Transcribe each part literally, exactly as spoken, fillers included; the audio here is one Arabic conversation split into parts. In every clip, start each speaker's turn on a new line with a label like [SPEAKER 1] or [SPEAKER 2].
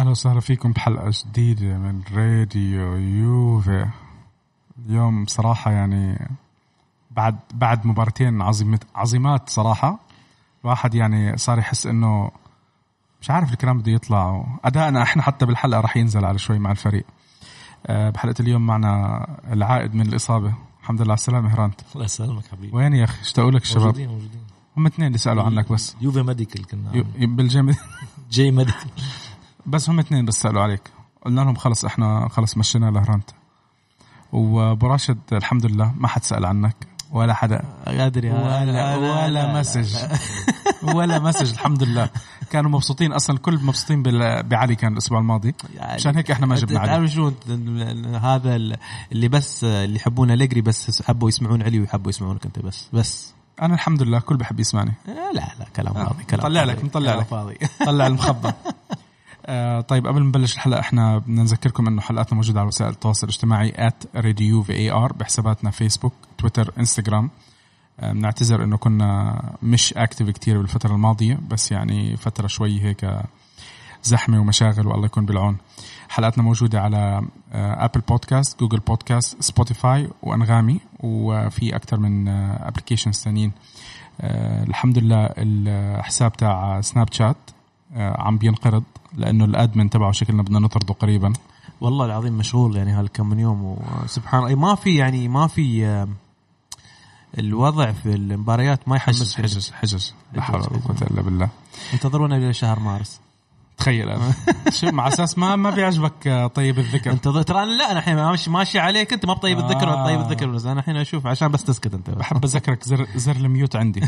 [SPEAKER 1] أهلا وسهلا فيكم بحلقة جديدة من راديو يوفي. اليوم صراحة يعني بعد بعد مباراتين عظيمة عظيمات صراحة، واحد يعني صار يحس إنه مش عارف الكلام بده يطلع أداءنا إحنا حتى بالحلقة رح ينزل على شوي مع الفريق. أه بحلقة اليوم معنا العائد من الإصابة، الحمد لله على السلامة هرانت.
[SPEAKER 2] الله يسلمك حبيبي.
[SPEAKER 1] وين يا أخي؟ اشتاقوا لك الشباب.
[SPEAKER 2] موجودين موجودين.
[SPEAKER 1] هم اثنين اللي سألوا عنك بس.
[SPEAKER 2] يوفي ميديكال كنا
[SPEAKER 1] يو بالجيم
[SPEAKER 2] جي ميديكال
[SPEAKER 1] بس هم اثنين بس سألوا عليك، قلنا لهم خلص احنا خلص مشينا لهرانت. وبراشد الحمد لله ما حد سأل عنك ولا حدا
[SPEAKER 2] قادر
[SPEAKER 1] ولا, ولا مسج ولا مسج. الحمد لله كانوا مبسوطين أصلا، الكل مبسوطين بعلي كان الأسبوع الماضي عشان هيك احنا ما جبنا علي.
[SPEAKER 2] تعرف شو هذا اللي بس اللي يحبون أليجري بس حبوا يسمعون علي ويحبوا يسمعونك أنت بس بس
[SPEAKER 1] أنا الحمد لله كل بحب يسمعني.
[SPEAKER 2] لا لا كلام فاضي. كلام
[SPEAKER 1] طلع لك مطلع لك
[SPEAKER 2] فاضي
[SPEAKER 1] طلع المخبى. آه طيب قبل ما نبلش الحلقة احنا بدنا نذكركم انه حلقاتنا موجودة على وسائل التواصل الاجتماعي آت راديو في إيه آر بحساباتنا فيسبوك تويتر انستغرام. آه بنعتذر انه كنا مش اكتيف كتير بالفترة الماضية، بس يعني فترة شوي هيك زحمة ومشاغل والله يكون بالعون. حلقاتنا موجودة على آه ابل بودكاست، جوجل بودكاست، سبوتيفاي وانغامي، وفي اكتر من آه ابليكيشنز ثانيين. آه الحمد لله الحساب تاع سناب شات آه عم بينقرض لأنه الأدمن تبعه شكلنا بدنا نطرده قريبا.
[SPEAKER 2] والله العظيم مشغول يعني هالكم من يوم، وسبحان الله ما في يعني ما في الوضع في المباريات ما يحمس.
[SPEAKER 1] حجز حجز لا حول ولا قوة إلا بالله.
[SPEAKER 2] انتظرونا إلى شهر مارس.
[SPEAKER 1] تخيل أنا شو مع أساس ما ما بيعجبك طيب الذكر.
[SPEAKER 2] انت ترى لا أنا الحين ماشي ماشي عليك، أنت ما بطيب الذكر ولا طيب الذكر، بس أنا الحين أشوف عشان بس تسكت أنت.
[SPEAKER 1] بحب أذكرك زر زر الميوت عندي.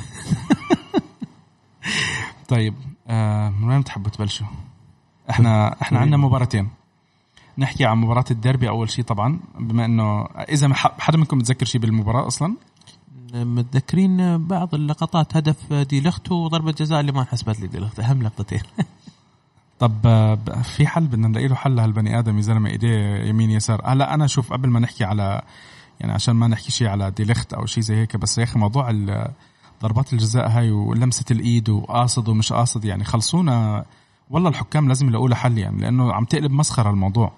[SPEAKER 1] طيب آه من وين تحبوا تبلشوا؟ احنا احنا عندنا مباراتين. نحكي عن مباراة الديربي اول شيء طبعا، بما انه اذا حدا منكم متذكر شيء بالمباراة اصلا.
[SPEAKER 2] متذكرين بعض اللقطات، هدف دي لخت وضربة جزاء اللي ما حسبت لي دي لخت، اهم لقطتين.
[SPEAKER 1] طب في حل بدنا نلاقي له حل لهالبني ادم يا زلمه، ايديه يمين يسار. هلا انا شوف قبل ما نحكي على يعني عشان ما نحكي شيء على دي لخت او شيء زي هيك، بس يا اخي موضوع ضربات الجزاء هاي ولمسة الايد وقاصد ومش قاصد يعني خلصونا والله. الحكام لازم يلاقوا له حل يعني، لأنه عم تقلب مسخرة الموضوع.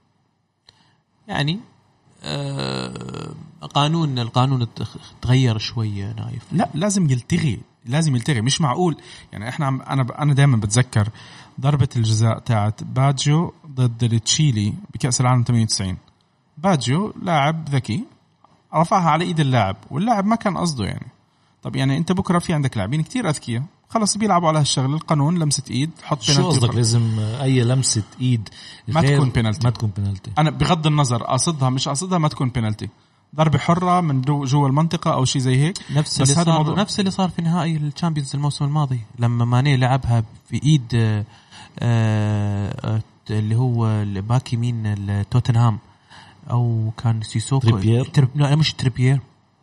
[SPEAKER 2] يعني آه قانون القانون تغير شوية نايف.
[SPEAKER 1] لا لازم يلتغي، لازم يلتغي. مش معقول يعني احنا عم انا انا دائما بتذكر ضربة الجزاء تاعت باجيو ضد تشيلي بكأس العالم ثمانية وتسعين. باجيو لاعب ذكي رفعها على ايد اللاعب واللاعب ما كان قصده يعني. طب يعني انت بكره في عندك لاعبين كتير اذكياء خلص بيلعبوا على هالشغل. القانون لمسة ايد حط بينالتي.
[SPEAKER 2] شو قصدك لازم اي لمسة ايد
[SPEAKER 1] ما تكون بينالتي؟
[SPEAKER 2] ما تكون بينالتي.
[SPEAKER 1] انا بغض النظر قاصدها مش قاصدها ما تكون بينالتي، ضربة حرة من جوا المنطقة او شيء زي هيك.
[SPEAKER 2] نفس اللي صار موضوع. نفس اللي صار في نهائي الشامبيونز الموسم الماضي لما ماني لعبها في ايد آآ آآ اللي هو باكي مين توتنهام او كان سيسوكو
[SPEAKER 1] تريبير.
[SPEAKER 2] ترب... لا مش تريبير،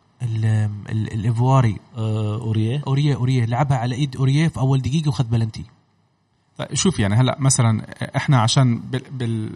[SPEAKER 2] الإيفواري
[SPEAKER 1] أوريه
[SPEAKER 2] أوريه أوريه لعبها على إيد أوريه في أول دقيقة وخد بلنتي.
[SPEAKER 1] طيب شوف يعني هلأ مثلا إحنا عشان بال, بال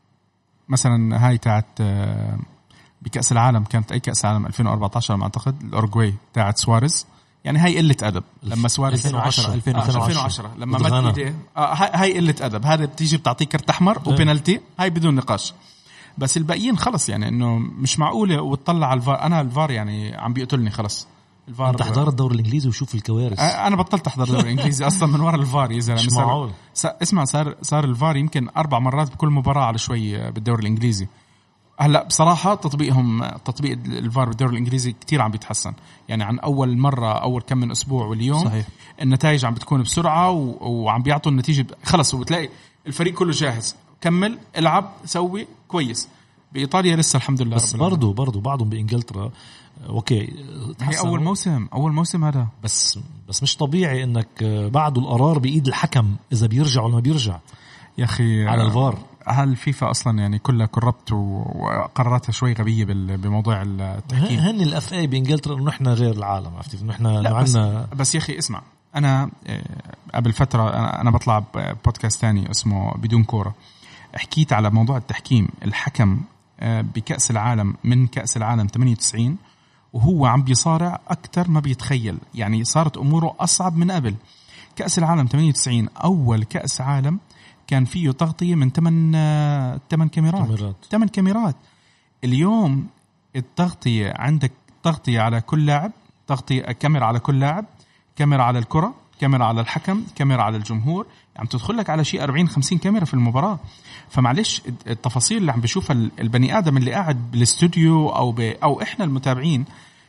[SPEAKER 1] مثلا هاي تاعت بكأس العالم كانت أي كأس العالم ألفين وأربعة عشر ما أعتقد الأورجواي تاعت سواريز، يعني هاي قلة أدب لما سواريز
[SPEAKER 2] ألفين وعشرة
[SPEAKER 1] ألفين وعشرة لما مد إيديه آه هاي قلة أدب. هذا بتيجي بتعطيه كرت أحمر وبينالتي، هاي بدون نقاش. بس الباقيين خلص يعني انه مش معقوله. وتطلع على الفار، انا الفار يعني عم بيقتلني خلص.
[SPEAKER 2] الفار انت احضر الدوري الانجليزي وشوف الكوارث.
[SPEAKER 1] انا بطلت احضر الدوري الانجليزي اصلا من وراء الفار يا زلمه.
[SPEAKER 2] مش معقول.
[SPEAKER 1] اسمع صار صار الفار يمكن اربع مرات بكل مباراه على شوي بالدوري الانجليزي. هلا بصراحه تطبيقهم تطبيق الفار بالدوري الانجليزي كتير عم بيتحسن يعني عن اول مره اول كم من اسبوع واليوم.
[SPEAKER 2] صحيح.
[SPEAKER 1] النتائج عم بتكون بسرعه و... وعم بيعطوا النتيجه خلص، وبتلاقي الفريق كله جاهز. كمل العب سوي كويس. بإيطاليا لسه الحمد لله.
[SPEAKER 2] بس برضو برضو بعضهم بإنجلترا أوكي
[SPEAKER 1] هي أول موسم أول موسم هذا.
[SPEAKER 2] بس بس مش طبيعي إنك بعده القرار بإيد الحكم إذا بيرجع ولا ما بيرجع
[SPEAKER 1] يا أخي
[SPEAKER 2] على الفار.
[SPEAKER 1] هالفيفا أصلا يعني كلها كربت وقراراتها شوي غبية بموضوع التحكيم.
[SPEAKER 2] هن الأف أي بإنجلترا إنه إحنا غير العالم، عرفتي إنه إحنا
[SPEAKER 1] بس,
[SPEAKER 2] عنا...
[SPEAKER 1] بس يا أخي اسمع، أنا قبل فترة أنا بطلع بودكاست تاني اسمه بدون كورة، حكيت على موضوع التحكيم. الحكم بكأس العالم من كأس العالم ثمانية وتسعين وهو عم بيصارع أكتر ما بيتخيل، يعني صارت أموره أصعب من قبل. كأس العالم ثمانية وتسعين أول كأس عالم كان فيه تغطية من ثمان ثمان كاميرات ثمان كاميرات. اليوم التغطية عندك تغطية على كل لاعب، تغطية كاميرا على كل لاعب، كاميرا على الكرة، كاميرا على الحكم، كاميرا على الجمهور، عم تدخل لك على شيء أربعين خمسين كاميرا في المباراة. فمعلش التفاصيل اللي عم بشوفها البني آدم اللي قاعد بالاستوديو أو, أو إحنا المتابعين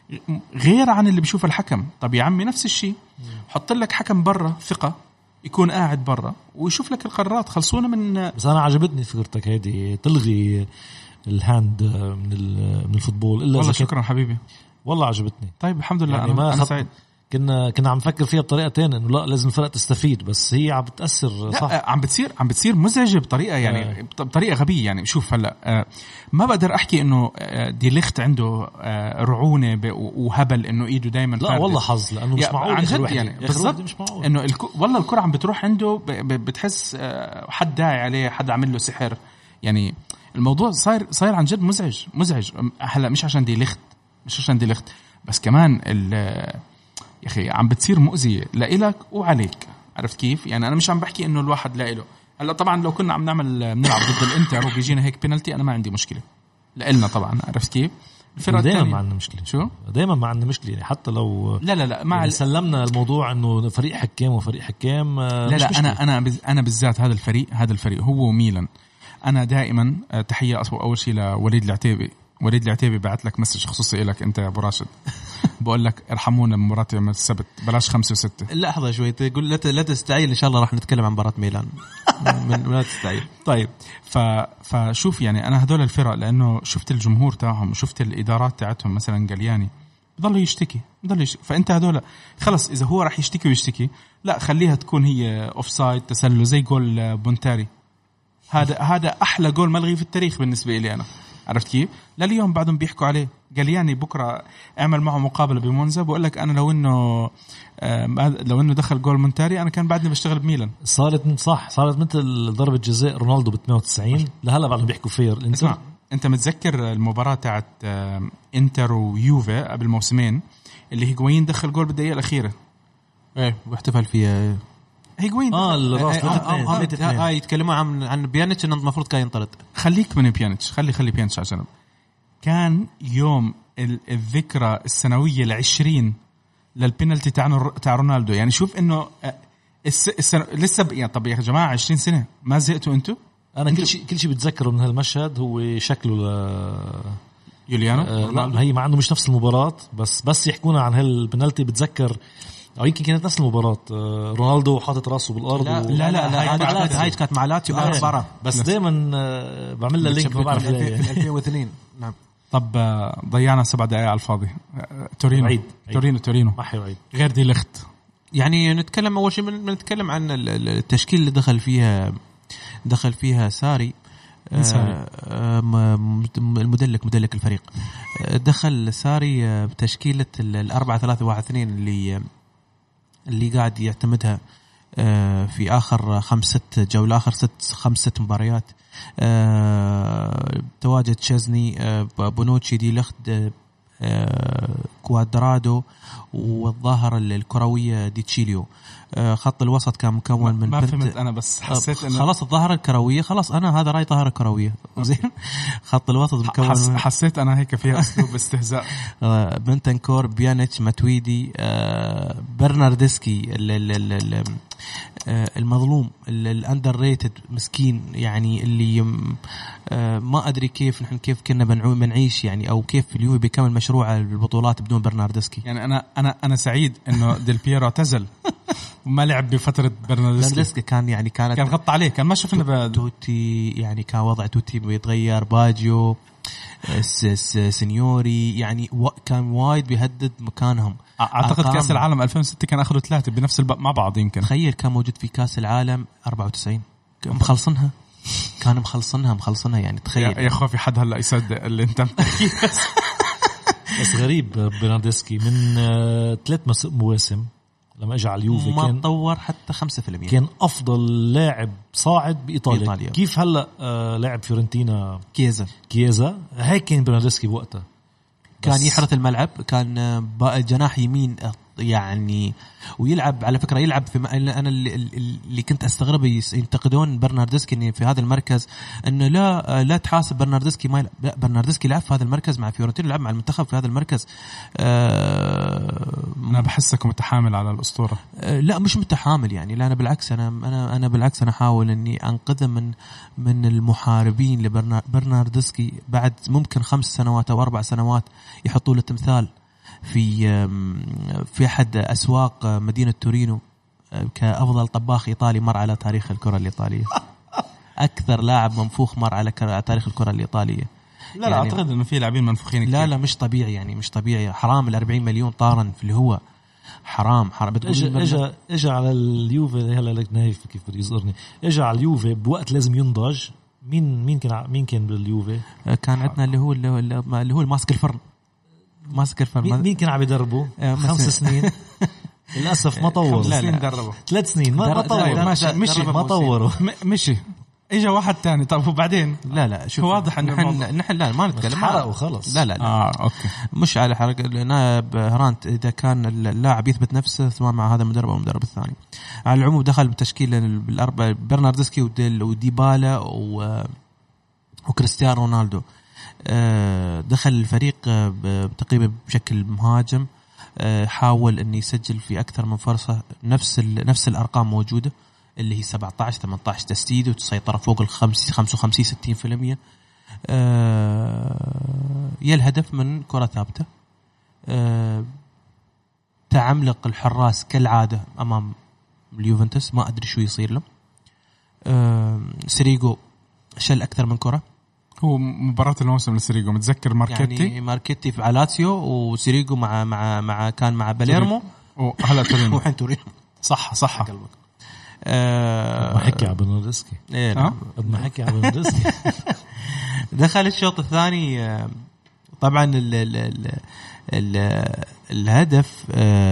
[SPEAKER 1] غير عن اللي بيشوف الحكم. طب يا عمي نفس الشيء، حط لك حكم برا ثقة يكون قاعد برا ويشوف لك القرارات. خلصونا من.
[SPEAKER 3] بس أنا عجبتني فكرتك هذه تلغي الهاند من من الفوتبول. إلا
[SPEAKER 1] والله شكرا حبيبي،
[SPEAKER 3] والله عجبتني.
[SPEAKER 1] طيب الحمد لله.
[SPEAKER 3] يعني
[SPEAKER 1] أنا,
[SPEAKER 3] ما
[SPEAKER 1] أنا سعيد.
[SPEAKER 3] كنا كنا عم نفكر فيها بطريقه تانية انه لا لازم الفرق تستفيد، بس هي عم بتاثر صح.
[SPEAKER 1] عم بتصير عم بتصير مزعجه بطريقه يعني آه. بطريقه غبيه. يعني شوف هلا آه ما بقدر احكي انه آه دي ليخت عنده آه رعونه وهبل انه ايده دائما
[SPEAKER 3] لا والله حظ، لانه مش معقول
[SPEAKER 1] عن جد يعني بالضبط انه الك... والله الكره عم بتروح عنده ب... ب... بتحس آه حد داعي عليه، حد عامل له سحر. يعني الموضوع صاير صاير عن جد مزعج مزعج. هلا مش عشان دي ليخت مش عشان دي ليخت بس كمان ال يا أخي عم بتصير مؤذية لإلك وعليك. عرفت كيف؟ يعني أنا مش عم بحكي إنه الواحد لا إله. هلا طبعا لو كنا عم نعمل بنلعب ضد الإنتر وبيجينا هيك بينالتي أنا ما عندي مشكلة لإلنا طبعا. عرفت كيف؟
[SPEAKER 3] دائما ما عندنا مشكلة.
[SPEAKER 1] شو؟
[SPEAKER 3] دائما ما عندنا مشكلة يعني حتى لو
[SPEAKER 1] لا لا لا مع
[SPEAKER 3] يعني سلمنا الموضوع إنه فريق حكام وفريق حكام.
[SPEAKER 1] لا لا مشكلة. أنا أنا أنا بالذات هذا الفريق هذا الفريق هو وميلان. أنا دائما تحية أول شيء لوليد العتيبي. وليد العتيبي بعت لك مسج خصوصي لك انت يا ابو راشد. بقول لك ارحمونا من مباراه يوم السبت بلاش خمسة وستة.
[SPEAKER 2] لحظه شوي تقول لا لا تستعجل ان شاء الله راح نتكلم عن مباراه ميلان. من لا تستعجل.
[SPEAKER 1] طيب ف فشوف يعني انا هذول الفرق لانه شفت الجمهور تاعهم وشفت الادارات تاعتهم مثلا جلياني بضل يشتكي بضل يشتكي. فانت هذول خلص اذا هو راح يشتكي ويشتكي لا خليها تكون هي اوفسايد تسلل زي جول بونتاري. هذا هذا احلى جول ملغي في التاريخ بالنسبه لي انا. عرفت كيف؟ لليوم بعدهم بيحكوا عليه. جلياني بكرة اعمل معه مقابلة بمونزا بقول لك أنا لو إنه لو إنه دخل جول مونتاري أنا كان بعدني بشتغل بميلان.
[SPEAKER 3] صارت صح صارت مثل ضربة جزاء رونالدو ب اثنين وتسعين لهلا بعدهم بيحكوا فير.
[SPEAKER 1] اسمع أنت متذكر المباراة تاعت إنتر ويوفي قبل موسمين اللي هيغوين دخل جول بالدقيقة الأخيرة
[SPEAKER 2] إيه واحتفل فيها
[SPEAKER 1] هيغوين
[SPEAKER 3] اه الراس
[SPEAKER 2] اه, آه, آه, آه يتكلموا عن عن بيانيتش انه المفروض كان ينطرد.
[SPEAKER 1] خليك من بيانيتش خلي خلي بيانيتش على جنب. كان يوم الذكرى السنوية العشرين للبينالتي تاع تاع رونالدو. يعني شوف انه الس... السنة... لسه ب... يعني طب يا جماعة عشرين سنة ما زهقتوا انتوا؟
[SPEAKER 3] انا كل شيء كل شيء بتذكره من هالمشهد هو شكله ل...
[SPEAKER 1] يوليانو
[SPEAKER 3] آه لا هي ما عنده مش نفس المباراة بس بس يحكونا عن هالبنالتي بتذكر أو يمكن كانت نفس المباراة رونالدو حاطط راسه بالأرض.
[SPEAKER 2] لا, و... لا لا لا هاي كانت مع لاتيو آخر مباراة
[SPEAKER 3] بس دائما بعمل له لينك ما بعرف
[SPEAKER 2] ليه في ألفين واثنين. نعم.
[SPEAKER 1] طب ضيعنا سبع دقائق على الفاضي. تورينو
[SPEAKER 3] عيد.
[SPEAKER 1] تورينو تورينو
[SPEAKER 3] ما حيعيد
[SPEAKER 1] غير دي لخت.
[SPEAKER 2] يعني نتكلم أول شيء بنتكلم عن التشكيل اللي دخل فيها دخل فيها ساري
[SPEAKER 1] ساري
[SPEAKER 2] المدلك مدلك الفريق. دخل ساري بتشكيلة الأربعة ثلاثة واحد اثنين اللي اللي قاعد يعتمدها في آخر خمسة جولة آخر ست خمسة مباريات. تواجد تشيزني بونوتشي دي لخت كوادرادو والظاهرة الكروية دي تشيليو. خط الوسط كان مكون من
[SPEAKER 1] ما فهمت أنا بس حسيت إنه
[SPEAKER 2] خلاص الظاهرة الكروية خلاص أنا هذا رأي ظاهرة كروية زين. خط الوسط مكون
[SPEAKER 1] حس من حسيت أنا هيك فيها أسلوب استهزاء.
[SPEAKER 2] بنتنكور بيانيتش ماتويدي برناردسكي المظلوم الأندر ريتد مسكين يعني اللي ما أدري كيف نحن كيف كنا بنعيش يعني أو كيف اليوفي بيكمل مشروع البطولات بدون برناردسكي.
[SPEAKER 1] يعني أنا أنا أنا سعيد إنه ديل بييرو اعتزل وما لعب بفترة برناردسكي.
[SPEAKER 2] كان يعني كانت
[SPEAKER 1] كان غطى عليه كان ما شفنا
[SPEAKER 2] توتي يعني كان وضع توتي بيتغير باجيو سينيوري يعني كان وايد بيهدد مكانهم.
[SPEAKER 1] أعتقد كأس العالم ألفين وستة كان أخذوا ثلاثة بنفس الب... مع بعض يمكن.
[SPEAKER 2] تخيل كان موجود في كأس العالم أربعة وتسعين مخلصنا كان مخلصنها مخلصنها يعني تخيل
[SPEAKER 1] يا أخوة في حد هلا يصدق اللي أنت بتحكيه. بس
[SPEAKER 3] بس غريب برناردسكي من ثلاث مواسم لما اجى على اليوفي
[SPEAKER 2] ما
[SPEAKER 3] كان
[SPEAKER 2] تطور حتى خمسة في المية
[SPEAKER 3] كان افضل لاعب صاعد بايطاليا. إيطاليا. كيف هلا آه لاعب فيورنتينا
[SPEAKER 2] كيزا
[SPEAKER 3] كيزا هيك كان برناردسكي بوقتها
[SPEAKER 2] كان يحرث الملعب كان جناح يمين يعني ويلعب على فكرة يلعب في أنا اللي, اللي كنت أستغرب ينتقدون برناردسكي إنه في هذا المركز إنه لا لا تحاسب برناردسكي ما لا برناردسكي لعب في هذا المركز مع فيورنتينا لعب مع المنتخب في هذا المركز. أه
[SPEAKER 1] أنا بحسك متحامل على الأسطورة.
[SPEAKER 2] أه لا مش متحامل يعني لا أنا بالعكس أنا أنا أنا بالعكس أنا أحاول إني أنقذه من من المحاربين لبرناردسكي بعد ممكن خمس سنوات أو أربع سنوات يحطوا له تمثال في في أحد أسواق مدينة تورينو كأفضل طباخ إيطالي مر على تاريخ الكرة الإيطالية. أكثر لاعب منفوخ مر على تاريخ الكرة الإيطالية.
[SPEAKER 1] لا لا يعني أعتقد إنه في لاعبين منفوخين كتير.
[SPEAKER 2] لا لا مش طبيعي يعني مش طبيعي حرام الأربعين مليون طارن في اللي هو حرام حرام.
[SPEAKER 3] إجا إجا إجا على اليوفي هلا لك نايف كيف بدي يصدرني إجا على اليوفي بوقت لازم ينضج. مين مين كان مين كان باليوفي؟
[SPEAKER 2] كان عندنا اللي هو اللي هو الماسك الفرن ماسك الفرن.
[SPEAKER 3] مين كان عم يدربه؟ خمس سنين للأسف ما طوروا.
[SPEAKER 1] لا لا دربوا
[SPEAKER 3] ثلاث سنين ما طوروا.
[SPEAKER 1] ماشي مشي
[SPEAKER 3] ما طوروا
[SPEAKER 1] مشي اجى واحد تاني. طب وبعدين
[SPEAKER 2] لا لا شوف
[SPEAKER 1] واضح انه
[SPEAKER 2] نحن نحن لا ما نتكلم
[SPEAKER 3] حرق وخلص.
[SPEAKER 2] لا لا, لا.
[SPEAKER 1] اه اوكي
[SPEAKER 2] مش على حرق. نائب هرانت اذا كان اللاعب يثبت نفسه سواء مع هذا المدرب او المدرب الثاني. على العموم دخل بتشكيل بالاربعه برناردسكي وديبالا و وكريستيانو رونالدو. دخل الفريق تقريبا بشكل مهاجم حاول أن يسجل في أكثر من فرصة نفس نفس الأرقام موجودة اللي هي سبعة عشر ثمانية عشر تسديد وتسيطر فوق الخمس خمسة وخمسين ستين في المية. يا الهدف من كرة ثابتة. تعملق الحراس كالعادة أمام اليوفنتوس ما أدري شو يصير له. سيريجو شل أكثر من كرة.
[SPEAKER 1] هو مباراة الموسم لسيريجو متذكر ماركيتي
[SPEAKER 2] يعني ماركيتي في علاتيو وسيريجو مع مع مع كان مع باليرمو
[SPEAKER 1] وهلا تورينو
[SPEAKER 2] وحين تورينو
[SPEAKER 1] صح صح
[SPEAKER 3] أه ما حكي على برناردسكي
[SPEAKER 2] ايه لا
[SPEAKER 3] ما حكي على برناردسكي.
[SPEAKER 2] دخل الشوط الثاني طبعا ال ال ال ال الهدف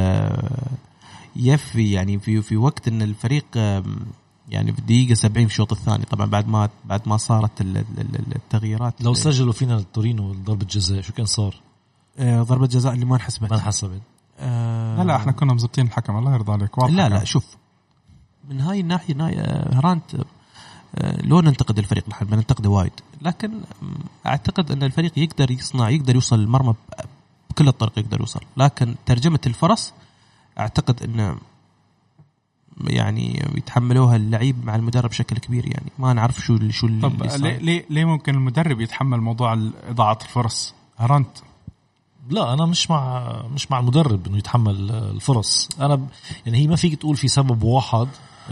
[SPEAKER 2] يفي يعني في في وقت ان الفريق يعني في الدقيقة سبعين في الشوط الثاني طبعا بعد ما بعد ما صارت التغييرات.
[SPEAKER 3] لو سجلوا فينا تورينو ضربة جزاء شو كان صار؟
[SPEAKER 2] آه ضربة جزاء اللي ما انحسبت
[SPEAKER 3] ما انحسبت.
[SPEAKER 2] آه
[SPEAKER 1] لا لا احنا كنا مزبطين الحكم الله يرضى عليك.
[SPEAKER 2] لا لا شوف من هاي الناحية هرانت آه لو ننتقد الفريق نحن بننتقده وايد لكن اعتقد ان الفريق يقدر يصنع يقدر يوصل المرمى بكل الطرق يقدر يوصل لكن ترجمة الفرص اعتقد ان يعني يتحملوها اللعيب مع المدرب بشكل كبير يعني ما نعرف شو شو اللي
[SPEAKER 1] طب ليه ليه ليه ممكن المدرب يتحمل موضوع إضاعة الفرص هرانت؟
[SPEAKER 3] لا انا مش مع مش مع المدرب انه يتحمل الفرص. انا ب... يعني هي ما فيك تقول في سبب واحد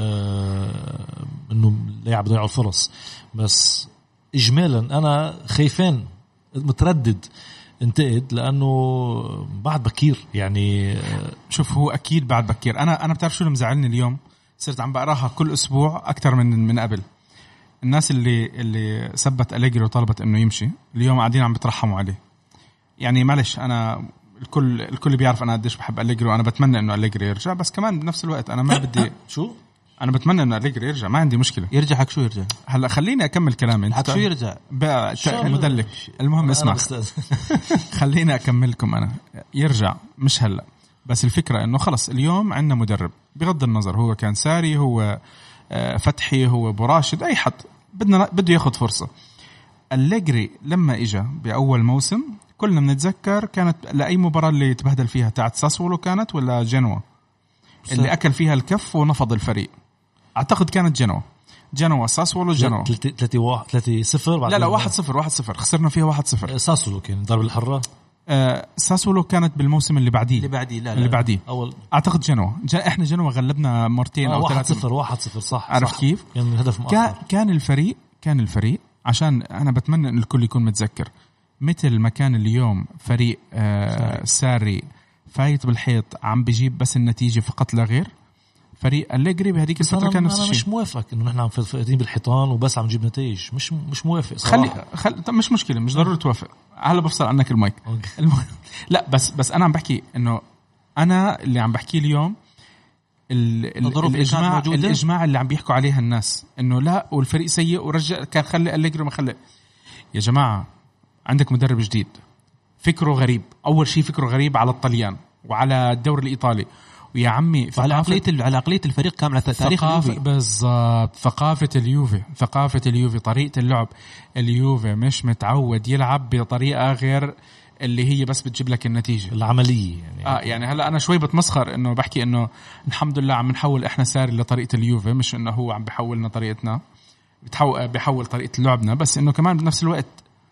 [SPEAKER 3] آه انه اللاعب يضيع الفرص بس اجمالا انا خايفين متردد انتقد لانه بعد بكير يعني.
[SPEAKER 1] شوف هو اكيد بعد بكير. انا انا بتعرف شو اللي مزعلني اليوم صرت عم بقراها كل اسبوع اكثر من من قبل. الناس اللي اللي سبت أليجري وطلبت انه يمشي اليوم قاعدين عم بترحموا عليه. يعني معلش انا الكل الكل بيعرف انا قديش بحب أليجري وانا بتمنى انه أليجري يرجع بس كمان بنفس الوقت انا ما بدي
[SPEAKER 3] شو
[SPEAKER 1] انا بتمنى انه أليجري يرجع ما عندي مشكله.
[SPEAKER 2] يرجع حق شو يرجع
[SPEAKER 1] هلا خليني اكمل كلامي.
[SPEAKER 2] انت شو يرجع
[SPEAKER 1] بقى مدلك. المهم اسمع خليني اكمل لكم. انا يرجع مش هلا بس الفكره انه خلص اليوم عندنا مدرب بغض النظر هو كان ساري هو فتحي هو براشد اي حد بدنا بده ياخذ فرصه. أليجري لما اجى باول موسم كلنا بنتذكر كانت لاي مباراه اللي تبهدل فيها تاعت ساسولو كانت ولا جنوا اللي اكل فيها الكف ونفض الفريق. اعتقد كانت جنوا جنوا ساسولو جنوا
[SPEAKER 3] ثلاثة صفر
[SPEAKER 1] لا لا واحد صفر واحد صفر خسرنا فيها واحد صفر.
[SPEAKER 3] ساسولو كان ضرب الحرة.
[SPEAKER 1] آه ساسولو كانت بالموسم اللي بعديه
[SPEAKER 2] اللي بعديه لا لا
[SPEAKER 1] اللي بعديه
[SPEAKER 3] اول
[SPEAKER 1] اعتقد جنوا جا احنا جنوا غلبنا مرتين
[SPEAKER 3] آه
[SPEAKER 1] او
[SPEAKER 3] ثلاثة صفر واحد صفر صح
[SPEAKER 1] عارف
[SPEAKER 3] صح.
[SPEAKER 1] كيف
[SPEAKER 3] كان الهدف
[SPEAKER 1] كان, كان الفريق كان الفريق عشان انا بتمنى ان الكل يكون متذكر مثل ما كان اليوم فريق آه ساري فايت بالحيط عم بيجيب بس النتيجة فقط لا غير. فريق أليجري بهديك الفترة كان نفس الشيء.
[SPEAKER 3] أنا مش موافق إنه نحن عم فايتين بالحيطان وبس عم نجيب نتائج مش مش موافق
[SPEAKER 1] صراحة. خلي خل... طب مش مشكلة مش ضروري توافق هلا بفصل عنك المايك الم... لا بس بس أنا عم بحكي إنه أنا اللي عم بحكي اليوم ال... ال... الإجماع الإجماع اللي عم بيحكوا عليها الناس إنه لا والفريق سيء ورجع كان خلي أليجري ما خلي. يا جماعة عندك مدرب جديد فكره غريب. أول شيء فكره غريب على الطليان وعلى الدوري الإيطالي. ويا عمي
[SPEAKER 2] على عقلية على عقلية الفريق كامل، تاريخ اليوفي
[SPEAKER 1] بالضبط، ثقافة اليوفي طريقة اليوفي طريقة اللعب. اليوفي مش متعود يلعب بطريقة غير اللي هي بس بتجيب لك النتيجة
[SPEAKER 3] العملية يعني.
[SPEAKER 1] آه يعني هلا أنا شوي بتمسخر إنه بحكي إنه الحمد لله عم نحول إحنا ساري لطريقة اليوفي، مش إنه هو عم بحولنا طريقتنا، بتحول بحول طريقة لعبنا، بس إنه كمان بنفس الوقت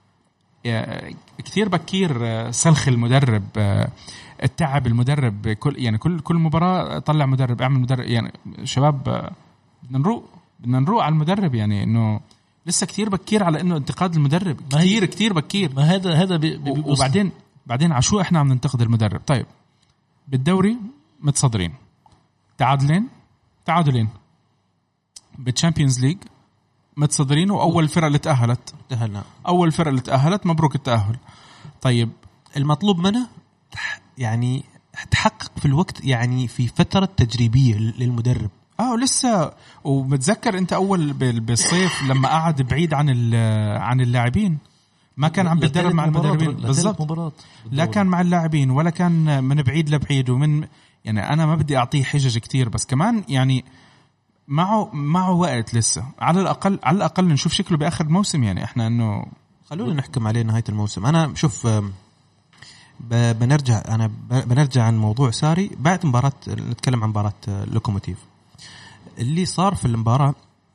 [SPEAKER 1] كثير بكير سلخ المدرب، التعب المدرب، كل يعني كل كل مباراة طلع مدرب اعمل مدرب. يعني شباب بدنا نروق بدنا نروق على المدرب، يعني إنه لسه كثير بكير على إنه انتقاد المدرب، كثير كثير بكير.
[SPEAKER 3] ما هذا هذا بي بي
[SPEAKER 1] وبعدين بعدين عشو إحنا عم ننتقد المدرب. طيب بالدوري متصدرين، تعادلين تعادلين، بالتشامبيونز ليج متصدرين، وأول فرقة اللي تأهلت
[SPEAKER 2] تأهلنا
[SPEAKER 1] أول فرقة اللي تأهلت، مبروك التأهل. طيب
[SPEAKER 2] المطلوب منه يعني تحقق في الوقت، يعني في فترة تجريبية للمدرب.
[SPEAKER 1] اه لسه. ومتذكر انت اول بالصيف لما قعد بعيد عن عن اللاعبين، ما كان عم بيتدرب مع المدربين بالضبط، لا كان مع اللاعبين ولا كان من بعيد لبعيد. ومن يعني انا ما بدي اعطيه حجج كتير، بس كمان يعني معه معه وقت لسه، على الاقل على الاقل نشوف شكله باخر الموسم. يعني احنا انه
[SPEAKER 2] خلونا نحكم عليه نهاية الموسم. انا شوف بنرجع انا بنرجع عن موضوع ساري بعد مباراة، نتكلم عن مباراة لوكوموتيف. اللي صار في المباراة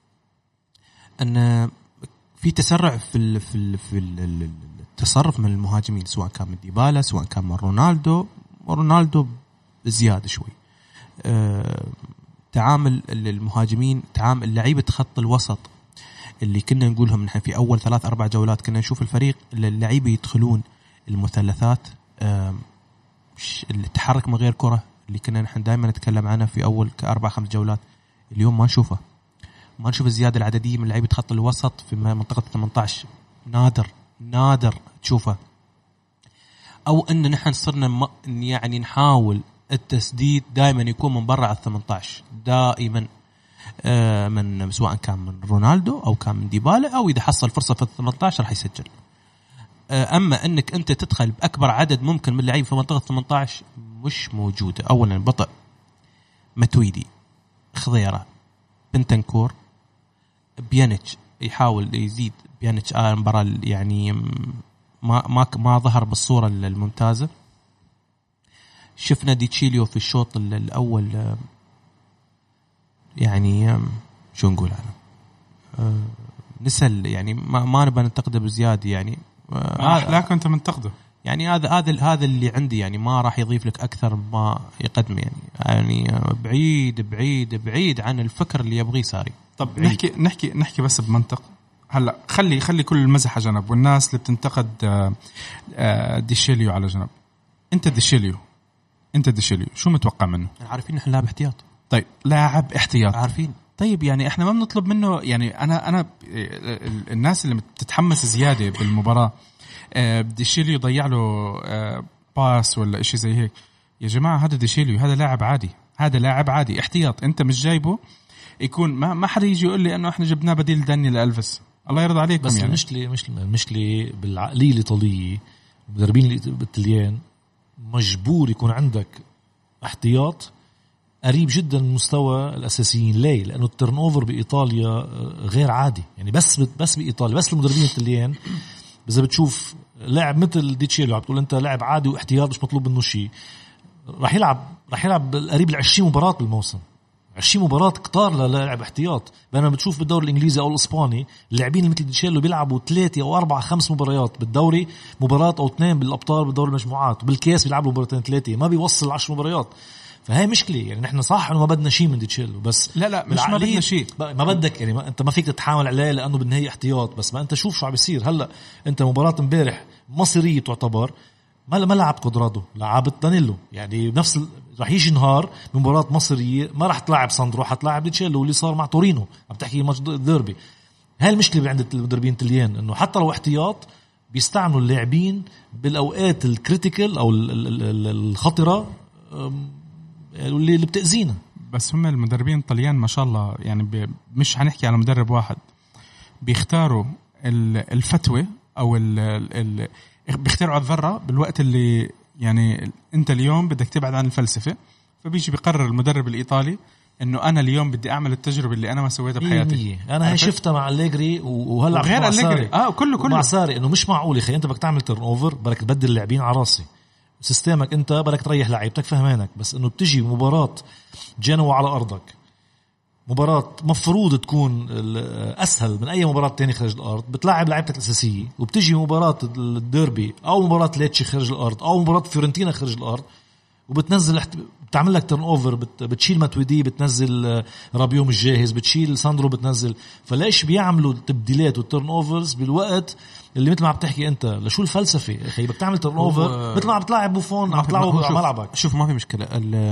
[SPEAKER 2] ان في تسرع في ال في ال في ال التصرف من المهاجمين، سواء كان من ديبالا سواء كان من رونالدو رونالدو بزيادة شوي. أه تعامل المهاجمين، تعامل اللعيبة خط الوسط اللي كنا نقولهم نحن في أول ثلاث أربع جولات، كنا نشوف الفريق اللعيبة يدخلون المثلثات، أه التحرك من غير كرة اللي كنا نحن دائما نتكلم عنها في أول كأربع خمس جولات. اليوم ما نشوفه، ما نشوف الزيادة العددية من لعيبة خط الوسط في منطقة ثمانية عشر، نادر نادر تشوفه. أو أن نحن صرنا يعني نحاول التسديد دائما يكون من برا على ثمانية عشر دائما، آه من سواء كان من رونالدو أو كان من ديبالا، أو إذا حصل فرصة في ثمانية عشر راح يسجل. آه أما أنك أنت تدخل بأكبر عدد ممكن من اللعيبة في منطقة ثمانية عشر مش موجودة. أولا بطء، متويدي، خضيرة، بنتنكور، بيانيتش يحاول يزيد. بيانيتش آه مباراة يعني ما ما ما ظهر بالصورة الممتازة. شفنا ديتشيليو في الشوط الأول، يعني شو نقول أنا أه نسل، يعني ما ما نبغى ننتقده بزيادة، يعني
[SPEAKER 1] أه لا كنت منتقده،
[SPEAKER 2] يعني هذا هذا هذا اللي عندي، يعني ما راح يضيف لك أكثر ما يقدم، يعني يعني بعيد بعيد بعيد عن الفكر اللي يبغيه ساري.
[SPEAKER 1] طب بعيد. نحكي نحكي نحكي بس بمنطق. هلا خلي خلي كل المزح جنب، والناس اللي بتنتقد ديشيليو على جنب. أنت ديشيليو انت ديشيليو شو متوقع منه؟
[SPEAKER 2] عارفين احنا لاعب احتياط.
[SPEAKER 1] طيب لاعب احتياط
[SPEAKER 2] عارفين.
[SPEAKER 1] طيب يعني احنا ما بنطلب منه، يعني انا انا الناس اللي بتتحمس زياده بالمباراه ديشيليو يضيع له باس ولا اشي زي هيك. يا جماعه هذا ديشيليو، هذا لاعب عادي، هذا لاعب عادي احتياط. انت مش جايبه يكون ما ما حدا يجي يقول لي انه احنا جبناه بديل داني لألفيس، الله يرضى عليكم.
[SPEAKER 3] بس
[SPEAKER 1] يعني
[SPEAKER 3] المشكله مش المشكله بالعقليه الايطاليه، المدربين الإيطاليين مجبور يكون عندك احتياط قريب جدا من مستوى الأساسيين. ليه؟ لأنه الترن اوفر بإيطاليا غير عادي، يعني بس بس بإيطاليا بس المدربين الإيطاليين إذا بتشوف لاعب مثل ديتشيلو عم تقول أنت لاعب عادي واحتياط مش مطلوب منه شيء، راح يلعب راح يلعب قريب العشرين مباراة بالموسم، عشرين مباراة كتار للاعب احتياط. بينما بتشوف بالدوري الإنجليزي أو الإسباني اللاعبين مثل ديتشيلو بيلعبوا ثلاثة أو أربعة خمس مباريات بالدوري، مباراة أو اثنين بالأبطال بالدوري المجموعات، وبالكاس بيلعبوا مباراتين ثلاثة، ما بيوصل عشر مباريات. فهي مشكلة. يعني نحن صح إنه ما بدنا شيء من ديتشيلو، بس
[SPEAKER 1] لا لا مش ما بدنا شيء،
[SPEAKER 3] ما بدك يعني ما أنت ما فيك تتحامل عليه لأنه بالنهاية احتياط. بس ما أنت شوف شو عم بيصير هلا. أنت مباراة امبارح مصيرية تعتبر، ما ما لعب كودرادو، لعبت دانيلو، يعني نفس ال... راح يجي نهار مباراة مصرية ما راح تلعب ساندرو، حتلاعب ديتشيلو، واللي صار مع تورينو عم تحكي ماتش ديربي. هاي المشكلة عند المدربين التليان، إنه حتى لو احتياط بيستعملوا اللاعبين بالأوقات الكريتيكال أو الخطرة اللي اللي بتأذينا.
[SPEAKER 1] بس هم المدربين الطليان ما شاء الله، يعني ب... مش هنحكي على مدرب واحد، بيختاروا الفتوى أو ال... ال... بيخترعوا الذرة بالوقت اللي يعني انت اليوم بدك تبعد عن الفلسفه، فبيجي بيقرر المدرب الايطالي انه انا اليوم بدي اعمل التجربه اللي انا ما سويتها بحياتي.
[SPEAKER 3] انا هي شفتها مع أليجري وهلا
[SPEAKER 1] غير أليجري اه كله كله
[SPEAKER 3] مع ساري انه مش معقول يا اخي انت بدك تعمل تيرن اوفر بدك تبدل اللاعبين على راسي سيستمك انت بدك تريح لعيبتك فهمانك، بس انه بتجي مباراه جنوا على ارضك مباراة مفروض تكون أسهل من أي مباراة تانية خارج الأرض، بتلعب لعيبتك الأساسية، وبتجي مباراة الديربي أو مباراة ليتشي خارج الأرض أو مباراة فيورنتينا خارج الأرض وبتنزل بتعمل لك تيرن اوفر، بتشيل ماتويدي، بتنزل رابيوم الجاهز، بتشيل ساندرو، بتنزل. فليش بيعملوا التبديلات والتيرن اوفرز بالوقت اللي مثل ما عم تحكي انت؟ لشو الفلسفه يا اخي؟ بدك تعمل تيرن اوفر مثل ما عم بتلاعب بوفون عم تلعبه على ملعبك.
[SPEAKER 2] شوف ما في مشكله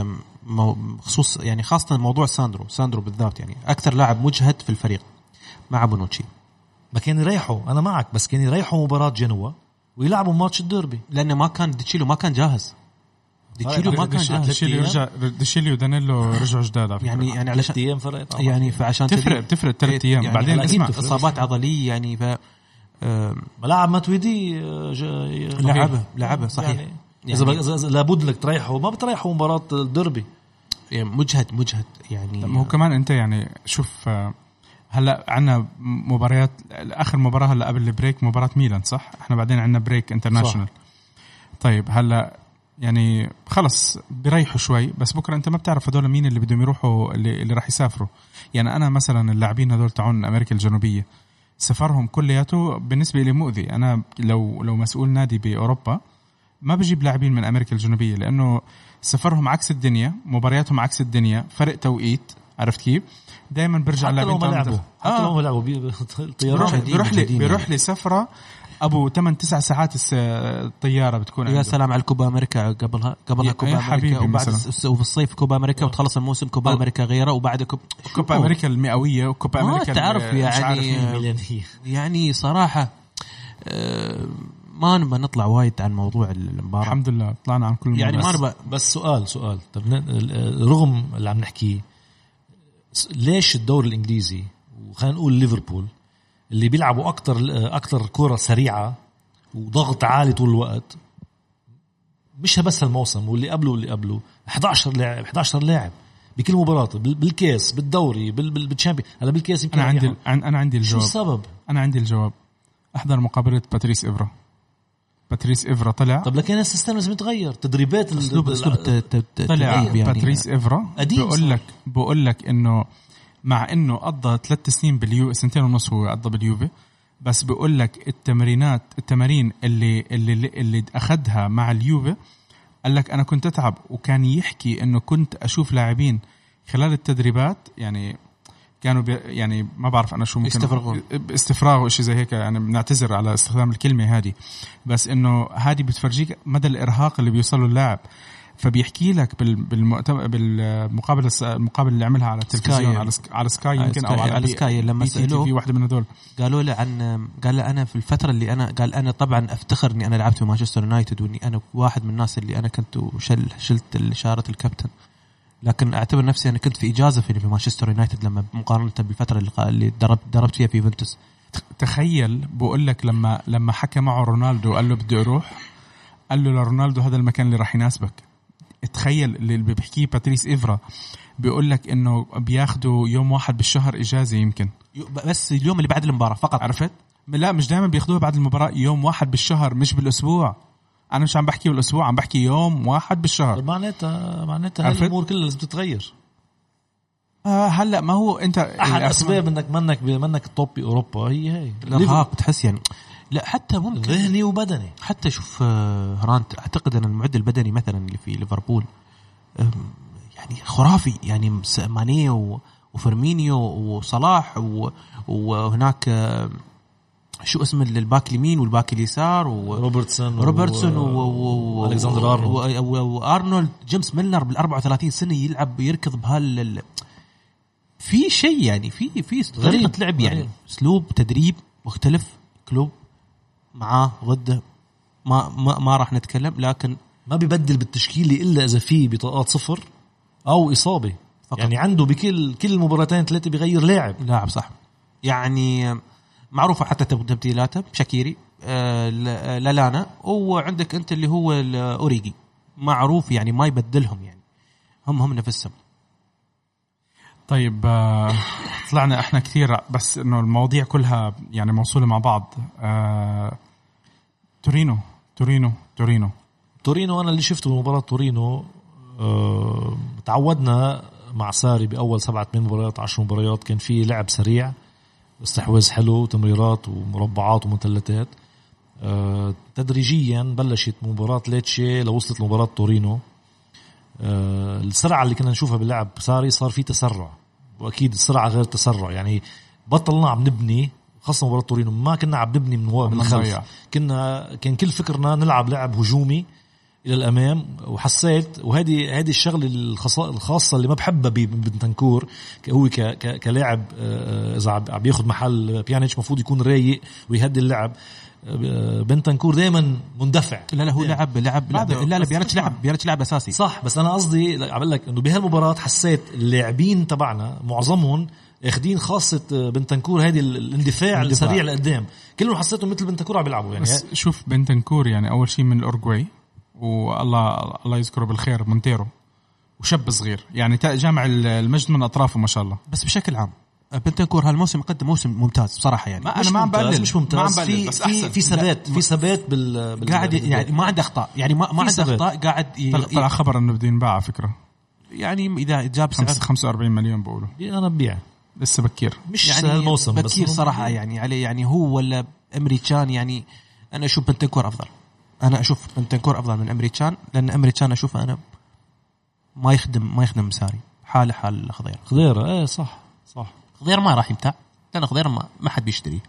[SPEAKER 2] خصوص يعني خاصه موضوع ساندرو ساندرو بالذات، يعني اكثر لاعب مجهد في الفريق مع بونوتشي.
[SPEAKER 3] ما كان يريحوا، انا معك، بس كان يريحوا مباراه جنوا ويلعبوا ماتش الديربي
[SPEAKER 2] لانه ما كان ديتشيلو ما كان جاهز. ديتشيلو ما كان جاهز.
[SPEAKER 1] ديتشيلو رجع ديتشيلو ودانيلو رجعوا جداد
[SPEAKER 2] يعني يعني على
[SPEAKER 3] ايام فرق
[SPEAKER 2] يعني فعشان
[SPEAKER 1] تفرق تفرق ثلاث ايام يعني بعدين
[SPEAKER 2] اسمع اصابات عضليه يعني ف
[SPEAKER 3] ملاعب ماتويدي
[SPEAKER 2] لعبه لعبه صحيح
[SPEAKER 3] يعني يعني اذا لابد لك تريحه ما بتريحوا مباراه الديربي
[SPEAKER 2] يعني مجهد مجهد يعني.
[SPEAKER 1] ما هو كمان انت يعني شوف هلا عنا مباريات، اخر مباراه هلا قبل البريك مباراه ميلان صح، احنا بعدين عنا بريك انترناشونال. طيب هلا يعني خلص بيريحوا شوي، بس بكره انت ما بتعرف هدول مين اللي بدهم يروحوا اللي, اللي راح يسافروا. يعني انا مثلا اللاعبين هدول تاعون امريكا الجنوبيه سفرهم كلياته بالنسبه لي مؤذي. انا لو لو مسؤول نادي باوروبا ما بجيب لاعبين من امريكا الجنوبيه، لانه سفرهم عكس الدنيا، مبارياتهم عكس الدنيا، فرق توقيت، عرفت كيف؟ دائما برجع
[SPEAKER 3] لاعبين حتى لو ما لعبوا حتى لو ما لعبوا
[SPEAKER 1] بيروح بيروح لي بيروح لي سفره ابو ثمانية تسعة ساعات الطياره بتكون
[SPEAKER 2] يا سلام على كوبا امريكا قبلها قبلها كوبا امريكا وبعد وفي الصيف كوبا امريكا وتخلص الموسم كوبا امريكا غيره وبعد كوب...
[SPEAKER 1] كوبا امريكا المئويه وكوبا امريكا
[SPEAKER 2] تعرف يعني يعني صراحه أه ما نبى نطلع وايد عن موضوع المباراه.
[SPEAKER 1] الحمد لله طلعنا عن كل
[SPEAKER 2] يعني ما نبى.
[SPEAKER 3] بس سؤال سؤال طب رغم اللي عم نحكيه، ليش الدوري الانجليزي وخلينا نقول ليفربول اللي بيلعبوا أكتر أكتر كرة سريعة وضغط عالي طول الوقت، مش بس الموسم واللي قبله واللي قبله إحدى عشر لاعب إحدى عشر لاعب بكل مباراة، بالكاس بالدوري بالتشامبيون. هلا بالكاس يمكن
[SPEAKER 1] أنا عندي أنا عندي الجواب.
[SPEAKER 3] شو السبب؟
[SPEAKER 1] أنا عندي الجواب. أحضر مقابلة باتريس إفرا. باتريس إفرا طلع.
[SPEAKER 3] طب لكن السيستم لازم يتغير، تدريبات
[SPEAKER 2] أسلوب أسلوب
[SPEAKER 1] طلع يعني باتريس إفرا بقول لك بقول لك إنه مع انه قضى ثلاث سنين باليو سنتين ونص هو قضى باليوفي، بس بيقول لك التمرينات التمارين اللي اللي اللي اخذها مع اليوفي قال لك انا كنت اتعب، وكان يحكي انه كنت اشوف لاعبين خلال التدريبات يعني كانوا يعني ما بعرف انا شو ممكن
[SPEAKER 2] استفراغ
[SPEAKER 1] استفراغ وشي زي هيك، يعني بنعتذر على استخدام الكلمه هذه، بس انه هذه بتفرجيك مدى الارهاق اللي بيوصله اللاعب. فبيحكي لك بالمؤتمر بالمقابله المقابله اللي عملها على التلفزيون على سكاي على سكاي يمكن او على
[SPEAKER 2] سكاي لما سالوه
[SPEAKER 1] في واحده من هذول
[SPEAKER 2] قالوا له عن قال له انا في الفتره اللي انا قال انا طبعا افتخر اني انا لعبت في مانشستر يونايتد واني انا واحد من الناس اللي انا كنت شل شلت اشاره الكابتن، لكن اعتبر نفسي انا كنت في اجازه في مانشستر يونايتد لما مقارنه بالفتره اللي اللي دربت دربت فيها في يوفنتوس.
[SPEAKER 1] تخيل بقول لك لما لما حكى معه رونالدو قال له بدي اروح، قال له لرونالدو هذا المكان اللي راح يناسبك. تخيل اللي بيحكيه باتريس إفرا بيقول لك انه بياخدوا يوم واحد بالشهر اجازه، يمكن
[SPEAKER 2] بس اليوم اللي بعد المباراه فقط.
[SPEAKER 1] عرفت؟ لا مش دائما بياخدوها بعد المباراه، يوم واحد بالشهر مش بالاسبوع. انا مش عم بحكي بالاسبوع، عم بحكي يوم واحد بالشهر.
[SPEAKER 3] معناتها معناتها هالامور كلها لازم تتغير.
[SPEAKER 1] آه هلا ما هو انت
[SPEAKER 3] احد اسباب انك منك منك التوب باوروبا هي هي
[SPEAKER 2] الارهاق، بتحس يعني لا حتى ممكن
[SPEAKER 3] ذهني وبدني.
[SPEAKER 2] حتى شوف هرانت اعتقد ان المعد البدني مثلا اللي في ليفربول يعني خرافي، يعني ماني وفيرمينيو وصلاح وهناك شو اسم الباك اليمين والباك اليسار
[SPEAKER 3] وروبرتسون
[SPEAKER 2] روبرتسون
[SPEAKER 3] والكسندر ارنولد
[SPEAKER 2] وارنولد جيمس ميلنر بالأربعة وثلاثين سنه يلعب يركض بهال في شيء يعني في في طريقه لعب يعني اسلوب تدريب مختلف. كلوب معاه ضده ما ما ما راح نتكلم، لكن
[SPEAKER 3] ما بيبدل بالتشكيله الا اذا في بطاقات صفر او اصابه فقط. يعني عنده بكل كل المباراتين ثلاثه بيغير لاعب
[SPEAKER 2] لاعب صح، يعني معروفه حتى تبديلاته. شاكيري آه لالانا، وعندك انت اللي هو الاوريجي معروف يعني ما يبدلهم يعني هم هم نفسهم.
[SPEAKER 1] طيب آه طلعنا احنا كثير بس انه المواضيع كلها يعني موصولة مع بعض. آه تورينو تورينو تورينو
[SPEAKER 3] تورينو أنا اللي شفته بمباراة تورينو آه تعودنا مع ساري بأول سبعة ثمان مباريات عشر مباريات كان في لعب سريع، استحواذ حلو، تمريرات ومربعات ومثلثات. آه تدريجيا بلشت مباراة ليتشي لو وصلت لمباراة تورينو. آه السرعة اللي كنا نشوفها باللعب ساري صار في تسرع، وأكيد السرعة غير تسرع، يعني بطلنا عم نبني، خاصة مباراة تورينو ما كنا عم نبني من من الخلف، كنا كان كل فكرنا نلعب لعب هجومي إلى الأمام. وحسيت وهذه هذه الشغلة الخاصة اللي ما بحبها ببنتنكور، هو ك ك كلاعب إذا عم ياخد محل بيانيتش مفروض يكون رايق ويهدي اللعب. بنتنكور دائما مندفع.
[SPEAKER 2] لا لا هو لعب لعب لا لا بيانيتش لعب بيانيتش لعب أساسي
[SPEAKER 3] صح، بس أنا قصدي أقول لك إنه بهالمباراة حسيت اللاعبين تبعنا معظمهم اخدين خاصة بنتنكور هذه الاندفاع السريع لقدام، كلهم حسيتهم مثل بنتنكور عم بيلعبوا يعني.
[SPEAKER 1] بس شوف بنتنكور يعني أول شيء من الأورجواي، والله الله يذكره بالخير مونتيرو، وشاب صغير يعني جامع المجد من أطرافه ما شاء الله.
[SPEAKER 2] بس بشكل عام بنتنكور هالموسم قدم موسم ممتاز بصراحة يعني.
[SPEAKER 1] ما أنا ما عم بقلل
[SPEAKER 3] مش ممتاز في بس في في ثبات في ثبات بال, بال
[SPEAKER 2] قاعد يعني ما عنده أخطاء يعني ما ما عنده أخطاء قاعد ي...
[SPEAKER 1] طلع خبر إنه بدين باع فكرة
[SPEAKER 2] يعني إذا جاب سعر
[SPEAKER 1] خمسة وأربعين مليون بقوله
[SPEAKER 3] أنا ببيع
[SPEAKER 1] لسه بكير
[SPEAKER 3] مش
[SPEAKER 2] يعني
[SPEAKER 3] هالموسم
[SPEAKER 2] بكير صراحة يعني عليه يعني هو ولا أمريكان يعني. أنا أشوف بنتنكور أفضل أنا أشوف بنتنكور أفضل من أمريكان، لأن أمريكان أشوف أنا ما يخدم ما يخدم مساري حاله حال خضير
[SPEAKER 3] خضير إيه صح صح
[SPEAKER 2] خضير ما راح يمتع لأن خضير ما ما حد بيشتريه.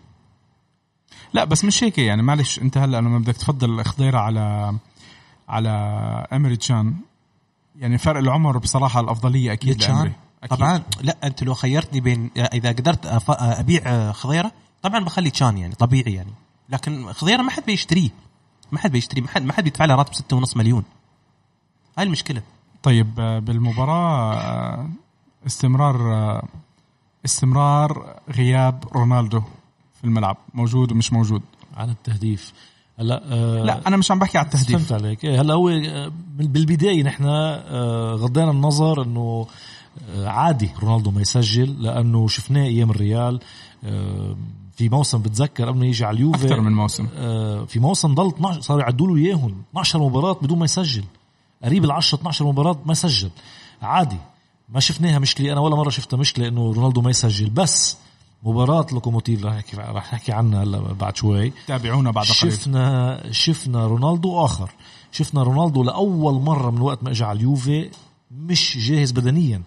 [SPEAKER 1] لا بس مش هيك يعني معلش أنت هلا لما بدك تفضل خضيرة على على أمريكان يعني فرق العمر بصراحة الأفضلية أكيد لأمري
[SPEAKER 2] أكيد. طبعا لا أنت لو خيرتني بين إذا قدرت أبيع خضيرة طبعا بخلي تشان يعني طبيعي يعني، لكن خضيرة ما حد بيشتريه ما حد بيشتري ما حد ما حد بيدفع له راتب ستة ونص مليون. هاي المشكلة.
[SPEAKER 1] طيب بالمباراة استمرار استمرار غياب رونالدو في الملعب، موجود ومش موجود
[SPEAKER 3] عن التهديف. هلا أه
[SPEAKER 1] لا أنا مش عم بحكي على التهديف.
[SPEAKER 3] فهمت عليك. هلا هو بالبداية نحن أه غضينا النظر إنه أه عادي رونالدو ما يسجل، لأنه شفناه أيام الريال أه في موسم بتذكر قبل ما يجي على اليوفي
[SPEAKER 1] أكثر من موسم
[SPEAKER 3] آه في موسم ضل اثناشر صار يعدوا له اياهم اثناشر مباراة بدون ما يسجل، قريب العشرة اثناشر مباراة ما يسجل عادي. ما شفناها مشكلة، أنا ولا مرة شفتها مشكلة إنه رونالدو ما يسجل. بس مباراة لوكوموتيف رح نحكي رح نحكي عنها هلا بعد شوي،
[SPEAKER 1] تابعونا بعد قليل.
[SPEAKER 3] شفنا شفنا رونالدو آخر، شفنا رونالدو لأول مرة من وقت ما إجا على اليوفي مش جاهز بدنيا.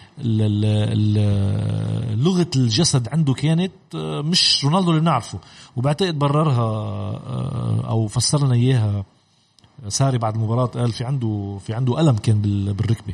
[SPEAKER 3] لغة الجسد عنده كانت مش رونالدو اللي بنعرفه، وبعتقد بررها أو فسر لنا إياها ساري بعد المباراة، قال في عنده في عنده ألم كان بالركبة.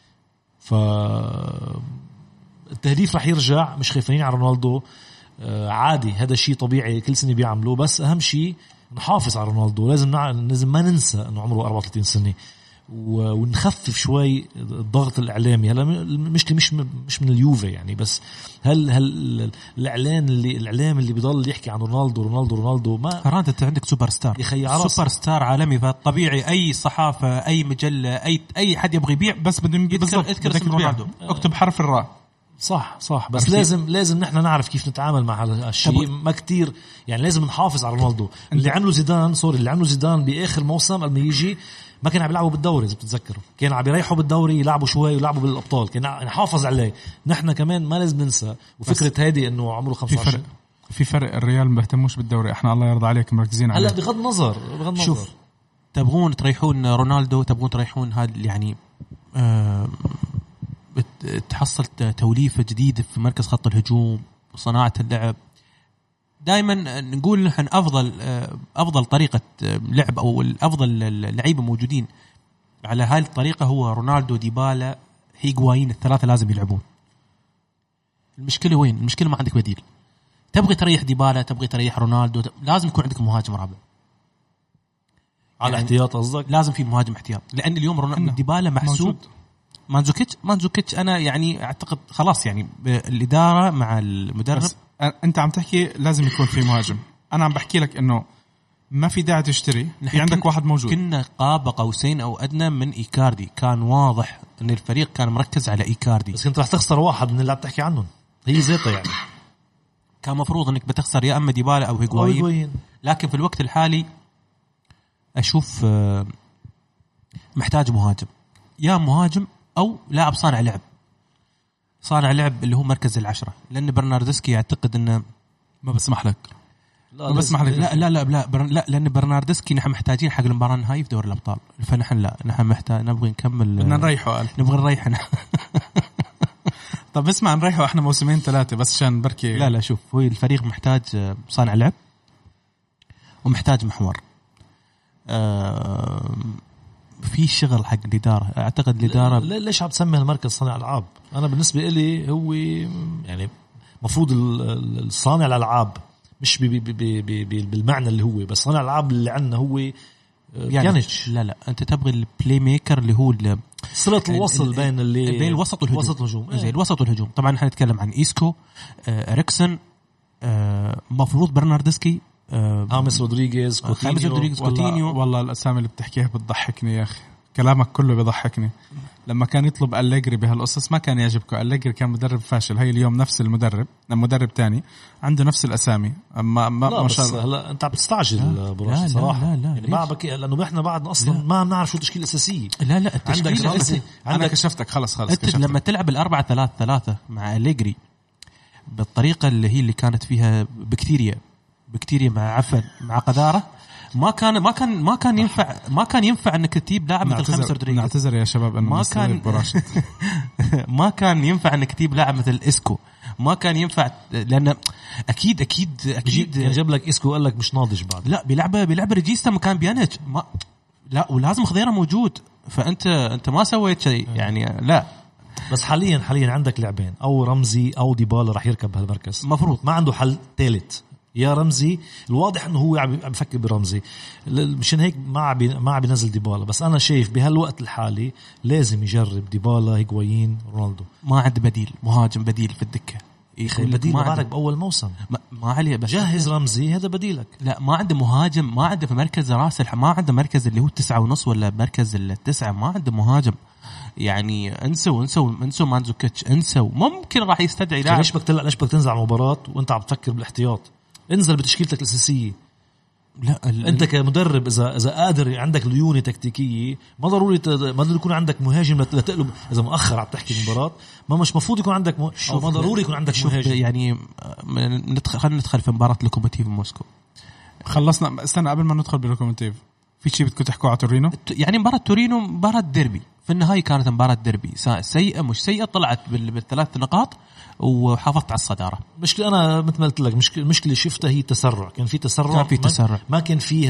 [SPEAKER 3] فالتهديف رح يرجع، مش خايفين على رونالدو عادي، هذا شيء طبيعي كل سنة بيعملوه. بس أهم شيء نحافظ على رونالدو، لازم لازم ما ننسى إنه عمره أربعة وثلاثين سنة ونخفف شوي الضغط الإعلامي. هلا المشكلة مش مش من اليوفي يعني، بس هل هل الإعلان اللي الإعلام اللي بيضل يحكي عن رونالدو رونالدو رونالدو ما
[SPEAKER 2] فرانت أنت عندك سوبر ستار سوبر ستار عالمي، فطبيعي أي صحافة أي مجلة أي أي حد يبغى يبيع بس بدهم يذكر اذكر اسم رونالدو، اكتب حرف الراء.
[SPEAKER 3] صح صح بس لازم لازم نحن نعرف كيف نتعامل مع هالشيء. ما كتير يعني لازم نحافظ على رونالدو. اللي عمله زيدان سوري اللي عمله زيدان بآخر موسم لما يجي ما كان عم يلعبوا بالدوري، إذا بتتذكروا كان عم يريحوا بالدوري يلعبوا شوي ويلعبوا بالأبطال، كان نحافظ عليه. نحن كمان ما لازم ننسى. وفكرة هذه إنه عمره خمسة وعشرين
[SPEAKER 1] في فرق, في فرق الريال ما بيهتموش بالدوري، إحنا الله يرضى عليك مركزين عليه.
[SPEAKER 3] هلا بغض النظر بغض النظر
[SPEAKER 2] شوف تبغون تريحون رونالدو، تبغون تريحون هذا يعني آه تحصل توليفة جديدة في مركز خط الهجوم وصناعة اللعب. دائما نقول نحن أفضل أفضل طريقة لعب أو الأفضل اللعيبة موجودين على هاي الطريقة هو رونالدو ديبالا هيغوايين، الثلاثة لازم يلعبون. المشكلة وين؟ المشكلة ما عندك بديل. تبغي تريح ديبالا تبغي تريح رونالدو، لازم يكون عندك مهاجم رابع
[SPEAKER 3] على يعني احتياط. قصدك لازم
[SPEAKER 2] في مهاجم احتياط، لأن اليوم رونالدو ديبالا محسوب. مانزوكيتش مانزوكيتش أنا يعني أعتقد خلاص يعني الإدارة مع المدرب.
[SPEAKER 1] أنت عم تحكي لازم يكون في مهاجم، أنا عم بحكي لك إنه ما في داعي تشتري، في عندك واحد موجود.
[SPEAKER 2] كنا قاب قوسين او ادنى من ايكاردي، كان واضح ان الفريق كان مركز على ايكاردي،
[SPEAKER 3] بس كنت راح تخسر واحد من اللي عم تحكي عنهم، هي زيطه يعني.
[SPEAKER 2] كان مفروض انك بتخسر يا اما ديبالا او هيغوايين، لكن في الوقت الحالي اشوف محتاج مهاجم، يا مهاجم او لاعب صانع لعب، صانع لعب اللي هو مركز العشرة، لان برناردسكي يعتقد انه
[SPEAKER 1] ما بسمح لك
[SPEAKER 2] لا بس لا لا لا لا, لا, لا لأن برناردسكي نحن محتاجين حق المباراة النهائية في دوري الأبطال، فنحن لا نحن محتاج نبغى نكمل،
[SPEAKER 1] بدنا نريحه قال
[SPEAKER 2] نبغى نريحنا.
[SPEAKER 1] طب اسمع نريحه احنا موسمين ثلاثة بس عشان بركي.
[SPEAKER 2] لا لا شوف، هو الفريق محتاج صانع لعب ومحتاج محور. آه في شغل حق الإدارة، أعتقد الإدارة
[SPEAKER 3] ليش عم تسمي المركز صانع ألعاب؟ أنا بالنسبة إلي هو يعني مفروض الصانع الألعاب مش بي بي بي بي بي بالمعنى اللي هو، بس صانع الألعاب اللي عندنا هو
[SPEAKER 2] يعني لا لا أنت تبغي البلاي ميكر اللي هو
[SPEAKER 3] صلة الوصل بين اللي
[SPEAKER 2] بين الوسط والهجوم.
[SPEAKER 3] وسط الهجوم
[SPEAKER 2] زي الوسط والهجوم. طبعا نحن نتكلم عن إيسكو، آه، إريكسن، آه، مفروض برناردسكي،
[SPEAKER 3] آه، هامس رودريغيز،
[SPEAKER 2] كوتينيو. رودريغيز
[SPEAKER 1] كوتينيو. والله, والله الأسامي اللي بتحكيها بتضحكني يا أخي، كلامك كله بيضحكني. لما كان يطلب أليجري بهالقصص ما كان يعجبكم، أليجري كان مدرب فاشل، هاي اليوم نفس المدرب، مدرب تاني عنده نفس الأسامي. أما ما
[SPEAKER 3] ما شاء الله هلا أنت عم تستعجل براشد صراحة.
[SPEAKER 2] لا لا لا
[SPEAKER 3] يعني ما بك لأنه إحنا بعد أصلا ما بنعرف شو التشكيلة الأساسية.
[SPEAKER 2] لا لا
[SPEAKER 3] عندك
[SPEAKER 1] عندك أنا كشفتك خلص خلص كشفتك.
[SPEAKER 2] لما تلعب الأربعة ثلاثة ثلاثة مع أليجري بالطريقة اللي هي اللي كانت فيها بكتيريا بكتيريا مع عفن مع قذارة، ما كان ما كان ما كان ينفع ما كان ينفع انك تجيب لاعب مثل خمس رودريغيز.
[SPEAKER 1] نعتذر يا شباب انه
[SPEAKER 2] ما كان ما كان ينفع انك تجيب لاعب مثل اسكو، ما كان ينفع لان اكيد اكيد اكيد
[SPEAKER 3] جاب لك اسكو وقال لك مش ناضج بعد.
[SPEAKER 2] لا بيلعبه بيلعبه ريجيستا مكان بيانيتش، ما لا ولازم خضيره موجود، فانت انت ما سويت شيء يعني. لا
[SPEAKER 3] بس حاليا حاليا عندك لاعبين، او رمزي او ديبالا راح يركب بهالمركز،
[SPEAKER 2] مفروض
[SPEAKER 3] ما عنده حل ثالث. يا رمزي الواضح انه هو عم بفكر برمزي، مشان هيك ما عم ما عم بينزل ديبالا. بس انا شايف بهالوقت الحالي لازم يجرب ديبالا، هيغوايين، رونالدو.
[SPEAKER 2] ما عنده بديل، مهاجم بديل في الدكه
[SPEAKER 3] يخلي بديل ما بعرف باول موسم
[SPEAKER 2] ما, ما عليه، بس
[SPEAKER 3] جهز رمزي هذا بديلك.
[SPEAKER 2] لا ما عنده مهاجم، ما عنده في مركز راس الح... ما عنده مركز اللي هو التسعة ونص ولا مركز التسعة، ما عنده مهاجم يعني. انسوا انسوا انسوا مانزوكيتش، انسوا. ممكن راح يستدعي لاعب.
[SPEAKER 3] ليش بدك ليش بدك تنزل على المباراة وانت عم تفكر بالاحتياط؟ انزل بتشكيلتك الأساسية.
[SPEAKER 2] لا ال...
[SPEAKER 3] انت كمدرب اذا اذا قادر عندك ليونه تكتيكيه، ما ضروري ت... ما ضروري يكون عندك مهاجم لتقلب. اذا مؤخر عم تحكي مباراه ما مش مفروض يكون عندك م... أو ما ضروري يكون عندك مهاجم
[SPEAKER 2] يعني. ندخل خلينا ندخل في مباراه لوكوموتيف موسكو.
[SPEAKER 1] خلصنا. استنى قبل ما ندخل بلوكوموتيف، في شيء بدكم تحكوا على تورينو؟
[SPEAKER 2] يعني مباراه تورينو مباراه ديربي، في النهايه كانت مباراه ديربي سيئه مش سيئه، طلعت بالثلاث نقاط وحافظت على الصداره.
[SPEAKER 3] مشكلة أنا مثل ما قلت لك، مشكلة المشكلة شفتها هي تسرع، كان في تسرع،
[SPEAKER 2] كان في تسرع،
[SPEAKER 3] ما كان فيها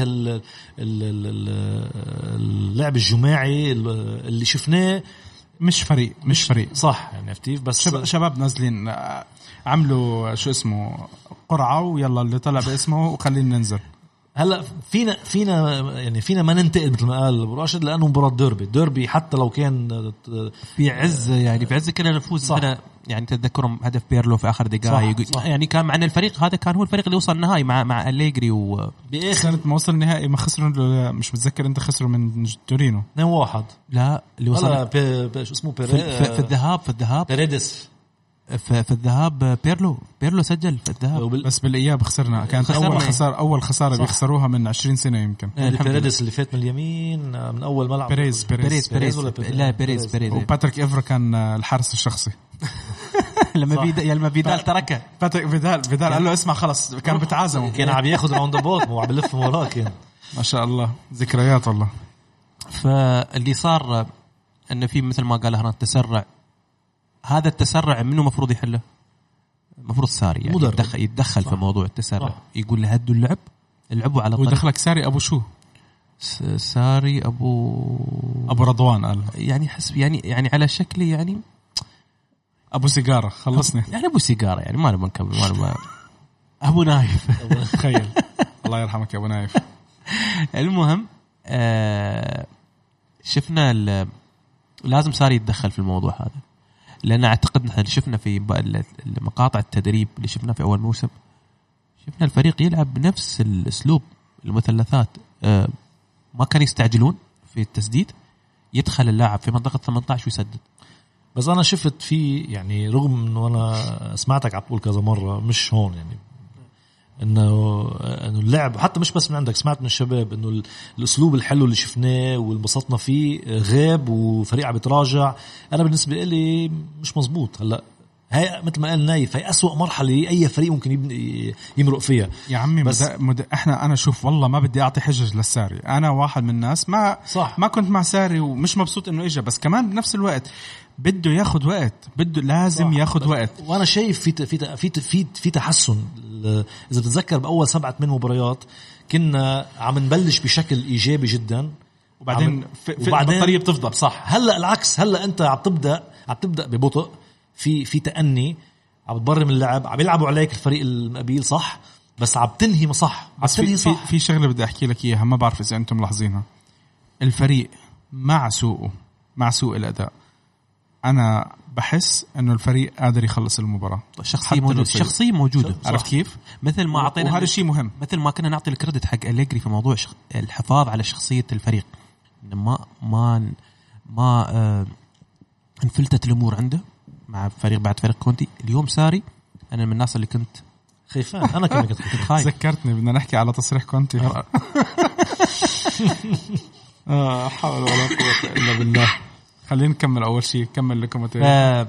[SPEAKER 3] اللعب الجماعي اللي شفناه.
[SPEAKER 1] مش فريق مش فريق
[SPEAKER 3] صح يعني فتيف، بس
[SPEAKER 1] شباب, شباب نازلين عملوا شو اسمه قرعة ويلا اللي طلع باسمه وخلينا ننزل.
[SPEAKER 3] هلا فينا فينا يعني فينا ما ننتقل مثل ما قال ابو راشد، لانه مباراه ديربي ديربي حتى لو كان
[SPEAKER 2] في عز يعني في عز كنا نفوز هنا يعني. تتذكرون هدف بيرلو في اخر دقائق يعني، كان معنا الفريق هذا كان هو الفريق اللي وصل النهائي مع مع أليجري، و
[SPEAKER 1] باخر ما وصل النهائي ما خسروا، مش متذكر انت خسروا من تورينو
[SPEAKER 3] اثنين واحد.
[SPEAKER 2] لا اللي وصل
[SPEAKER 3] بي... بي... شو اسمه بيري...
[SPEAKER 2] في, في الذهاب في الذهاب
[SPEAKER 3] بيريدس
[SPEAKER 2] في, في الذهاب بيرلو بيرلو سجل في الذهاب،
[SPEAKER 1] وبال... بس بالاياب خسرنا. كانت خسرنا. اول خساره اول خساره بيخسروها من عشرين سنة يمكن.
[SPEAKER 3] بيريدس اللي فات من اليمين من اول ملعب.
[SPEAKER 1] بيريز
[SPEAKER 2] بيريز بيريز, بيريز. لا بيريز بيريز
[SPEAKER 1] وباتريك إفرا كان الحارس الشخصي.
[SPEAKER 2] لما بيدال لما بيدال تركه
[SPEAKER 1] باتريك فيدال فيدال قال له اسمع خلص، كانوا بتعازموا،
[SPEAKER 3] كان عم ياخذ راوند بوت مو عم بلف وراه. كان
[SPEAKER 1] ما شاء الله ذكريات والله.
[SPEAKER 2] فاللي صار انه في مثل ما قال هنا تسرع، هذا التسرع منه مفروض يحله، مفروض ساري يعني يتدخل, يتدخل في موضوع التسرع. يقول له هدوا اللعب العبوا على طريق.
[SPEAKER 1] ودخلك ساري ابو شو
[SPEAKER 2] ساري ابو
[SPEAKER 1] ابو رضوان قال
[SPEAKER 2] يعني حسب يعني يعني على شكل يعني
[SPEAKER 1] ابو سيجاره. خلصني
[SPEAKER 2] يعني ابو سيجاره يعني ما نبغى نكمل ما نبغى. ابو نايف
[SPEAKER 1] تخيل. الله يرحمك يا ابو نايف.
[SPEAKER 2] المهم آه شفنا لازم ساري يتدخل في الموضوع هذا، لأن أعتقد نحن شفنا في مقاطع التدريب اللي شفنا في أول موسم، شفنا الفريق يلعب بنفس الأسلوب المثلثات آه ما كانوا يستعجلون في التسديد، يدخل اللاعب في منطقة ثمانية عشر ويسدد.
[SPEAKER 3] بس أنا شفت في يعني رغم إنه أنا سمعتك عم تقول كذا مرة مش هون يعني إنه إنه اللعب حتى مش بس من عندك، سمعت من الشباب إنه الأسلوب الحلو اللي شفناه والبسطنا فيه غاب وفريق عم بيتراجع. أنا بالنسبة لي مش مزبوط. هلا هاي مثل ما قال نايف هاي أسوأ مرحلة أي فريق ممكن يبني يمرق فيها
[SPEAKER 1] يا عمي. بس مد... مد... احنا انا شوف والله ما بدي اعطي حجج للساري، انا واحد من الناس ما
[SPEAKER 3] صح.
[SPEAKER 1] ما كنت مع ساري ومش مبسوط انه اجى، بس كمان بنفس الوقت بده ياخد وقت، بده لازم صح. ياخد وقت.
[SPEAKER 3] وانا شايف في في في في, في تحسن. اذا بتتذكر باول سبعة ثمان مباريات كنا عم نبلش بشكل ايجابي جدا،
[SPEAKER 1] وبعدين في البطاريه بتفضل صح.
[SPEAKER 3] هلا العكس، هلا انت عم تبدا عم تبدا ببطء، في في تأني، عم تبرم اللعب، عم يلعبوا عليك الفريق المقابل صح، بس عم تنهي صح.
[SPEAKER 1] بس في, صح. في في شغله بدي احكي لك اياها، ما بعرف اذا انتم ملاحظينها. الفريق مع سوءه مع سوء الاداء انا بحس انه الفريق قادر يخلص المباراه.
[SPEAKER 2] الشخصيه موجوده، الشخصيه موجوده.
[SPEAKER 1] عرفت كيف؟
[SPEAKER 2] مثل ما اعطينا،
[SPEAKER 1] وهذا الشيء مهم،
[SPEAKER 2] مثل ما كنا نعطي الكريدت حق أليجري في موضوع شخ... الحفاظ على شخصيه الفريق، ما ما ما آه... انفلتت الامور عنده مع فريق بعد فريق كونتي. اليوم ساري انا من الناس اللي كنت
[SPEAKER 3] خايفان. انا كمان كنت
[SPEAKER 1] خايف. ذكرتني بدنا نحكي على تصريح كونتي. اه حول ولا قوه الا بالله. خلينا نكمل اول شيء، كمل لكم
[SPEAKER 2] آه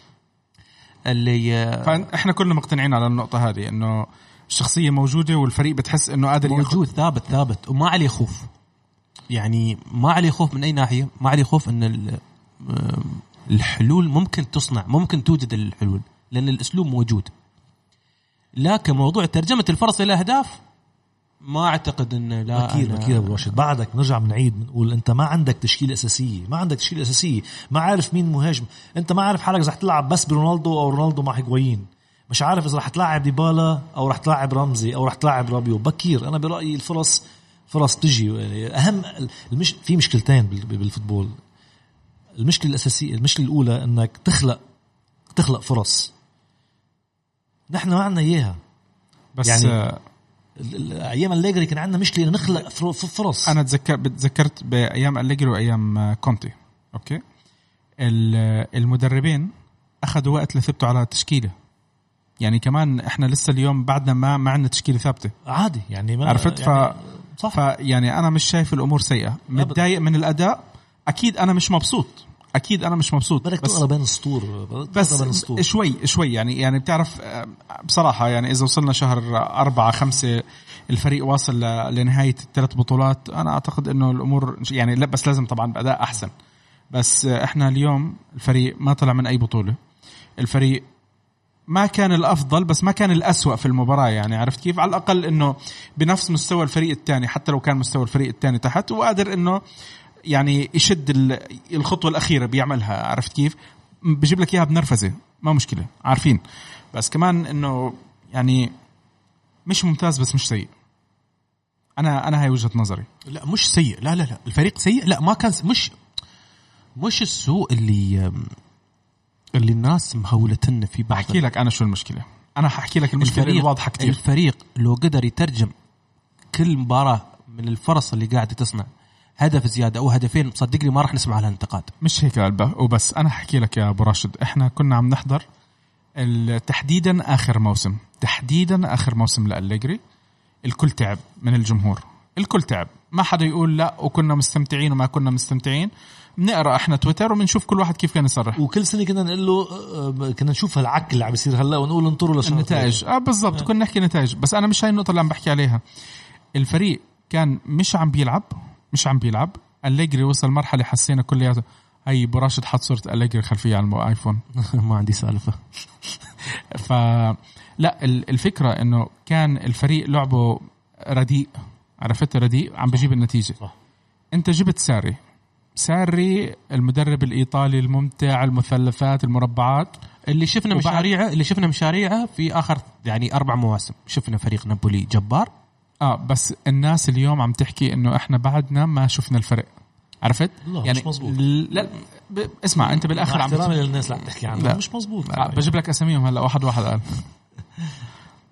[SPEAKER 2] اللي آه
[SPEAKER 1] فاحنا كلنا مقتنعين على النقطه هذه، انه الشخصيه موجوده والفريق بتحس انه قادر
[SPEAKER 2] موجود ثابت ثابت وما عليه خوف. يعني ما عليه خوف من اي ناحيه، ما عليه خوف ان الحلول ممكن تصنع، ممكن توجد الحلول لان الاسلوب موجود. لكن موضوع ترجمه الفرص الى اهداف ما اعتقد ان لا.
[SPEAKER 3] اكيد أنا... اكيد ابو راشد، بعدك نرجع بنعيد بنقول انت ما عندك تشكيله اساسيه، ما عندك تشكيله اساسيه، ما عارف مين مهاجم، انت ما عارف حالك اذا رح تلعب بس برونالدو او رونالدو مع هيغوين، مش عارف اذا رح تلعب ديبالا او رح تلعب رمزي او رح تلعب رابيو. بكير انا برايي الفرص فرص تجي. اهم المش... في مشكلتين بالفوتبول. المشكله الاساسيه، المشكله الاولى انك تخلق تخلق فرص، نحن ما عندنا اياها.
[SPEAKER 1] بس
[SPEAKER 3] يعني ايام أليجري كان عندنا مشكله نخلق فرص.
[SPEAKER 1] انا تذكر بتذكرت بايام أليجري وايام كونتي. اوكي، المدربين اخذوا وقت لثبتوا على التشكيله. يعني كمان احنا لسه اليوم بعدنا ما ما عندنا تشكيله ثابته
[SPEAKER 3] عادي. يعني ما
[SPEAKER 1] عرفت
[SPEAKER 3] يعني
[SPEAKER 1] ف صح. يعني انا مش شايف الامور سيئه، متضايق من الاداء اكيد، انا مش مبسوط اكيد، انا مش مبسوط.
[SPEAKER 3] بدك تقرا بين السطور،
[SPEAKER 1] بس بين السطور. شوي شوي يعني يعني بتعرف بصراحه، يعني اذا وصلنا شهر أربعة خمسة الفريق واصل لنهايه الثلاث بطولات، انا اعتقد انه الامور يعني لا، بس لازم طبعا باداء احسن. بس احنا اليوم الفريق ما طلع من اي بطوله، الفريق ما كان الافضل بس ما كان الأسوأ في المباراه. يعني عرفت كيف؟ على الاقل انه بنفس مستوى الفريق الثاني، حتى لو كان مستوى الفريق الثاني تحت، وقادر انه يعني يشد الخطوه الاخيره بيعملها. عرفت كيف؟ بجيب لك اياها بنرفزه، ما مشكله، عارفين. بس كمان انه يعني مش ممتاز بس مش سيء. انا انا هاي وجهه نظري.
[SPEAKER 2] لا مش سيء، لا لا لا الفريق سيء، لا ما كان، مش مش السوء اللي اللي الناس مهولتنا في بعض.
[SPEAKER 1] احكي لك انا شو المشكله، انا هحكي لك المشكله الواضحه كتير.
[SPEAKER 2] الفريق لو قدر يترجم كل مباراه من الفرص اللي قاعده تصنع هدف زياده او هدفين، صدقني ما راح نسمع الانتقاد.
[SPEAKER 1] مش هيك وبس. انا هحكي لك يا ابو راشد، احنا كنا عم نحضر تحديدا اخر موسم تحديدا اخر موسم لأليجري، الكل تعب من الجمهور، الكل تعب، ما حدا يقول لا، وكنا مستمتعين وما كنا مستمتعين. بنقرا احنا تويتر وبنشوف كل واحد كيف كان يصرح،
[SPEAKER 3] وكل سنه كنا نقول له، كنا نشوف العك اللي عم يصير هلا ونقول انطروا
[SPEAKER 1] للنتائج. اه بالضبط، كنا نحكي نتائج. بس انا مش هاي النقطه اللي عم بحكي عليها. الفريق كان مش عم بيلعب مش عم بيلعب أليجري وصل مرحله حسينا كلياته. هاي براشد حط صوره أليجري خلفيه على الايفون.
[SPEAKER 2] ما عندي سالفه.
[SPEAKER 1] فلا الفكره انه كان الفريق لعبه رديء، عرفت؟ رديء عم بجيب النتيجه. صح. انت جبت ساري ساري المدرب الايطالي الممتع، المثلثات، المربعات
[SPEAKER 2] اللي شفنا مشاريعه اللي شفنا مشاريعه في اخر يعني اربع مواسم. شفنا فريق نابولي جبار.
[SPEAKER 1] اه بس الناس اليوم عم تحكي انه احنا بعدنا ما شفنا الفرق، عرفت؟
[SPEAKER 3] يعني مش مزبوط.
[SPEAKER 1] لا ب... اسمع انت بالاخر
[SPEAKER 3] عم احترامي للناس اللي عم تحكي عنها مش مزبوط.
[SPEAKER 1] بجيب لك اساميهم هلا واحد واحد قال.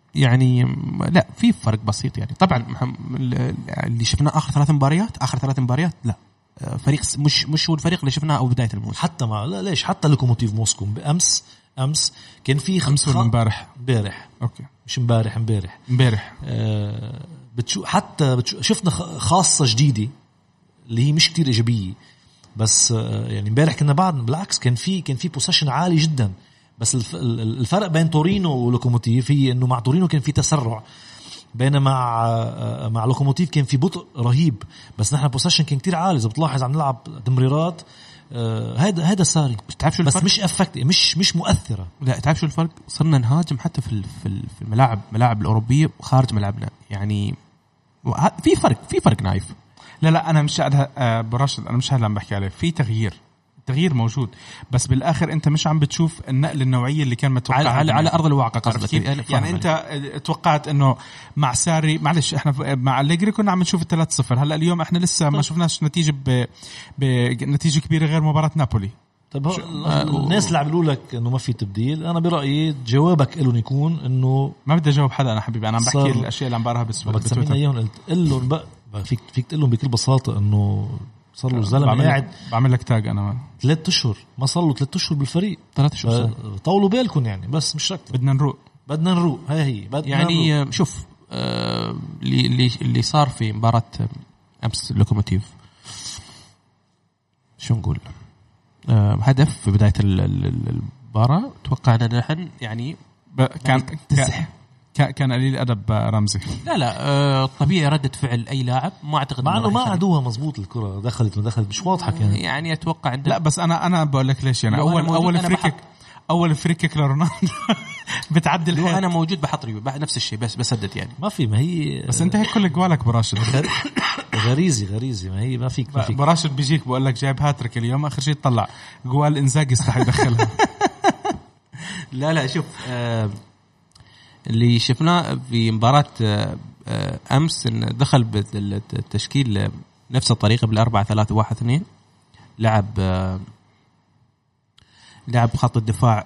[SPEAKER 2] يعني لا في فرق بسيط يعني. طبعا اللي شفناه اخر ثلاث مباريات اخر ثلاث مباريات لا فريق مش مش هو الفريق اللي شفناه او بدايه الموسم.
[SPEAKER 3] حتى مع لا ليش حتى لوكوموتيف موسكو امس امس كان في
[SPEAKER 1] امس ولا امبارح؟
[SPEAKER 3] امبارح
[SPEAKER 1] اوكي
[SPEAKER 3] مش امبارح امبارح
[SPEAKER 1] امبارح
[SPEAKER 3] آه بتشوف حتى بتشوف شفنا خاصه جديده اللي هي مش كتير ايجابيه بس آه يعني امبارح كنا بعد بالعكس كان في كان في بوسيشن عالي جدا. بس الفرق بين تورينو ولوكوموتيف هي انه مع تورينو كان في تسرع بينما مع مع لوكوموتيف كان في بطء رهيب. بس نحن بوسيشن كان كتير عالي. إذا بتلاحظ عم نلعب تمريرات هذا هذا صار
[SPEAKER 2] بتعرف
[SPEAKER 3] بس مش افكت مش مش مؤثره.
[SPEAKER 2] لا تعرف شو الفرق؟ صرنا نهاجم حتى في في الملاعب ملاعب الاوروبيه خارج ملعبنا يعني في فرق في فرق نايف.
[SPEAKER 1] لا لا انا مش هذا براشد انا مش هذا عم بحكي عليه. في تغيير تغيير موجود بس بالاخر انت مش عم بتشوف النقل النوعيه اللي كان متوقع
[SPEAKER 2] على, على, على ارض الواقع قصدك
[SPEAKER 1] يعني, يعني انت توقعت انه مع ساري معلش احنا مع أليجري كنا عم نشوف الثلاث صفر. هلا اليوم احنا لسه ما شفناش نتيجه ب... بنتيجه كبيره غير مباراه نابولي.
[SPEAKER 3] طب الناس اللي عم بيقولوا لك انه ما في تبديل انا برايي جوابك لهم يكون انه
[SPEAKER 1] ما بدي اجاوب حدا انا حبيبي انا عم بحكي الاشياء اللي عم بقراها بالسؤال
[SPEAKER 3] بتسمينا اياهم قلت لهم بقى فيك فيك تقول لهم بكل بساطه انه صار له زلمه قاعد
[SPEAKER 1] بعمل لك تاج انا
[SPEAKER 3] ثلاث اشهر ما صار له ثلاث اشهر بالفريق
[SPEAKER 2] ثلاث اشهر
[SPEAKER 3] طولوا بالكم يعني بس مش اكثر.
[SPEAKER 1] بدنا نروق
[SPEAKER 3] بدنا نروق هاي هي بدنا
[SPEAKER 2] يعني
[SPEAKER 3] نروق.
[SPEAKER 2] شوف آه اللي اللي صار في مباراه امس لوكوموتيف شو نقول آه هدف في بدايه المباراه توقعنا نحن يعني
[SPEAKER 1] كان كان كان قليل أدب رمزي.
[SPEAKER 2] لا لا أه طبيعي ردة فعل أي لاعب ما أعتقد
[SPEAKER 3] مع إنه ما عدوها مزبوط الكرة دخلت ما دخلت مش واضحة كانت
[SPEAKER 2] يعني أتوقع عندنا.
[SPEAKER 1] لا بس أنا أنا بقول لك ليش يعني أول أول فريكك أول فريكك لرونالدو بتعدل
[SPEAKER 2] لو أنا موجود بحط ريو نفس الشيء بس بسدد يعني
[SPEAKER 3] ما في ما هي
[SPEAKER 1] بس أنت هيك كل جوالك براشد
[SPEAKER 3] غريزي غريزي ما هي ما فيك ما فيك
[SPEAKER 1] براشد بيجيك بقول لك جايب هاتريك اليوم آخر شيء تطلع جوال إنزاجي استح يدخلها.
[SPEAKER 2] لا لا شوف آه اللي شفناه في مباراة أمس إن دخل بالتشكيل نفس الطريقة بالأربعة ثلاثة واحد اثنين لعب لعب خط الدفاع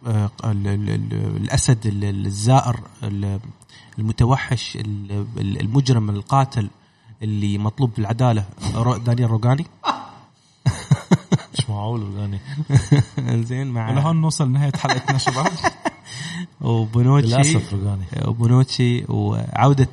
[SPEAKER 2] الأسد الزائر المتوحش المجرم القاتل اللي مطلوب بالعدالة دانيال روغاني.
[SPEAKER 3] مش معقول روغاني
[SPEAKER 2] زين مع
[SPEAKER 1] لهون نوصل نهاية حلقتنا شباب.
[SPEAKER 2] وبونوتشي وبونوتشي وعودة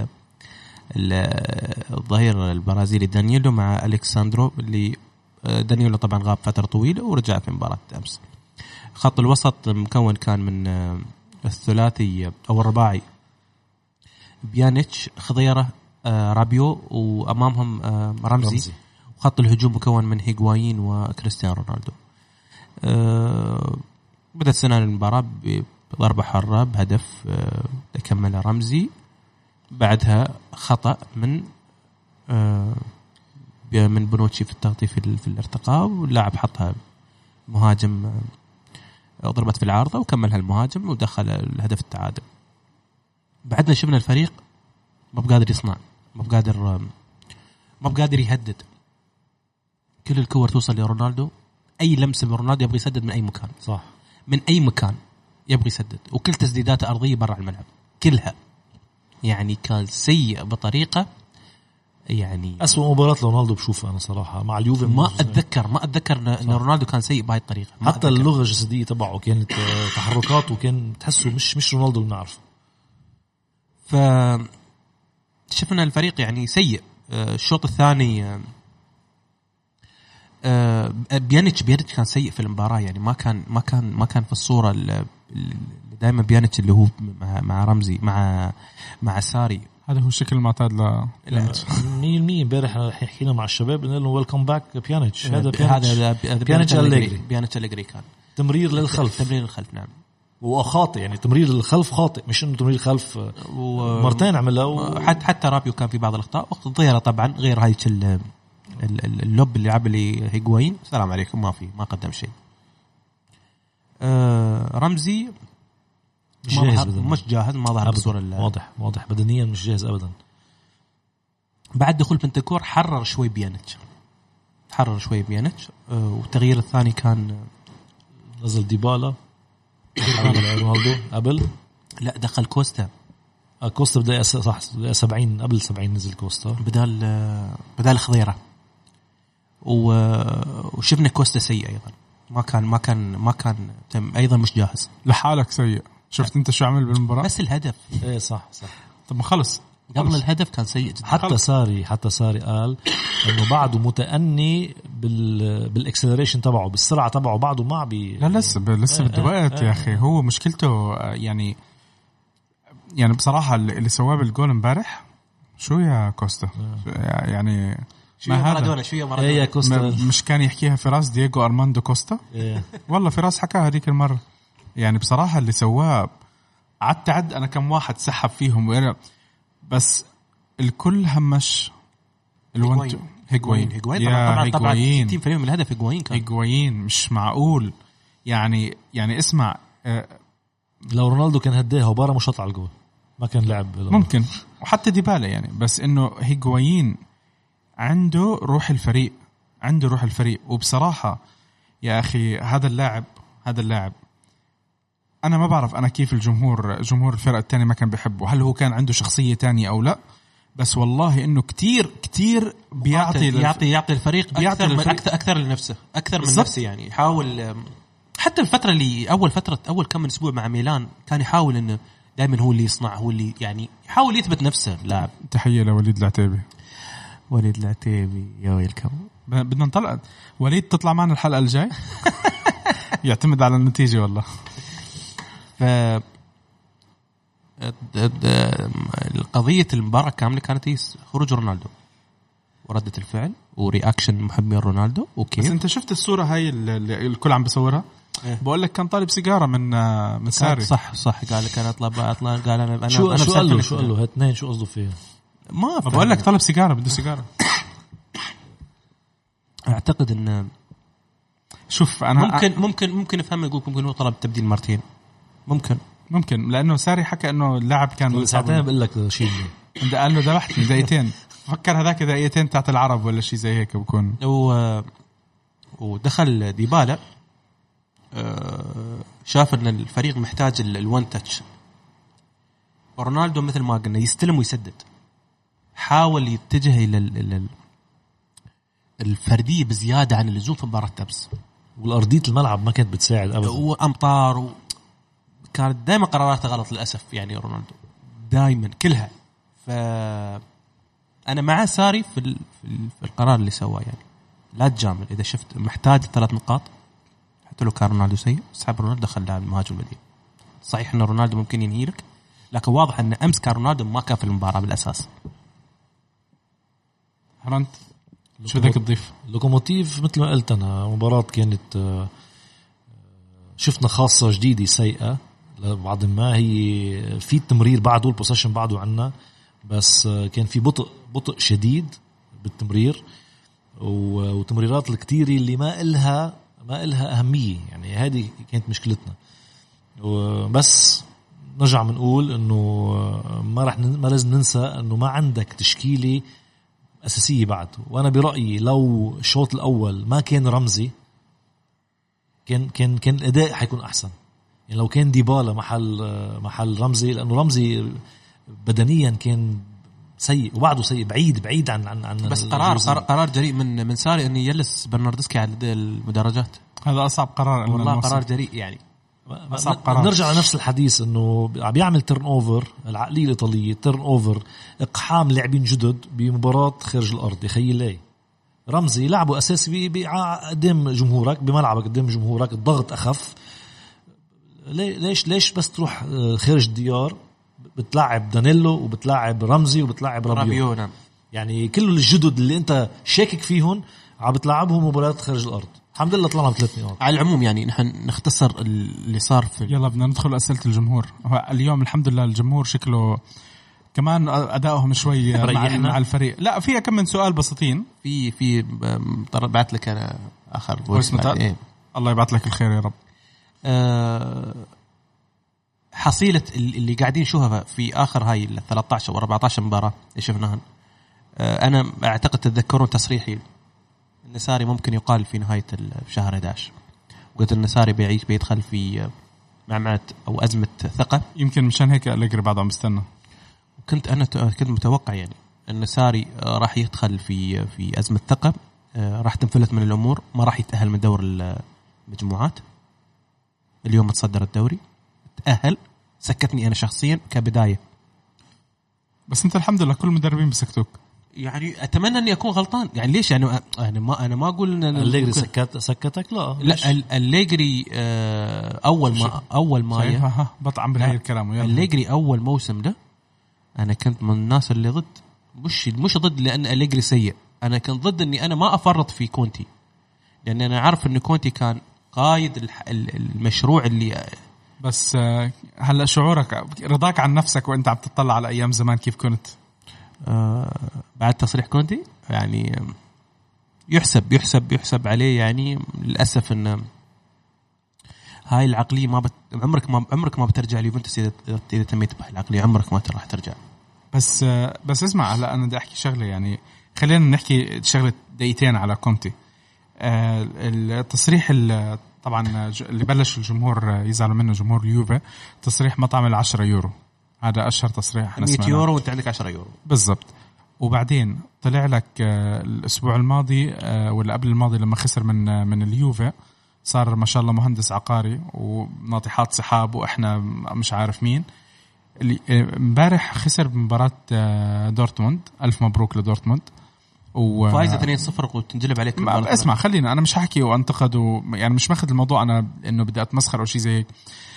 [SPEAKER 2] الظهير البرازيلي دانييلو مع ألكساندرو اللي دانييلو طبعا غاب فترة طويلة ورجع في مباراة أمس. خط الوسط مكون كان من الثلاثي أو الرباعي بيانيتش خضيرة رابيو وأمامهم رمزي, رمزي. وخط الهجوم مكون من هيغوايين وكريستيانو رونالدو. بدأت سنة المباراة بضربة حرة بهدف تكمل رمزي بعدها خطأ من من بونوتشي في التغطية في, في الارتقاء واللاعب حطها مهاجم ضربت في العارضة وكملها المهاجم ودخل الهدف التعادل. بعدنا شفنا الفريق ما بقادر يصنع ما بقادر ما بقادر يهدد. كل الكور توصل لرونالدو أي لمسة من رونالدو يبغى يسدد من أي مكان
[SPEAKER 3] صح
[SPEAKER 2] من أي مكان يبغى يسدد وكل تسديداته أرضية برا الملعب كلها يعني كان سيء بطريقة يعني
[SPEAKER 3] أسوأ مباراة رونالدو بشوفها أنا صراحة مع اليوفي.
[SPEAKER 2] ما أتذكر ما أتذكر إن رونالدو كان سيء بهاي الطريقة
[SPEAKER 3] حتى أتذكر. اللغة الجسدية تبعه كانت تحركاته وكان تحسه مش مش رونالدو اللي نعرفه.
[SPEAKER 2] ف شفنا الفريق يعني سيء. الشوط الثاني بيانيتش بيانيتش كان سيء في المباراة يعني ما كان ما كان ما كان في الصورة اللي دائما بيانيتش اللي هو مع مع رمزي مع مع ساري.
[SPEAKER 1] هذا هو الشكل المعتاد ل
[SPEAKER 3] مية بالمية. امبارح حكينا مع الشباب قلنا له ويلكم باك بيانيتش.
[SPEAKER 2] هذا هذا بيانيتش أليجري بيانيتش أليجري كان
[SPEAKER 3] تمرير للخلف
[SPEAKER 2] تمرير للخلف نعم
[SPEAKER 3] وخاطئ يعني تمرير للخلف خاطئ مش انه تمرير خلف و... مرتين عملها و...
[SPEAKER 2] حتى حتى رابيو كان في بعض الاخطاء الظاهره طبعا غير هاي اللوب اللي لعب لي هيغوايين السلام عليكم ما في ما قدم شيء. آه رمزي
[SPEAKER 3] مش جاهز
[SPEAKER 2] مش جاهز ما ظهر بصورة
[SPEAKER 3] واضح واضح بدنيا مش جاهز ابدا.
[SPEAKER 2] بعد دخول بنتكور حرر شوي بيانيتش حرر شوي بيانيتش آه والتغيير الثاني كان
[SPEAKER 3] نزل ديبالا رونالدو قبل
[SPEAKER 2] لا دخل كوستا
[SPEAKER 3] كوستا بدأ صح بدأ سبعين قبل سبعين نزل كوستا
[SPEAKER 2] بدال بدال خضيرة. وشفنا كوستا سيء أيضا، ما كان ما كان ما كان تم أيضا مش جاهز
[SPEAKER 1] لحالك سيء. شفت أنت شو عمل بالمباراة؟
[SPEAKER 2] بس الهدف
[SPEAKER 3] إيه صح صح.
[SPEAKER 1] طب ما خلص
[SPEAKER 2] قبل الهدف كان سيء جدا.
[SPEAKER 3] حتى ساري حتى ساري قال إنه بعده متأني بال بالإكسلريشن تبعه بالسرعة تبعه بعده ما بي
[SPEAKER 1] لا لسه لسه بده وقت يا أخي. هو مشكلته يعني يعني بصراحة اللي سواه بالجول امبارح شو يا كوستا يعني
[SPEAKER 2] شو يا مارادونا شو يا
[SPEAKER 3] مارادونا كوستا
[SPEAKER 1] مش كان يحكيها فراس دييغو أرماندو كوستا والله فراس حكاها هذيك المرة. يعني بصراحة اللي سواه عدت عد أنا كم واحد سحب فيهم بس الكل همش الوانتو هيغوين
[SPEAKER 2] هيغوين طبعا طبعا ستين بالمية من الهدف هيغوين كان
[SPEAKER 1] هيغوين مش معقول يعني يعني اسمع اه
[SPEAKER 3] لو رونالدو كان هديها وبارا مش هطلع الجول ما كان لعب
[SPEAKER 1] ممكن وحتى ديبالا يعني. بس إنه هيغوين عنده روح الفريق عنده روح الفريق. وبصراحة يا أخي هذا اللاعب هذا اللاعب أنا ما بعرف أنا كيف الجمهور جمهور الفرقة الثانية ما كان بيحبه. هل هو كان عنده شخصية تانية أو لا؟ بس والله إنه كتير كتير بيعطي
[SPEAKER 2] يعطي يعطي الفريق
[SPEAKER 1] بيعطي
[SPEAKER 2] أكثر
[SPEAKER 1] الفريق
[SPEAKER 2] أكثر أكثر لنفسه أكثر من نفسه يعني. يحاول حتى الفترة اللي أول فترة أول كم من أسبوع مع ميلان كان يحاول إنه دائما هو اللي يصنع هو اللي يعني يحاول يثبت نفسه لاعب.
[SPEAKER 1] تحية لوليد العتيبي.
[SPEAKER 2] وليد العتيبي يا ويلكم.
[SPEAKER 1] بدنا نطلع وليد تطلع معنا الحلقة الجاي. يعتمد على النتيجة والله.
[SPEAKER 2] ف القضية المباراة كاملة كانت هي خروج رونالدو وردة الفعل ورياكشن محبين رونالدو. وكيف
[SPEAKER 1] بس انت شفت الصورة هاي اللي الكل عم بصورها إيه؟ بقول لك كان طالب سيجارة من من ساري.
[SPEAKER 2] صح صح قال لك انا اطلب اطلع قال انا انا
[SPEAKER 3] شو شو قال له شو قال له اثنين شو قصده فيه
[SPEAKER 2] ما
[SPEAKER 1] بقول لك طلب سيجارة بده سيجارة.
[SPEAKER 2] اعتقد ان
[SPEAKER 1] شوف انا
[SPEAKER 2] ممكن ممكن ممكن افهم يقول ممكن هو طلب تبديل مرتين ممكن
[SPEAKER 1] ممكن لانه ساري حكى انه اللاعب كان
[SPEAKER 3] ساعتين بقول لك شيء
[SPEAKER 1] انت قال له ذبحتني دقيقتين. فكر هذاك دقيقتين تاعت العرب ولا شيء زي هيك بكون.
[SPEAKER 2] و ودخل ديبالا شاف ان الفريق محتاج الوان تاتش. رونالدو مثل ما قلنا يستلم ويسدد. حاول يتجه الى الفرديه بزياده عن اللزوم في مباراه تبس.
[SPEAKER 3] والارضيه الملعب ما كانت بتساعد ابدا
[SPEAKER 2] وامطار و... كانت دائما قراراته غلط للاسف يعني رونالدو دائما كلها. ف انا مع ساري في ال... في القرار اللي سواه يعني لا تجامل. اذا شفت محتاج ثلاث نقاط حتى لو كان رونالدو سيء سحب رونالدو دخل لاعب المهاجم البديل. صحيح ان رونالدو ممكن ينهي لك لكن واضح ان امس كان رونالدو ما كان في المباراه بالاساس.
[SPEAKER 1] هرنت شو بدك تضيف؟
[SPEAKER 3] لوكوموتيف مثل ما قلت أنا مباراة كانت شفنا خاصة جديدة سيئة بعد ما هي في التمرير بعده البوسيشن بعده عنا بس كان في بطء بطء شديد بالتمرير وتمريرات الكتيرة اللي ما إلها ما إلها أهمية يعني هذه كانت مشكلتنا. بس نرجع بنقول إنه ما رح ما لازم ننسى إنه ما عندك تشكيلة أساسية بعد. وأنا برأيي لو الشوط الأول ما كان رمزي كان كان كان الأداء حيكون أحسن يعني لو كان ديبالا محل محل رمزي لأنه رمزي بدنيا كان سيء وبعده سيء بعيد بعيد عن عن عن
[SPEAKER 2] بس قرار قرار جريء من من ساري إنه يجلس برناردسكي على المدرجات.
[SPEAKER 1] هذا أصعب قرار
[SPEAKER 2] والله قرار جريء يعني.
[SPEAKER 3] نرجع لنفس الحديث انه عم بيعمل تيرن اوفر العقليه الايطاليه تيرن اوفر اقحام لاعبين جدد بمباراه خارج الارض. يخيل لي رمزي لعبه اساسي قدام جمهورك بملعبك قدام جمهورك الضغط اخف. ليش ليش بس تروح خارج الديار بتلعب دانيلو وبتلعب رمزي وبتلعب رابيو يعني كل الجدد اللي انت شاكك فيهم عم بتلعبهم مباريات خارج الارض. الحمد لله طلعنا بثلاث نقاط.
[SPEAKER 2] على العموم يعني نحن نختصر اللي صار في
[SPEAKER 1] يلا بدنا ندخل أسئلة الجمهور. اليوم الحمد لله الجمهور شكله كمان أدائهم شوي مع, مع الفريق. لا فيها كم من سؤال بسيطين
[SPEAKER 2] في في بعت لك أنا آخر
[SPEAKER 1] إيه؟ الله يبعث لك الخير يا رب.
[SPEAKER 2] أه حصيلة اللي قاعدين نشوفها في آخر هاي ال ثلاثة عشر و أربعة عشر مباراة اللي شفناها. أه أنا أعتقد تتذكرون تصريحي النساري ممكن يقال في نهاية الشهر أحد عشر. قلت النساري بيعيش بيدخل في معمعة أو أزمة ثقة.
[SPEAKER 1] يمكن مشان هيك أليجري بعد عم بستنى.
[SPEAKER 2] كنت انا كنت متوقع يعني ان ساري راح يدخل في في ازمه ثقه، راح تنفلت من الامور، ما راح يتاهل من دور المجموعات. اليوم تصدر الدوري، تاهل، سكتني انا شخصيا كبدايه.
[SPEAKER 1] بس انت الحمد لله كل المدربين بسكتوك.
[SPEAKER 2] يعني اتمنى اني اكون غلطان، يعني ليش يعني انا ما انا ما اقول ان
[SPEAKER 3] الليجري سكت سكتك لا
[SPEAKER 2] لا الليجري اول ما اول ما
[SPEAKER 1] ها بطعم بهاي الكلام.
[SPEAKER 2] الليجري اول موسم ده انا كنت من الناس اللي ضد، مش مش ضد لان الليجري سيء، انا كنت ضد اني انا ما افرط في كونتي، لان انا عارف ان كونتي كان قائد المشروع اللي.
[SPEAKER 1] بس هلا شعورك رضاك عن نفسك وانت عم تطلع على ايام زمان كيف كنت
[SPEAKER 2] آه بعد تصريح كونتي؟ يعني يحسب يحسب يحسب عليه. يعني للاسف ان هاي العقليه ما بت... عمرك ما عمرك ما بترجع ليوفنتوس اذا اذا تميت بهاي العقليه، عمرك ما راح ترجع.
[SPEAKER 1] بس بس اسمع، هلا انا بدي احكي شغله، يعني خلينا نحكي شغله دقيقتين على كونتي. آه التصريح طبعا اللي بلش الجمهور يزعلوا منه، جمهور اليوفي، تصريح مطعم العشرة يورو، هذا أشهر تصريح.
[SPEAKER 2] مية يورو وانت عندك عشرة يورو
[SPEAKER 1] بالضبط. وبعدين طلع لك الأسبوع الماضي ولا قبل الماضي لما خسر من من اليوفي، صار ما شاء الله مهندس عقاري وناطحات سحاب وإحنا مش عارف مين. امبارح خسر بمباراة دورتموند، ألف مبروك لدورتموند،
[SPEAKER 2] وفايزة اثنين صفر وتنجلب عليك.
[SPEAKER 1] اسمع خلينا، أنا مش حكي وأنتقد و... يعني مش ماخذ الموضوع أنا إنه بدي أتمسخر أو شيء زي هيك،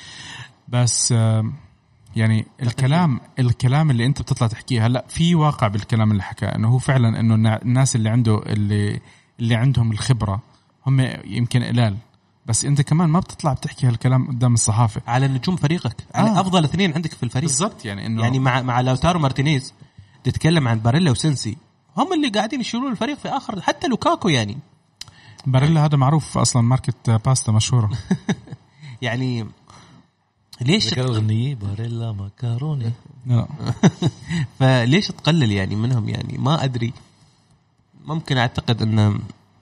[SPEAKER 1] بس يعني الكلام الكلام اللي أنت بتطلع تحكيه هلا في واقع بالكلام اللي حكى، إنه هو فعلا إنه الناس اللي عنده اللي اللي عندهم الخبرة هم يمكن قلال، بس أنت كمان ما بتطلع بتحكي هالكلام قدام الصحافة
[SPEAKER 2] على نجوم فريقك، على
[SPEAKER 1] آه.
[SPEAKER 2] أفضل اثنين عندك في الفريق
[SPEAKER 1] بالضبط. يعني إنه
[SPEAKER 2] يعني مع مع لوتارو مارتينيز تتكلم عن باريلا وسنسي، هم اللي قاعدين يشيلون الفريق في آخر. حتى لوكاكو يعني
[SPEAKER 1] باريلا هذا معروف أصلا ماركة باستا مشهورة.
[SPEAKER 2] يعني ليش
[SPEAKER 3] ذكر الغنية باريلا ماكاروني
[SPEAKER 1] لا
[SPEAKER 2] فليش تقلل يعني منهم؟ يعني ما أدري، ممكن أعتقد أن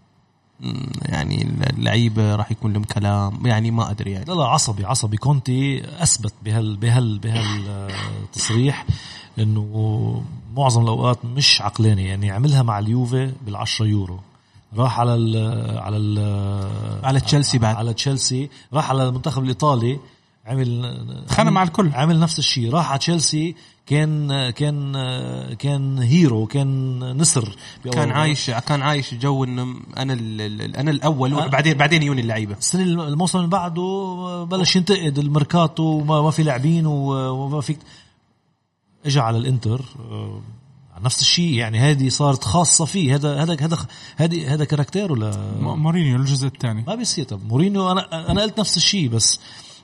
[SPEAKER 2] يعني اللعيبة راح يكون لهم كلام، يعني ما أدري يعني.
[SPEAKER 3] لا لا عصبي عصبي كونتي أثبت بهال بهال بهالتصريح إنه معظم الأوقات مش عقلاني. يعني عملها مع اليوفي بالعشرة يورو، راح على ال على ال
[SPEAKER 2] على تشيلسي، بعد
[SPEAKER 3] على تشيلسي راح على المنتخب الإيطالي، عمل
[SPEAKER 1] خانة مع الكل،
[SPEAKER 3] عمل نفس الشيء، راح على تشيلسي كان كان كان هيرو، كان نسر،
[SPEAKER 2] كان عايش كان عايش جو انه انا انا الاول وبعدين بعدين يوني اللعيبه.
[SPEAKER 3] السنه الموسم اللي بعده بلش ينتقد الميركاتو وما في لاعبين وما في، اجى على الانتر نفس الشيء. يعني هذه صارت خاصه فيه، هذا هذا هذا هذه هذا كاركتيره ل
[SPEAKER 1] مورينيو الجزء الثاني
[SPEAKER 3] ما بيصير. طب مورينيو انا انا قلت نفس الشيء، بس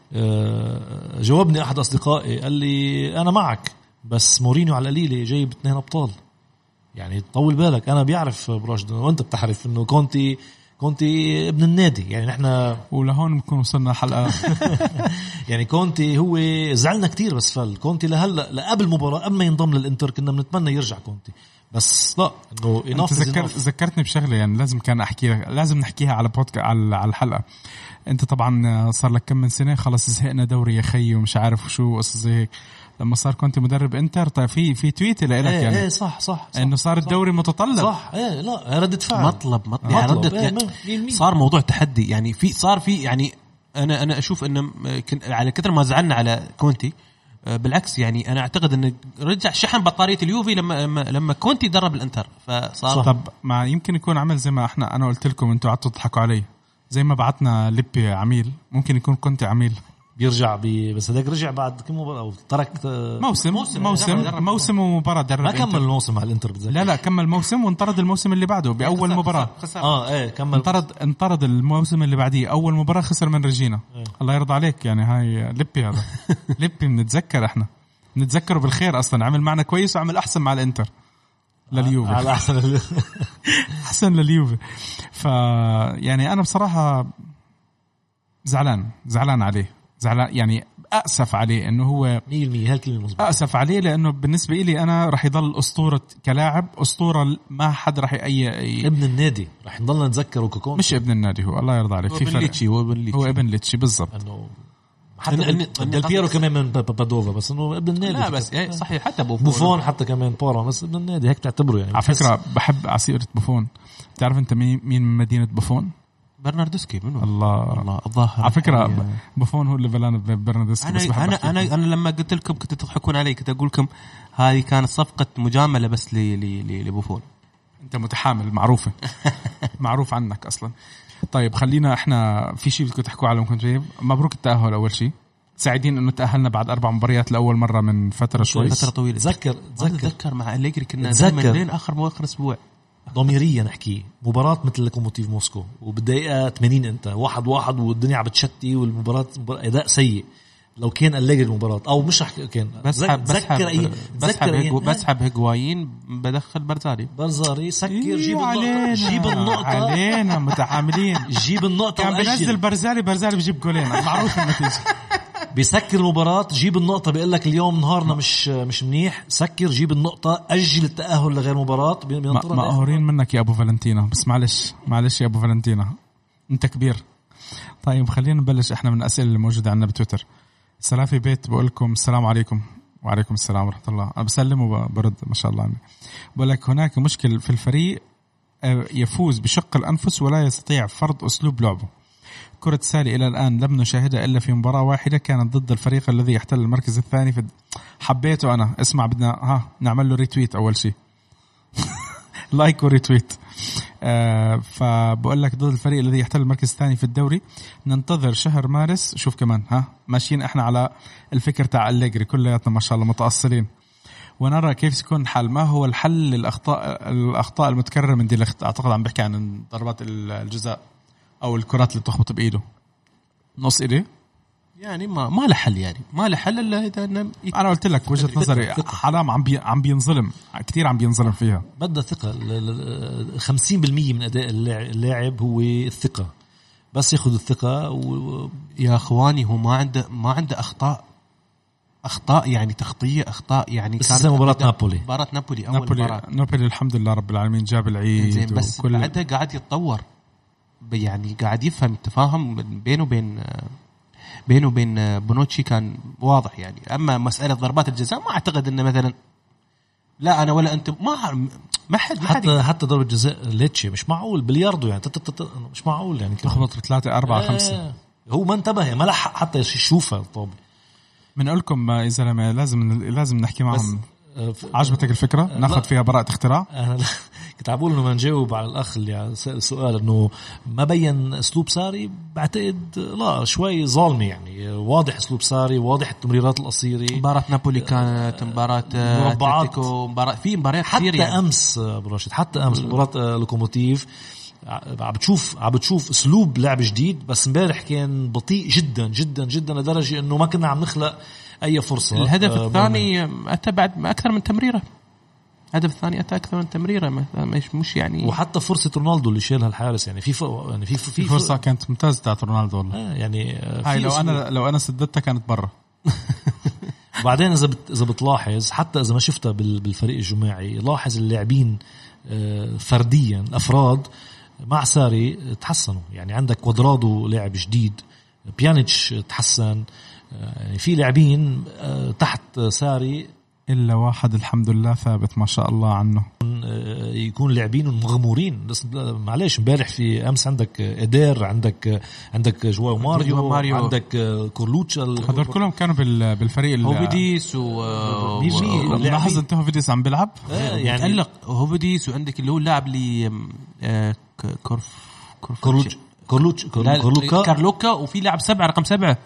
[SPEAKER 3] جاوبني احد اصدقائي قال لي انا معك، بس مورينيو على القليله جايب اثنين ابطال، يعني طول بالك. انا بيعرف براشد وانت بتعرف انه كونتي كونتي ابن النادي، يعني نحن
[SPEAKER 1] ولهون بنكون وصلنا حلقه.
[SPEAKER 3] يعني كونتي هو زعلنا كتير بس فل كونتي لهلا لقبل مباراه اما ينضم للانتر كنا بنتمنى يرجع كونتي، بس لا انه
[SPEAKER 1] انت ذكرت ذكرتني بشغله يعني لازم كان احكي لك، لازم نحكيها على بودكاست على على الحلقه. انت طبعا صار لك كم من سنه خلص زهقنا دوري يا خي ومش عارف شو قصص زي هيك، لما صار كنت مدرب انتر طيب في في تويت لك
[SPEAKER 3] ايه
[SPEAKER 1] يعني
[SPEAKER 3] ايه صح صح, صح
[SPEAKER 1] انه صار الدوري
[SPEAKER 3] صح
[SPEAKER 1] متطلب
[SPEAKER 3] صح ايه لا ردة فعل
[SPEAKER 2] مطلب مطلب, يعني
[SPEAKER 3] مطلب.
[SPEAKER 2] ردة
[SPEAKER 3] ايه
[SPEAKER 2] يعني صار موضوع تحدي، يعني في صار في يعني انا انا اشوف انه على كثر ما زعلنا على كونتي بالعكس، يعني انا اعتقد انه رجع شحن بطاريه اليوفي لما لما, لما كونتي درب الانتر فصار.
[SPEAKER 1] طب ما يمكن يكون عمل زي ما احنا انا قلت لكم انتوا قعدتوا تضحكوا علي، زي ما بعتنا ليبي عميل ممكن يكون كنت عميل
[SPEAKER 3] بيرجع بي بس هذاك رجع بعد كم مباراة أو ترك
[SPEAKER 1] موسم موسم موسم, موسم ومباراة درب
[SPEAKER 3] ما كمل الموسم مع الانتر بتذكر.
[SPEAKER 1] لا لا كمل موسم وانطرد الموسم اللي بعده بأول مباراة.
[SPEAKER 3] اه ايه كمل
[SPEAKER 1] انطرد انطرد الموسم اللي بعديه أول مباراة خسر من ريجينا. ايه. الله يرضى عليك يعني هاي ليبي هذا ليبي بنتذكر احنا نتذكره بالخير أصلا، عمل معنا كويس وعمل أحسن مع الانتر لليوفي
[SPEAKER 3] على أحسن
[SPEAKER 1] أحسن لليوفي. فيعني أنا بصراحة زعلان زعلان عليه زعلان يعني أسف عليه إنه هو
[SPEAKER 3] مية بالمية هالكلمة مظبوطة.
[SPEAKER 1] أسف عليه لأنه بالنسبة إلي أنا رح يضل أسطورة كلاعب، أسطورة ما حد رح أي, أي
[SPEAKER 3] ابن النادي رح نضلنا نتذكره ككون
[SPEAKER 1] مش ابن النادي هو الله يرضى عليه
[SPEAKER 2] في فرق هو ابن ليتشي
[SPEAKER 1] هو ابن ليتشي بالضبط.
[SPEAKER 3] إنه حتى ديل بيرو كمان من بادوفا بس انه ابن النادي.
[SPEAKER 2] لا بس إيه صحيح حتى بوفون,
[SPEAKER 3] بوفون حتى كمان بورا بس ابن النادي هيك تعتبره يعني.
[SPEAKER 1] على فكره بحب عسيرة بوفون. تعرف انت مين مين من مدينه بوفون؟
[SPEAKER 2] برناردسكي منو؟
[SPEAKER 1] الله
[SPEAKER 2] الله الظاهر.
[SPEAKER 1] على فكره يعني بوفون هو اللي بلان برناردسكي.
[SPEAKER 2] أنا,
[SPEAKER 1] بس
[SPEAKER 2] أنا, أنا, أنا لما قلت لكم كنت تضحكون علي كنت أقول لكم هذه كانت صفقة مجاملة بس لبوفون.
[SPEAKER 1] أنت متحامل معروفة. معروف عنك أصلا. طيب خلينا إحنا في شيء بدكم تحكوا عليه. كنت فيه مبروك التأهل أول شيء. سعيدين إنه تأهلنا بعد أربع مباريات لأول مرة من فترة شوي
[SPEAKER 2] فترة طويلة.
[SPEAKER 3] تذكر
[SPEAKER 2] تذكر مع أليجري كنا دائما لين آخر مؤخر أسبوع
[SPEAKER 3] ضميريا نحكي مباراة مثل لوكوموتيف موسكو وبالدقيقة ثمانين انت واحد واحد والدنيا عم بتشتي والمباراة اداء سيء. لو كان أليجري المباراة او مش رح كان
[SPEAKER 2] بسحب
[SPEAKER 3] تذكر اي
[SPEAKER 2] بسحب هجو بسحب هجوايين بدخل برزاري
[SPEAKER 3] برزاري سكر
[SPEAKER 1] إيه
[SPEAKER 3] جيب النقطة جيب النقطة
[SPEAKER 1] علينا متحاملين.
[SPEAKER 3] جيب النقطة
[SPEAKER 1] كان بنزل برزاري برزاري بجيب جولين معروف النتيجة.
[SPEAKER 3] بيسكر المباراة جيب النقطة بيقول لك اليوم نهارنا مش مش منيح سكر جيب النقطة أجل التأهل لغير مباراة.
[SPEAKER 1] مقهورين منك يا أبو فالنتينا بس معلش معلش يا أبو فالنتينا أنت كبير. طيب خلينا نبلش إحنا من الأسئلة اللي موجودة عندنا بتويتر. سلافي بيت بقول لكم السلام عليكم. وعليكم السلام ورحمة الله. أنا بسلم وبرد ما شاء الله. بقول لك هناك مشكل في الفريق يفوز بشق الأنفس ولا يستطيع فرض أسلوب لعبه. كرة سالي إلى الآن لم نشاهدها إلا في مباراة واحدة كانت ضد الفريق الذي يحتل المركز الثاني في. حبيته أنا. اسمع بدنا ها نعمل له ريتويت أول شيء. لايك وريتويت. آه فبقول لك ضد الفريق الذي يحتل المركز الثاني في الدوري. ننتظر شهر مارس. شوف كمان ها ماشيين إحنا على الفكر تاع أليجري كلياتنا ما شاء الله متأصلين. ونرى كيف سيكون الحل. ما هو الحل للأخطاء الأخطاء المتكررة من دي الأخطاء؟ أعتقد عم بحكي عن ضربات الجزاء أو الكرات اللي بتخبط بإيده نص إيديه.
[SPEAKER 2] يعني ما ما له حل يعني ما له حل إلا إذا
[SPEAKER 1] أنا قلت لك وجهة نظري حرام عم بي عم بينظلم كتير عم بينظلم فيها.
[SPEAKER 3] بدأ ثقة. خمسين بالمية من أداء اللاعب هو الثقة بس يأخذ الثقة و...
[SPEAKER 2] يا أخواني هو ما عنده ما عنده أخطاء أخطاء يعني تغطية أخطاء يعني.
[SPEAKER 3] كانت مباراة نابولي
[SPEAKER 2] مباراة نابولي أول
[SPEAKER 1] نابولي
[SPEAKER 2] مباراة
[SPEAKER 1] نابولي الحمد لله رب العالمين جاب العيد.
[SPEAKER 2] بس بعدها قاعد يتطور يعني قاعد يفهم التفاهم بينه وبين بينه وبين بونوتشي كان واضح يعني. أما مسألة ضربات الجزاء ما أعتقد إنه مثلا لا أنا ولا أنت ما ما حد
[SPEAKER 3] حتى حتى ضربة جزاء ليتشي مش معقول بلياردو يعني مش معقول يعني
[SPEAKER 1] تخبط بثلاثة أربعة
[SPEAKER 3] آه
[SPEAKER 1] خمسة.
[SPEAKER 3] هو ما انتبه ما لحق حتى يشوفها. طب
[SPEAKER 1] من أقولكم يا زلمة لازم لازم نحكي معهم. عجبتك الفكرة ناخذ فيها براءة اختراع؟
[SPEAKER 3] أنا كنت عبول إنه ما نجاوب على الأخ اللي سؤال إنه ما بين أسلوب ساري. بعتقد لا شوي ظالمي يعني واضح أسلوب ساري واضح التمريرات القصيرة.
[SPEAKER 2] مباراة نابولي كانت مباراة
[SPEAKER 3] مربعات
[SPEAKER 2] مباراة في مباريات كثير
[SPEAKER 3] حتى
[SPEAKER 2] يعني.
[SPEAKER 3] أمس أبو راشد حتى أمس مباراة لوكوموتيف عم بتشوف عم بتشوف أسلوب لعب جديد بس امبارح كان بطيء جدا جدا جدا لدرجة إنه ما كنا عم نخلق أي فرصة.
[SPEAKER 2] الهدف آه الثاني أتى بعد أكثر من تمريرة. الهدف الثاني أتى أكثر من تمريرة مش مش يعني.
[SPEAKER 3] وحتى فرصة رونالدو اللي شالها الحارس يعني في ف... يعني في في
[SPEAKER 1] فرصة كانت ممتازة تاعت رونالدو والله.
[SPEAKER 3] آه يعني
[SPEAKER 1] هاي لو أنا لو أنا سددتها كانت برا.
[SPEAKER 3] وبعدين إذا بت... إذا بتلاحظ حتى إذا ما شفتها بال... بالفريق الجماعي لاحظ اللاعبين آه فرديا أفراد مع ساري تحسنوا يعني. عندك كوادرادو لاعب جديد بيانيتش تحسن يعني في لاعبين تحت ساري
[SPEAKER 1] إلا واحد الحمد لله ثابت ما شاء الله عنه
[SPEAKER 3] يكون لاعبين مغمورين. بس معليش امبارح في أمس عندك إدير عندك عندك جواو ماريو, ماريو عندك كورلوتش
[SPEAKER 1] هذول كلهم كانوا بالفريق
[SPEAKER 2] هوفيديس و
[SPEAKER 1] لاحظ انت هوفيديس عم بيلعب
[SPEAKER 2] يعني تألق هوفيديس وعندك اللي هو اللاعب اللي كورف
[SPEAKER 3] كورلوتش كورلوتش
[SPEAKER 2] كارلوكا كارلوكا وفي لاعب سبعة رقم سبعة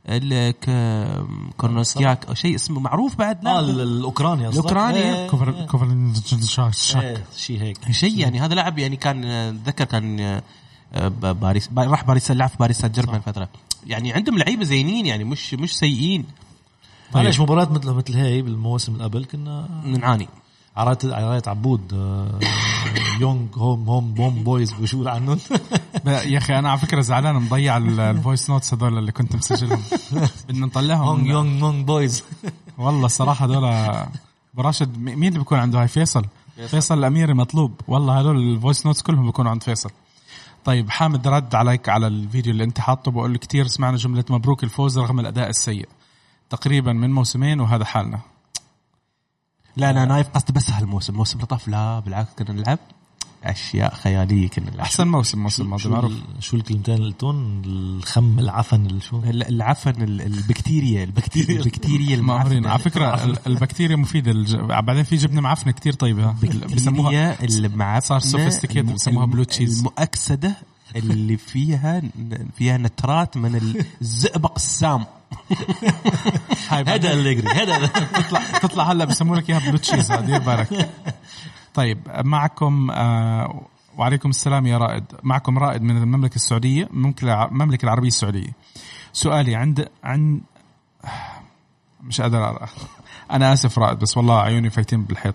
[SPEAKER 2] كورنوسكياك أو شيء اسمه معروف بعد
[SPEAKER 3] لا الأوكراني
[SPEAKER 2] الأوكراني
[SPEAKER 1] كوفر كوفر
[SPEAKER 3] شيء هيك
[SPEAKER 2] شيء يعني. هذا لاعب يعني كان ذكر كان باريس راح باريس لعب في باريس سان جيرمان فترة يعني. عندهم لعيبة زينين يعني مش مش سيئين.
[SPEAKER 3] معلش مباراة مثل مثل هاي بالمواسم اللي قبل كنا
[SPEAKER 2] نعاني.
[SPEAKER 3] عراية عراية عبود يونغ هوم هوم بوم بويز بشو عنهم.
[SPEAKER 1] يا أخي أنا على فكرة زعلان مضيع الفويس نوتس هذول اللي كنت مسجلهم بدنا نطلعهم.
[SPEAKER 3] يونغ يونغ بويز
[SPEAKER 1] والله صراحة هذول براشد مين اللي بيكون عنده هاي؟ فيصل فيصل الأميري مطلوب والله. هذول الفويس نوتس كلهم بيكونوا عند فيصل. طيب حامد رد عليك على الفيديو اللي انت حاطه، بقول له كتير سمعنا جملة مبروك الفوز رغم الأداء السيء تقريبا من موسمين وهذا حالنا.
[SPEAKER 2] لا لا نايف قصد بس هالموسم، موسم لطف لا بالعكس كنا نلعب أشياء خيالية كنا نلعب.
[SPEAKER 1] أحسن موسم موسم الماضي معروف.
[SPEAKER 3] شو الكلمتين اللي قلتون؟ الخم العفن شو
[SPEAKER 2] العفن البكتيريا البكتيريا البكتيريا
[SPEAKER 1] المعفنة. على فكرة البكتيريا مفيدة الج... بعدين في جبنة معفنة كتير طيبة
[SPEAKER 2] بيسموها المعفنة
[SPEAKER 1] صار سوفيستيكيت بيسموها بلو تشيز
[SPEAKER 2] المؤكسدة اللي فيها فيها نترات من الزئبق السام.
[SPEAKER 3] هذا اللي هذا
[SPEAKER 1] تطلع تطلع هلا بيسموا لك اياها بلو تشيز. دير بالك. طيب معكم آه وعليكم السلام يا رائد. معكم رائد من المملكة السعودية، ممكن المملكة العربية السعودية. سؤالي عند عن مش قادر أنا آسف رائد بس والله عيوني فايتين بالحيط.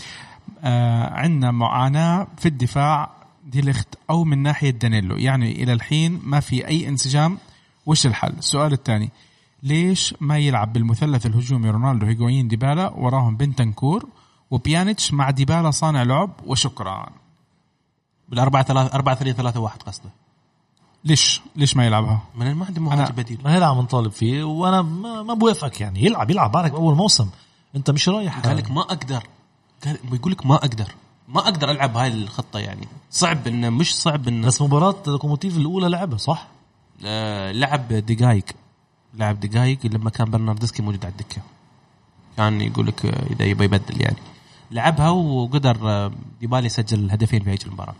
[SPEAKER 1] آه عندنا معاناة في الدفاع دي لخت أو من ناحية دانيلو، يعني إلى الحين ما في أي انسجام. وش الحل؟ السؤال الثاني، ليش ما يلعب بالمثلث الهجومي رونالدو هيغوين ديبالا وراهم بنتنكور وبيانيتش مع ديبالا صانع لعب وشكرا؟
[SPEAKER 2] بالأربعة ثلاثة أربعة ثلاثة ثلاثة واحد قصده.
[SPEAKER 1] ليش ليش ما يلعبها؟
[SPEAKER 2] من ما عنده مهاجم بديل.
[SPEAKER 3] ما هذا عم نطالب فيه وأنا ما, ما بوافقك. يعني يلعب يلعب بارك أول موسم أنت مش رايح.
[SPEAKER 2] قال لك ما أقدر، قال بيقول لك ما أقدر ما أقدر ألعب هاي الخطة. يعني صعب إنه مش صعب إنه
[SPEAKER 3] بس مباراة لوكوموتيف الأولى لعبها صح؟
[SPEAKER 2] آه لعب دقايق لعب دقايق لما كان برناردسكي موجود على الدكة، كان يقول لك إذا يبي يبدل يعني لعبها وقدر ديبالا يسجل الهدفين في هذه المباراة.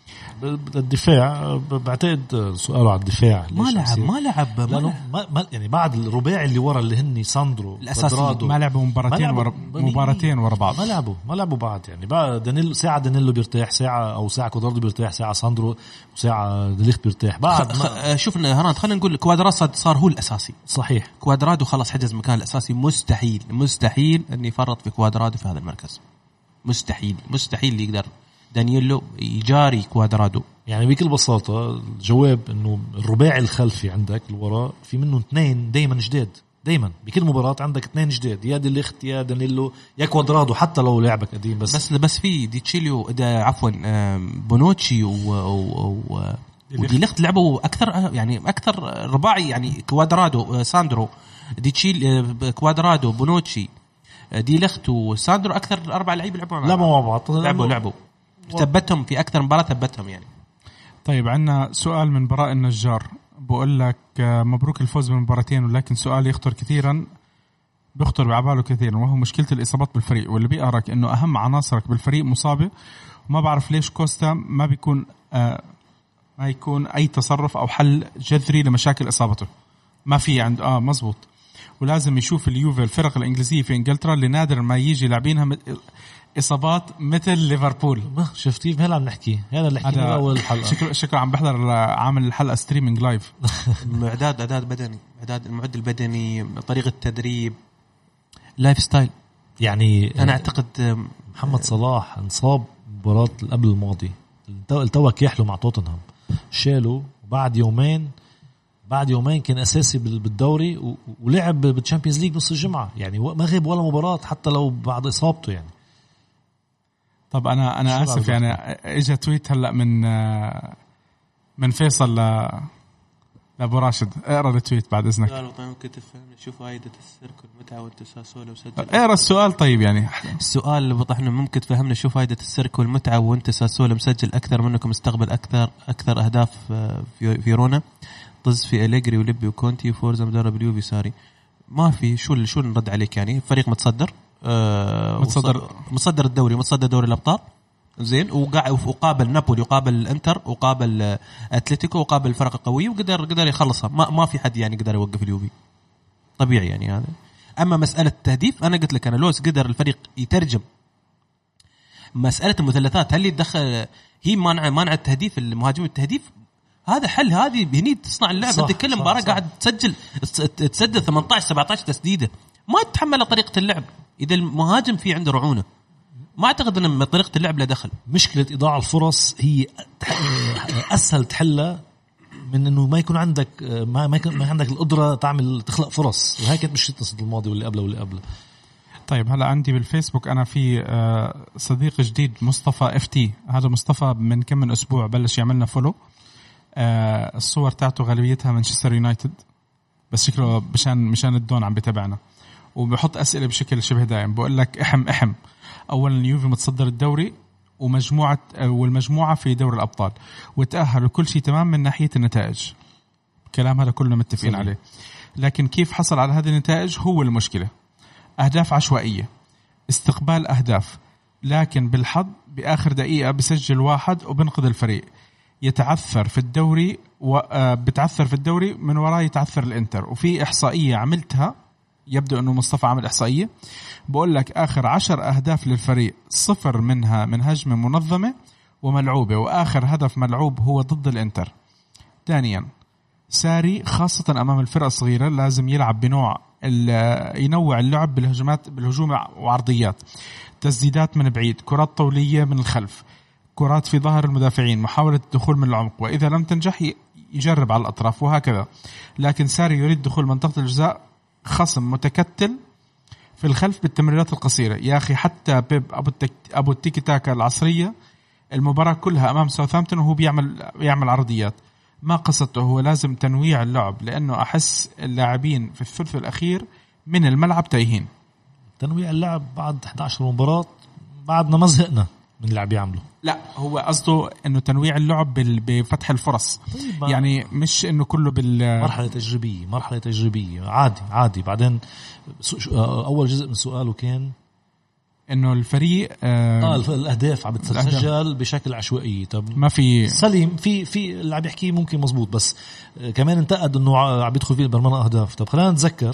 [SPEAKER 3] الدفاع بعتقد سؤاله على الدفاع
[SPEAKER 2] ما لعب ما لعب
[SPEAKER 3] ما, ما, ما يعني بعد الرباعي اللي ورا اللي هني ساندرو
[SPEAKER 2] الأساسي
[SPEAKER 1] ما لعبوا مباراتين ورا مباراتين ورا بعض.
[SPEAKER 3] ما لعبوا ما لعبوا بعض يعني بعد دانيلو ساعة دانيلو بيرتاح ساعة أو ساعة كوداردو بيرتاح ساعة ساندرو وساعة دليخت بيرتاح بعد
[SPEAKER 2] ما شوفنا هران. خلينا نقول كوادرادو صار هو الأساسي.
[SPEAKER 3] صحيح
[SPEAKER 2] كوادرادو خلاص حجز مكان الأساسي. مستحيل مستحيل أن يفرط في كوادرادو في هذا المركز. مستحيل مستحيل اللي يقدر دانييلو يجاري كوادرادو.
[SPEAKER 3] يعني بكل بساطة الجواب إنه الرباعي الخلفي عندك الوراء في منه اثنين دايما جداد. دايما بكل مباراة عندك اثنين جداد، يا ديليخت يا دانييلو يا كوادرادو حتى لو لعبك قديم. بس
[SPEAKER 2] بس بس في ديتشيليو عفوا بونوتشي و, و, و وديليخت لعبوا أكثر يعني أكثر رباعي يعني كوادرادو ساندرو ديتشيل كوادرادو بونوتشي ديليخت وساندرو أكثر أربع لعيبة لعبوا
[SPEAKER 3] لعبوا مع بعض
[SPEAKER 2] لعبوا لعبوا ثبتهم في أكثر مباراة ثبتهم يعني.
[SPEAKER 1] طيب عندنا سؤال من براء النجار بقول لك مبروك الفوز بالمباراتين، ولكن سؤال يخطر كثيرا بيخطر بعباله كثيرا وهو مشكلة الإصابات بالفريق، واللي بيقرأك إنه أهم عناصرك بالفريق مصابة وما بعرف ليش كوستا ما بيكون آه ما يكون أي تصرف أو حل جذري لمشاكل إصابته. ما في عند آه مزبوط. ولازم يشوف اليوفي الفرق الإنجليزية في إنجلترا اللي نادر ما يجي لاعبينها إصابات مثل ليفربول.
[SPEAKER 3] شفتيه هلا عم نحكي هذا اللي حكينا أول حلقة.
[SPEAKER 1] شكله شكله عم بحضر عامل الحلقة ستريمينج لايف.
[SPEAKER 2] إعداد إعداد بدني إعداد المعد البدني طريقة تدريب لايف ستايل.
[SPEAKER 3] يعني
[SPEAKER 2] أنا أعتقد
[SPEAKER 3] محمد صلاح انصاب مباراة قبل الماضي التوك يحلو مع توتنهام شالوا وبعد يومين بعد يومين كان أساسي بالدوري ولعب بالتشامبيونز ليج نص الجمعة. يعني ما غيب ولا مباراة حتى لو بعد إصابته يعني.
[SPEAKER 1] طب أنا أنا آسف يعني إجا تويت هلأ من من فيصل ل لأبو راشد. اقرأ التويت بعد إذنك.
[SPEAKER 2] قالوا طيب ممكن تفهم شو فائدة السيرك والمتعة والتسلسل وسجل.
[SPEAKER 1] اقرأ السؤال طيب يعني
[SPEAKER 2] السؤال اللي بطحنا ممكن تفهمنا شو فائدة السيرك والمتعة وانت ساسول مسجل أكثر منكم استقبل أكثر أكثر أهداف في فيرونا طز في أليجري وليبي وكونتي وفورزا مدرب اليوفي ساري. ما في شو شو نرد عليك يعني. فريق متصدر آه
[SPEAKER 1] متصدر
[SPEAKER 2] متصدر الدوري متصدر دوري الأبطال زين وقاعد وقابل نابولي وقابل الانتر وقابل اتلتيكو وقابل فرق قويه وقدر قدر يخلصها. ما ما في حد يعني قدر يوقف اليوفي طبيعي يعني هذا. اما مساله التهديف انا قلت لك انا لوس قدر الفريق يترجم مساله المثلثات هل يدخل هي مانع مانع التهديف المهاجم التهديف هذا حل. هذه هني تصنع اللعب. انت كل مباراه قاعد تسجل تسدد ثمانية عشر سبعة عشر تسديده ما تتحمل طريقه اللعب. اذا المهاجم في عنده رعونه ما أعتقد أن طريقة اللعب لا دخل.
[SPEAKER 3] مشكلة إضاعة الفرص هي أسهل تحلها من إنه ما يكون عندك ما ما يكون ما عندك القدرة تعمل تخلق فرص. وهي كانت مشكلة السنة الماضي واللي قبله واللي قبله.
[SPEAKER 1] طيب هلا عندي بالفيسبوك أنا في صديق جديد مصطفى اف تي. هذا مصطفى من كم من أسبوع بلش يعملنا فولو آه الصور تاعته غالبيتها مانشستر يونايتد، بس شكله مشان مشان الدون عم بتابعنا، وبحط أسئلة بشكل شبه دائم. بقول لك احم احم أولا اليوفي متصدر الدوري ومجموعة والمجموعة في دوري الأبطال وتأهل وكل شيء تمام من ناحية النتائج، كلام هذا كلنا متفقين صحيح. عليه، لكن كيف حصل على هذه النتائج هو المشكلة. أهداف عشوائية، استقبال أهداف، لكن بالحظ بآخر دقيقة بسجل واحد وبنقذ الفريق. يتعثر في الدوري وبتعثر في الدوري من وراء يتعثر الانتر. وفي إحصائية عملتها، يبدو أنه مصطفى عمل إحصائية، بقول لك آخر عشر أهداف للفريق صفر منها من هجمة منظمة وملعوبة، وآخر هدف ملعوب هو ضد الانتر. ثانيا ساري خاصة أمام الفرقة الصغيرة لازم يلعب بنوع ينوع اللعب بالهجمات بالهجوم وعرضيات، تسديدات من بعيد، كرات طولية من الخلف، كرات في ظهر المدافعين، محاولة الدخول من العمق، وإذا لم تنجح يجرب على الأطراف وهكذا. لكن ساري يريد دخول منطقة الجزاء خصم متكتل في الخلف بالتمريرات القصيرة. يا أخي حتى بيب أبو, التك... أبو التيكي تاكا العصرية المباراة كلها أمام ساوثهامبتون وهو بيعمل يعمل عرضيات. ما قصته هو لازم تنويع اللعب، لأنه أحس اللاعبين في الثلث الأخير من الملعب تايهين.
[SPEAKER 3] تنويع اللعب بعد إحدى عشرة مباراة بعدنا ما زهقنا من اللعب يعمله.
[SPEAKER 1] لا هو قصده إنه تنويع اللعب بفتح الفرص. طيب يعني مش إنه كله بال
[SPEAKER 3] مرحلة تجريبية مرحلة تجريبية عادي عادي. بعدين أول جزء من سؤاله كان
[SPEAKER 1] إنه الفريق آه,
[SPEAKER 3] آه الأهداف عم بتسجل بشكل عشوائي. طب
[SPEAKER 1] ما في
[SPEAKER 3] سليم في في اللي عم يحكيه ممكن مزبوط، بس كمان انتقد إنه عم بيدخل فيه برمانة أهداف. طب خلينا نتذكر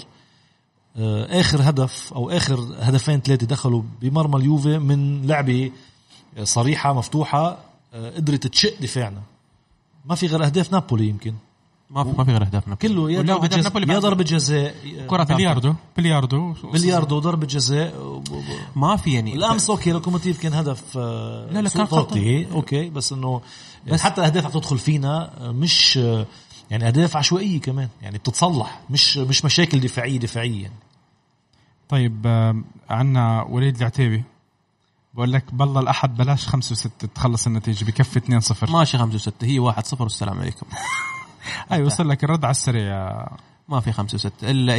[SPEAKER 3] آخر هدف أو آخر هدفين ثلاثة دخلوا بمرمى اليوفي من لعبة صريحة مفتوحة قدرت تشق دفاعنا. ما في غير أهداف نابولي، يمكن
[SPEAKER 2] ما في ما في غير أهداف نابولي
[SPEAKER 3] كله يا ضربة جزاء يا ضربة جزاء
[SPEAKER 1] كرة بلياردو بلياردو
[SPEAKER 3] بلياردو ضربة جزاء.
[SPEAKER 2] ما في يعني
[SPEAKER 3] الأمس أوكي لوكوموتيف كان هدف
[SPEAKER 2] لا لا كان
[SPEAKER 3] خطي أوكي، بس إنه بس حتى الأهداف تدخل فينا مش يعني أهداف عشوائية كمان، يعني بتتصلح مش مش مشاكل دفاعية دفاعية يعني.
[SPEAKER 1] طيب عنا وليد العتيبي بقول لك بالله الأحد بلاش خمسة وستة تخلص النتيجة بكفي اثنين صفر.
[SPEAKER 2] ماشي خمسة وستة هي واحد صفر والسلام عليكم.
[SPEAKER 1] أي وصل لك الرد على السريع.
[SPEAKER 2] ما في خمسة وستة إلا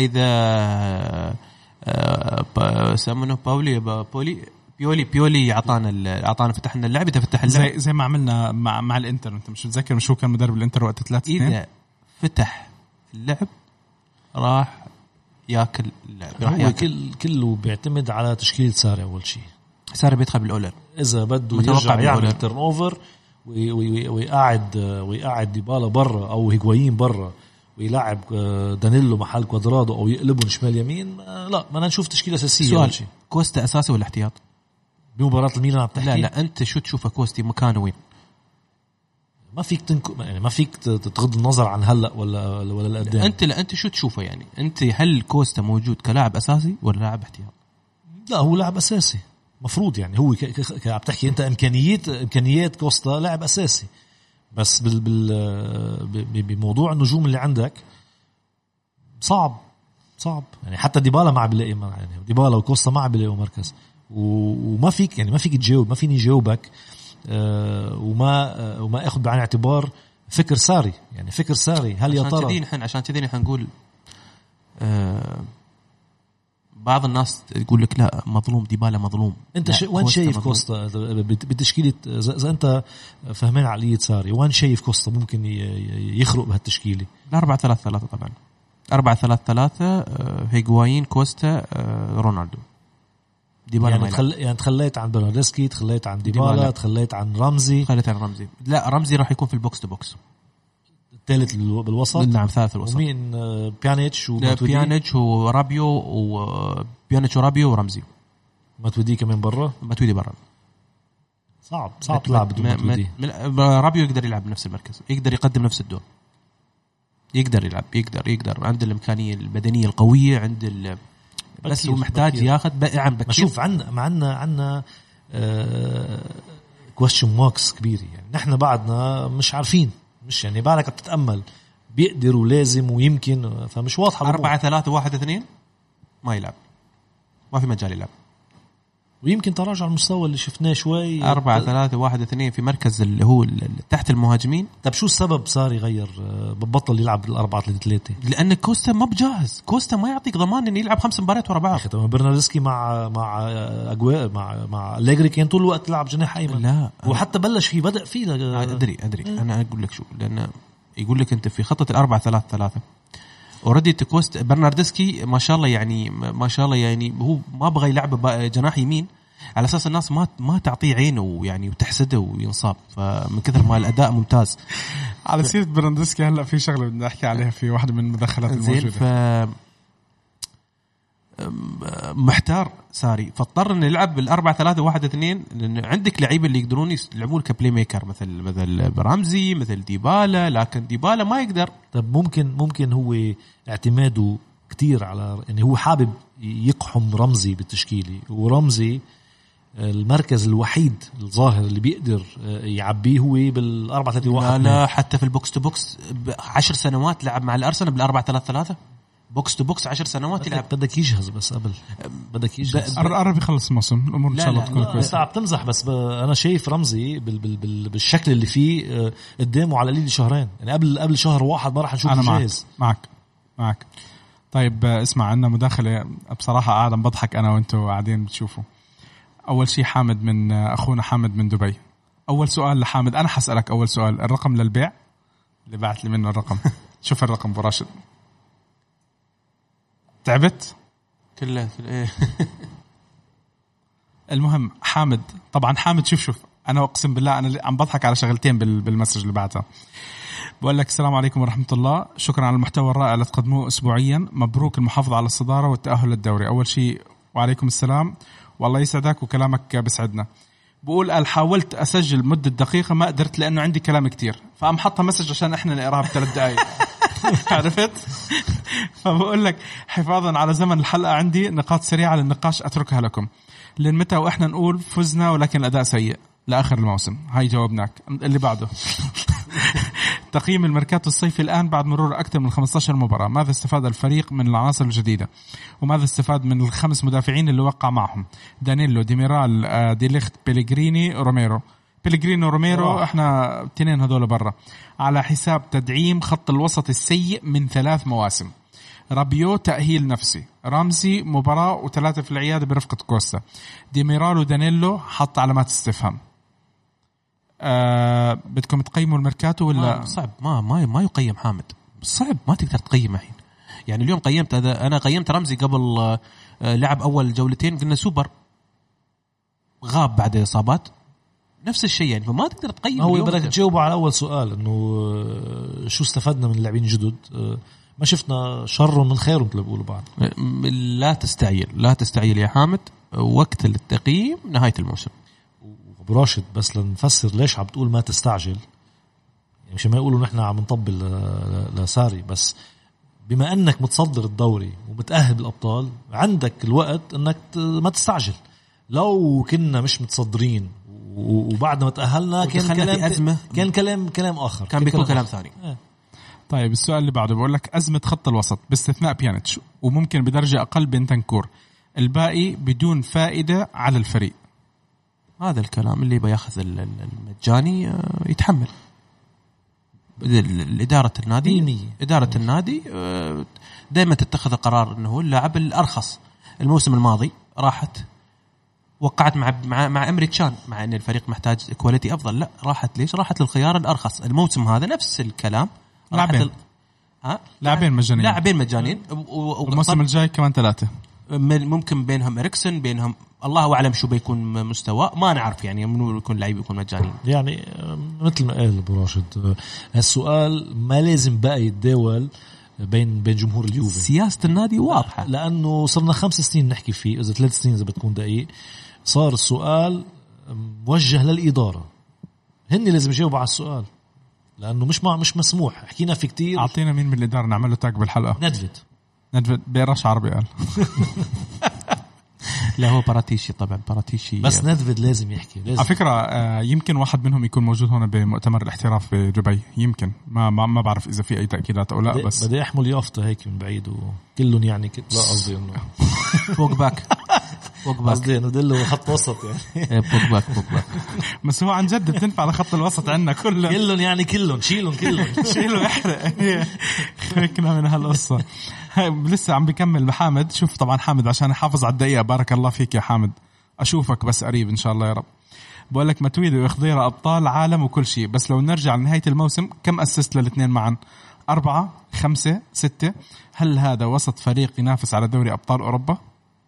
[SPEAKER 2] إذا سمونه باولي بولي بيولي بيولي عطانا عطانا فتحنا اللعب. إذا فتح اللعب
[SPEAKER 1] زي زي ما عملنا مع مع الإنتر، أنت مش متذكر مش هو كان مدرب الإنتر وقت ثلاثة اثنين؟
[SPEAKER 2] إذا فتح اللعب راح ياكل اللعب.
[SPEAKER 3] راح ياكل. كله بيعتمد على تشكيل ساري. أول شيء
[SPEAKER 2] ساري بيدخل بالأولر
[SPEAKER 3] إذا بده يرجع يعمل تيرن أوفر ويقعد ويقعد ديبالا برا أو هيغوايين برا ويلعب دانيلو محل كوادرادو أو يقلبون شمال يمين. لا ما نشوف تشكيلة أساسية.
[SPEAKER 2] سؤال كوستا أساسي ولا احتياط
[SPEAKER 3] بمباراة الميلان عم تحكي؟
[SPEAKER 2] لا لا أنت شو تشوفه كوستي مكانه وين؟
[SPEAKER 3] ما فيك تنكو يعني ما فيك تغض النظر عن هلا ولا ولا القدام.
[SPEAKER 2] أنت لا أنت شو تشوفه يعني؟ أنت هل كوستا موجود كلاعب أساسي ولا لاعب احتياط؟
[SPEAKER 3] لا هو لاعب أساسي مفروض يعني. هو عم تحكي أنت إمكانيات إمكانيات كوستا لاعب أساسي، بس بال بال بموضوع النجوم اللي عندك صعب صعب يعني. حتى ديبالا ما عم بيلاقي يعني ديبالا وكوستا ما عم بيلاقوا مركز، وما فيك يعني ما فيك تجاوب. ما فيني جاوبك أه وما أه وما أخذ بعين اعتبار فكر ساري يعني. فكر ساري هل يا ترى
[SPEAKER 2] عشان عشان كذي نحن نقول أه بعض الناس يقول لك لا مظلوم ديبالا مظلوم.
[SPEAKER 3] انت ش... وين شايف كوستا بتشكيله اذا انت فهمان عقليه ساري؟ وين شايف كوستا ممكن يخرق بهالتشكيله؟
[SPEAKER 2] الأربعة ثلاثة ثلاثة طبعا أربعة ثلاثة ثلاثة هيغوايين كوستا رونالدو
[SPEAKER 3] ديبالا. يعني, تخل... يعني تخليت عن برناردسكي، تخليت عن ديبالا, ديبالا. تخليت عن رمزي
[SPEAKER 2] تخليت عن رمزي. لا رمزي راح يكون في البوكس تو بوكس
[SPEAKER 3] الثالث بالوسط.
[SPEAKER 2] نعم ثالث الوسط.
[SPEAKER 3] ومين بيانيتش
[SPEAKER 2] وماتودي؟ بيانيتش ورابيو وبيانيتش ورابيو ورمزي.
[SPEAKER 3] ماتودي كمان برا.
[SPEAKER 2] ماتودي برا.
[SPEAKER 3] صعب صعب تلعب بدون ماتودي.
[SPEAKER 2] رابيو يقدر يلعب بنفس المركز، يقدر يقدم نفس الدور، يقدر يلعب يقدر يقدر عنده الإمكانية البدنية القوية، عند ال... بس هو محتاج ياخذ بقى بكير.
[SPEAKER 3] شوف عنا معنا عنا كويشن ماركس كبير يعني. نحن بعدنا مش عارفين، مش يعني بالك بتتأمل بيقدر ولازم ويمكن، فمش واضحة.
[SPEAKER 2] أربعة ثلاثة واحد اثنين ما يلعب، ما في مجال يلعب.
[SPEAKER 3] ويمكن تراجع المستوى اللي شفناه شوي.
[SPEAKER 2] أربعة ثلاثة واحد اثنين في مركز اللي هو تحت المهاجمين.
[SPEAKER 3] طب شو السبب صار يغير ببطل يلعب بالأربعة ثلاثة ثلاثة؟
[SPEAKER 2] لأن كوستا ما بجاهز. كوستا ما يعطيك ضمان إنه يلعب خمس مباريات ورا بعض.
[SPEAKER 3] طبعا برناردسكي مع مع أجواء مع مع أليجري كان طول الوقت يلعب جناح أيمن.
[SPEAKER 2] لا
[SPEAKER 3] وحتى بلش فيه بدأ فيه.
[SPEAKER 2] أدري أدري م. أنا أقول لك شو، لأن يقول لك أنت في خطة الأربعة ثلاثة ثلاثة أوريدي تكوست برناردسكي ما شاء الله يعني ما شاء الله يعني هو ما بغى يلعب جناح يمين على أساس الناس ما ما تعطيه عينه يعني وتحسده وينصاب، فمن كثر ما الأداء ممتاز.
[SPEAKER 1] على سيرة برناردسكي هلا في شغلة بدنا نحكي عليها في واحدة من المداخلات الموجودة.
[SPEAKER 2] ف محتار ساري، فاضطر انه يلعب بالأربعة ثلاثة واحد اثنين، لأن عندك لعيبة اللي يقدرون يلعبون كبلاي ميكر مثل مثل برامزي مثل ديبالا، لكن ديبالا ما يقدر.
[SPEAKER 3] طب ممكن ممكن هو اعتماده كتير على يعني هو حابب يقحم رمزي بالتشكيلة، ورمزي المركز الوحيد الظاهر اللي بيقدر يعبيه هو بالأربعة ثلاثة واحد.
[SPEAKER 2] لا لا حتى في البوكس تو بوكس عشر سنوات لعب مع الأرسنال بالأربعة ثلاثة ثلاثة بوكس تو بوكس عشر سنوات يلعب.
[SPEAKER 3] بدك يجهز بس قبل بدك يجهز
[SPEAKER 1] قرب يخلص الموسم الأمور إن شاء الله تكون كويسة.
[SPEAKER 3] انت عم تمزح بس ب... أنا شايف رمزي بال... بال... بال... بالشكل اللي فيه قدامه على قليل شهرين، يعني قبل قبل شهر واحد ما راح نشوفه جاهز.
[SPEAKER 1] معك معك طيب اسمع، عنا مداخلة بصراحة قاعد بضحك أنا وأنتوا قاعدين بتشوفوا. أول شيء حامد من أخونا حامد من دبي. أول سؤال لحامد، أنا حسألك أول سؤال، الرقم للبيع اللي بعت لي منه الرقم. شوف الرقم براشد. تعبت
[SPEAKER 2] كله إيه.
[SPEAKER 1] المهم حامد، طبعا حامد شوف شوف أنا أقسم بالله أنا عم بضحك على شغلتين بالمسج اللي بعتها. بقول لك السلام عليكم ورحمة الله، شكرا على المحتوى الرائع اللي تقدموه أسبوعيا، مبروك المحافظة على الصدارة والتأهل للدوري. أول شيء وعليكم السلام والله يسعدك وكلامك بسعدنا. بقول قال حاولت أسجل مدة دقيقة ما قدرت لأنه عندي كلام كتير، فأم حطها مسج عشان إحنا نقراها بثلاث دقائق. عرفت؟ فبقول لك حفاظا على زمن الحلقة عندي نقاط سريعة للنقاش أتركها لكم. لين متى وإحنا نقول فزنا ولكن الأداء سيء لآخر الموسم؟ هاي جاوبناك. اللي بعده تقييم الميركاتو الصيفي الآن بعد مرور أكثر من خمسة عشر مباراة، ماذا استفاد الفريق من العناصر الجديدة وماذا استفاد من الخمس مدافعين اللي وقع معهم؟ دانيلو، ديميرال، ديليخت، بيليغريني، روميرو. بيليغريني وروميرو احنا اثنين هذول برا على حساب تدعيم خط الوسط السيء من ثلاث مواسم. رابيو تأهيل نفسي، رامزي مباراة وثلاثة في العيادة برفقة كوستا، ديميرال ودانيلو حط علامات استفهام. أه بدكم تقيموا الميركاتو ولا
[SPEAKER 2] صعب؟ ما ما ما يقيم حامد، صعب ما تقدر تقيم الحين. يعني اليوم قيمت هذا، انا قيمت رمزي قبل آه لعب اول جولتين قلنا سوبر، غاب بعد اصابات، نفس الشيء يعني فما تقدر تقيم.
[SPEAKER 3] هو بدك تجاوبوا على اول سؤال انه شو استفدنا من اللاعبين الجدد. ما شفنا شر من خير مثل بيقولوا بعض.
[SPEAKER 2] لا تستعجل لا تستعجل يا حامد، وقت التقييم نهاية الموسم.
[SPEAKER 3] براشد بس لنفسر ليش عم بتقول ما تستعجل، يعني مش ما يقولوا نحن عم نطبل لساري، بس بما انك متصدر الدوري ومتأهل بالابطال عندك الوقت انك ما تستعجل. لو كنا مش متصدرين وبعد ما تأهلنا كان كلام أزمة، كان كلام كلام آخر،
[SPEAKER 2] كان بيكون كلام ثاني.
[SPEAKER 3] اه.
[SPEAKER 1] طيب السؤال اللي بعده بقول لك أزمة خط الوسط باستثناء بيانيتش وممكن بدرجة أقل بنتنكور، الباقي بدون فائدة على الفريق.
[SPEAKER 2] هذا الكلام اللي بياخذ المجاني يتحمل. الإدارة النادي
[SPEAKER 3] مية.
[SPEAKER 2] إدارة النادي دائما تتخذ قرار إنه اللاعب الأرخص. الموسم الماضي راحت وقعت مع مع مع أمري تشان، مع ان الفريق محتاج كواليتي افضل، لا راحت ليش؟ راحت للخيار الارخص. الموسم هذا نفس الكلام،
[SPEAKER 1] لاعبين
[SPEAKER 2] ال... ها
[SPEAKER 1] لاعبين مجانين
[SPEAKER 2] لاعبين مجانين
[SPEAKER 1] والموسم الجاي كمان ثلاثه
[SPEAKER 2] ممكن بينهم إريكسون، بينهم الله اعلم شو بيكون مستواه، ما نعرف يعني منو يكون لعيب يكون مجانين.
[SPEAKER 3] يعني مثل ما قال ابو راشد هالسؤال ما لازم بقى يتداول بين بين جمهور اليوفي.
[SPEAKER 2] سياسه النادي واضحه،
[SPEAKER 3] لانه صرنا خمس سنين نحكي فيه، اذا ثلاث سنين اذا بتكون دقيق. صار السؤال موجه للإدارة، هني لازم يجاوبوا على السؤال لأنه مش ما مش مسموح. حكينا في كتير.
[SPEAKER 1] أعطينا مين من الإدارة نعمل له تاج بالحلقة.
[SPEAKER 3] ندفد
[SPEAKER 1] ندفد بيرش عربي قال.
[SPEAKER 2] لا هو باراتيشي طبعا باراتيشي،
[SPEAKER 3] بس ندفد لازم يحكي لازم.
[SPEAKER 1] على فكرة يمكن واحد منهم يكون موجود هنا بمؤتمر الاحتراف بدبي، يمكن ما ما ما بعرف إذا في أي تأكيدات أو لا، بس
[SPEAKER 3] بدي أحمل يافطة هيك من بعيد وكلهم يعني كت... لا قصدي إنه
[SPEAKER 2] فوق باك
[SPEAKER 3] قصدي انه دله خط وسط يعني
[SPEAKER 2] بوجباك بوجباك
[SPEAKER 1] بس هو عن جد بتنفع على خط الوسط عندنا كله
[SPEAKER 3] كلهم يعني كلهم شيلهم كلهم
[SPEAKER 1] شيلوا احرق فكنا من هالقصة. لسه عم بكمل حامد. شوف طبعا حامد عشان يحافظ على الدقيقة، بارك الله فيك يا حامد، أشوفك بس قريب إن شاء الله يا رب. بقول لك متويدي وخضيرة أبطال عالم وكل شيء، بس لو نرجع لنهاية الموسم كم أسست للاثنين معا؟ أربعة، خمسة، ستة؟ هل هذا وسط فريق ينافس على دوري أبطال أوروبا؟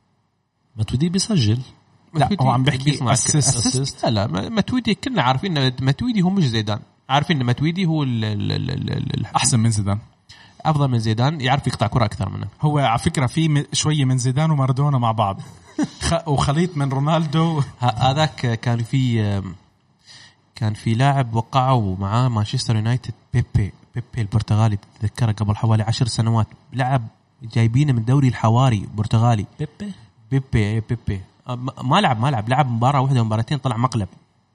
[SPEAKER 3] متويدي بيسجل.
[SPEAKER 1] لا هو عم بحكي أسست.
[SPEAKER 2] لا لا متويدي كلنا عارفين إن متويدي هو مش زيدان، عارفين إن متويدي هو ال ال ال ال
[SPEAKER 1] أحسن من زيدان،
[SPEAKER 2] أفضل من زيدان، يعرف يقطع كرة أكثر منه.
[SPEAKER 1] هو على فكرة في شوية من زيدان ومارادونا مع بعض وخليط من رونالدو.
[SPEAKER 2] هذاك كان في كان في لاعب وقعوا معاه مانشستر يونايتد، بيبي بيبي البرتغالي، تتذكره قبل حوالي عشر سنوات، لعب جايبينه من دوري الحواري برتغالي.
[SPEAKER 3] بيبي
[SPEAKER 2] بيبي بيبي ما لعب ما لعب لعب مباراة واحدة ومباراتين طلع مقلب.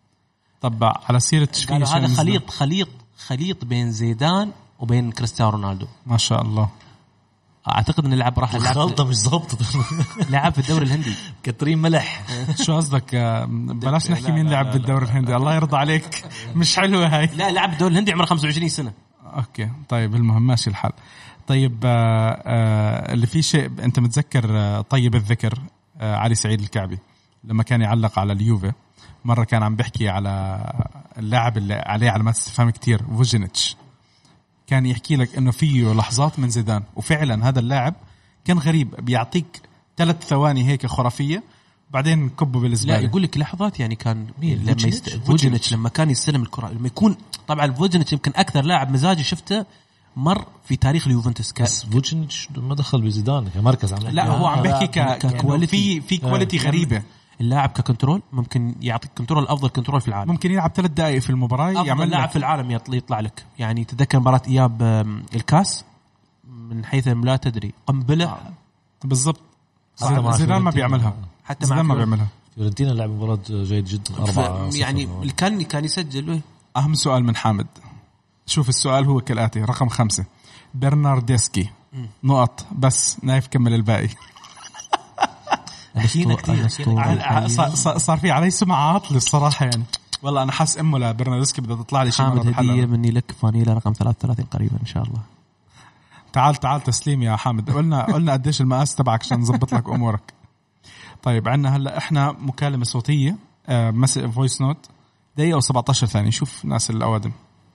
[SPEAKER 1] طب على سيرة تشكيل
[SPEAKER 2] هذا خليط خليط خليط بين زيدان وبين كريستيانو رونالدو
[SPEAKER 1] ما شاء الله.
[SPEAKER 2] اعتقد ان اللعب راح
[SPEAKER 3] الخلطه مش ضابطه.
[SPEAKER 2] لعب في الدوري الهندي
[SPEAKER 3] كترين ملح.
[SPEAKER 1] شو قصدك؟ بلاش نحكي مين لعب بالدوري الهندي، الله يرضى عليك مش حلوه هاي.
[SPEAKER 2] لا لعب بالدوري الهندي عمره خمسة وعشرين سنة.
[SPEAKER 1] اوكي طيب المهم ماشي الحال. طيب آه آه اللي في شيء انت متذكر آه طيب الذكر آه علي سعيد الكعبي لما كان يعلق على اليوفي مرة كان عم بحكي على اللاعب اللي عليه علامات استفهام كتير، فوجينيتش، كان يحكي لك انه فيه لحظات من زيدان، وفعلا هذا اللاعب كان غريب، بيعطيك ثلاث ثواني هيك خرافية بعدين كبه بالزبالة.
[SPEAKER 2] لا يقول لك لحظات يعني كان لما يست... فوجينيتش لما كان يستلم الكرة لما يكون طبعا فوجينيتش يمكن اكثر لاعب مزاجي شفته مر في تاريخ اليوفنتوس.
[SPEAKER 3] بس فوجينيتش ما دخل بزيدان كمركز.
[SPEAKER 1] لا هو عم بحكي ك... كواليتي في كواليتي غريبة.
[SPEAKER 2] اللاعب ككنترول ممكن يعطيك كنترول أفضل كنترول في العالم،
[SPEAKER 1] ممكن يلعب ثلاث دقائق في المباراة
[SPEAKER 2] يعمل لاعب في العالم يطلع لك. يعني تذكر مباراة إياب الكاس من حيث لا تدري قنبلة آه.
[SPEAKER 1] بالضبط. زيدان ما بيعملها،
[SPEAKER 2] حتى
[SPEAKER 1] زيدان ما بيعملها.
[SPEAKER 3] فيورنتينا لعب مباراة جيد جدا أربعة
[SPEAKER 2] يعني اللي كان كان يسجل.
[SPEAKER 1] أهم سؤال من حامد، شوف السؤال هو كالآتي، رقم خمسة برناردسكي نقط بس، نايف كمل الباقي. صار في علي سمعة عاطلة الصراحة يعني، والله أنا حاس إمه لبرناردسكي بدها تطلع لي شيء.
[SPEAKER 2] حامد هدية مني لك فانيلة رقم ثلاثة وثلاثين قريبا إن شاء الله.
[SPEAKER 1] تعال تعال تسليم يا حامد، قلنا قلنا قديش المقاس تبعك عشان نظبط لك أمورك. طيب عنا هلا إحنا مكالمة صوتية آه مسج فويس نوت دقيقة وسبعة عشر ثانية، شوف ناس الأوادم.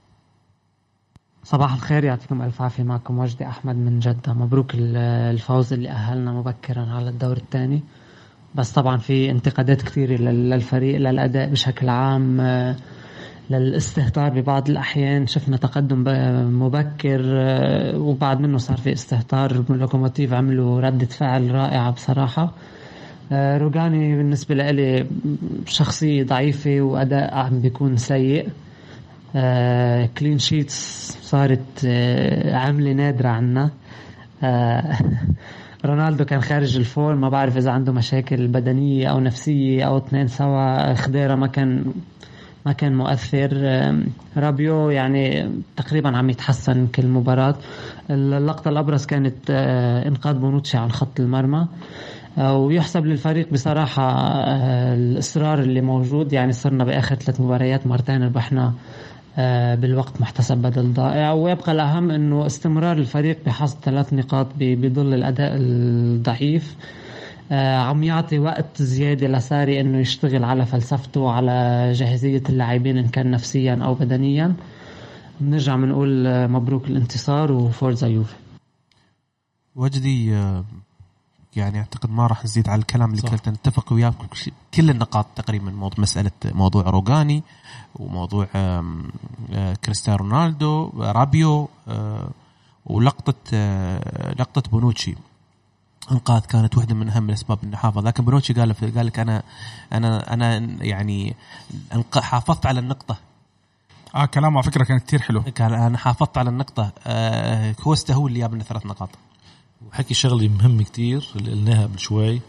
[SPEAKER 4] صباح الخير، يعطيكم ألف عافية، معكم وجدي أحمد من جدة. مبروك الفوز اللي أهلنا مبكرا على الدور الثاني، بس طبعا في انتقادات كثيرة للفريق، للأداء بشكل عام، للاستهتار ببعض الأحيان. شفنا تقدم مبكر وبعد منه صار في استهتار. لوكوموتيف عملوا ردة فعل رائعة بصراحة. روغاني بالنسبة لي شخصية ضعيفة وأداء عم بيكون سيء. آه، كلين شيتس صارت آه، عملة نادرة عنا. آه، رونالدو كان خارج الفورم، ما بعرف إذا عنده مشاكل بدنية أو نفسية أو اثنين سوا. خضيرة ما كان ما كان مؤثر. آه، رابيو يعني تقريبا عم يتحسن كل مباراة. اللقطة الأبرز كانت آه، إنقاذ بونوتشي عن خط المرمى. ويحسب للفريق بصراحة الإصرار اللي موجود. يعني صرنا بآخر ثلاث مباريات مرتين ربحنا بالوقت محتسب بدل ضائع. ويبقى الأهم أنه استمرار الفريق بحصد ثلاث نقاط بظل الأداء الضعيف. عم يعطي وقت زيادة لساري أنه يشتغل على فلسفته وعلى جاهزية اللاعبين إن كان نفسيا أو بدنيا. بنرجع بنقول مبروك الانتصار وفورزا يوفي.
[SPEAKER 2] وجدي يعني أعتقد ما راح نزيد على الكلام اللي كنت نتفق وياه كل النقاط تقريبا. موضوع مسألة موضوع روغاني وموضوع كريستيانو رونالدو رابيو ولقطة لقطة بونوتشي انقاذ كانت واحدة من أهم الأسباب إنه حافظ. لكن بونوتشي قال قال لك أنا أنا أنا يعني حافظت على النقطة.
[SPEAKER 1] آه كلامه على فكرة كان كتير حلو.
[SPEAKER 2] كان أنا حافظت على النقطة. آه كوستا هو اللي جاب لنا ثلاث نقاط.
[SPEAKER 3] وحكي شغلة مهمة كتير اللي قلناها قبل شوي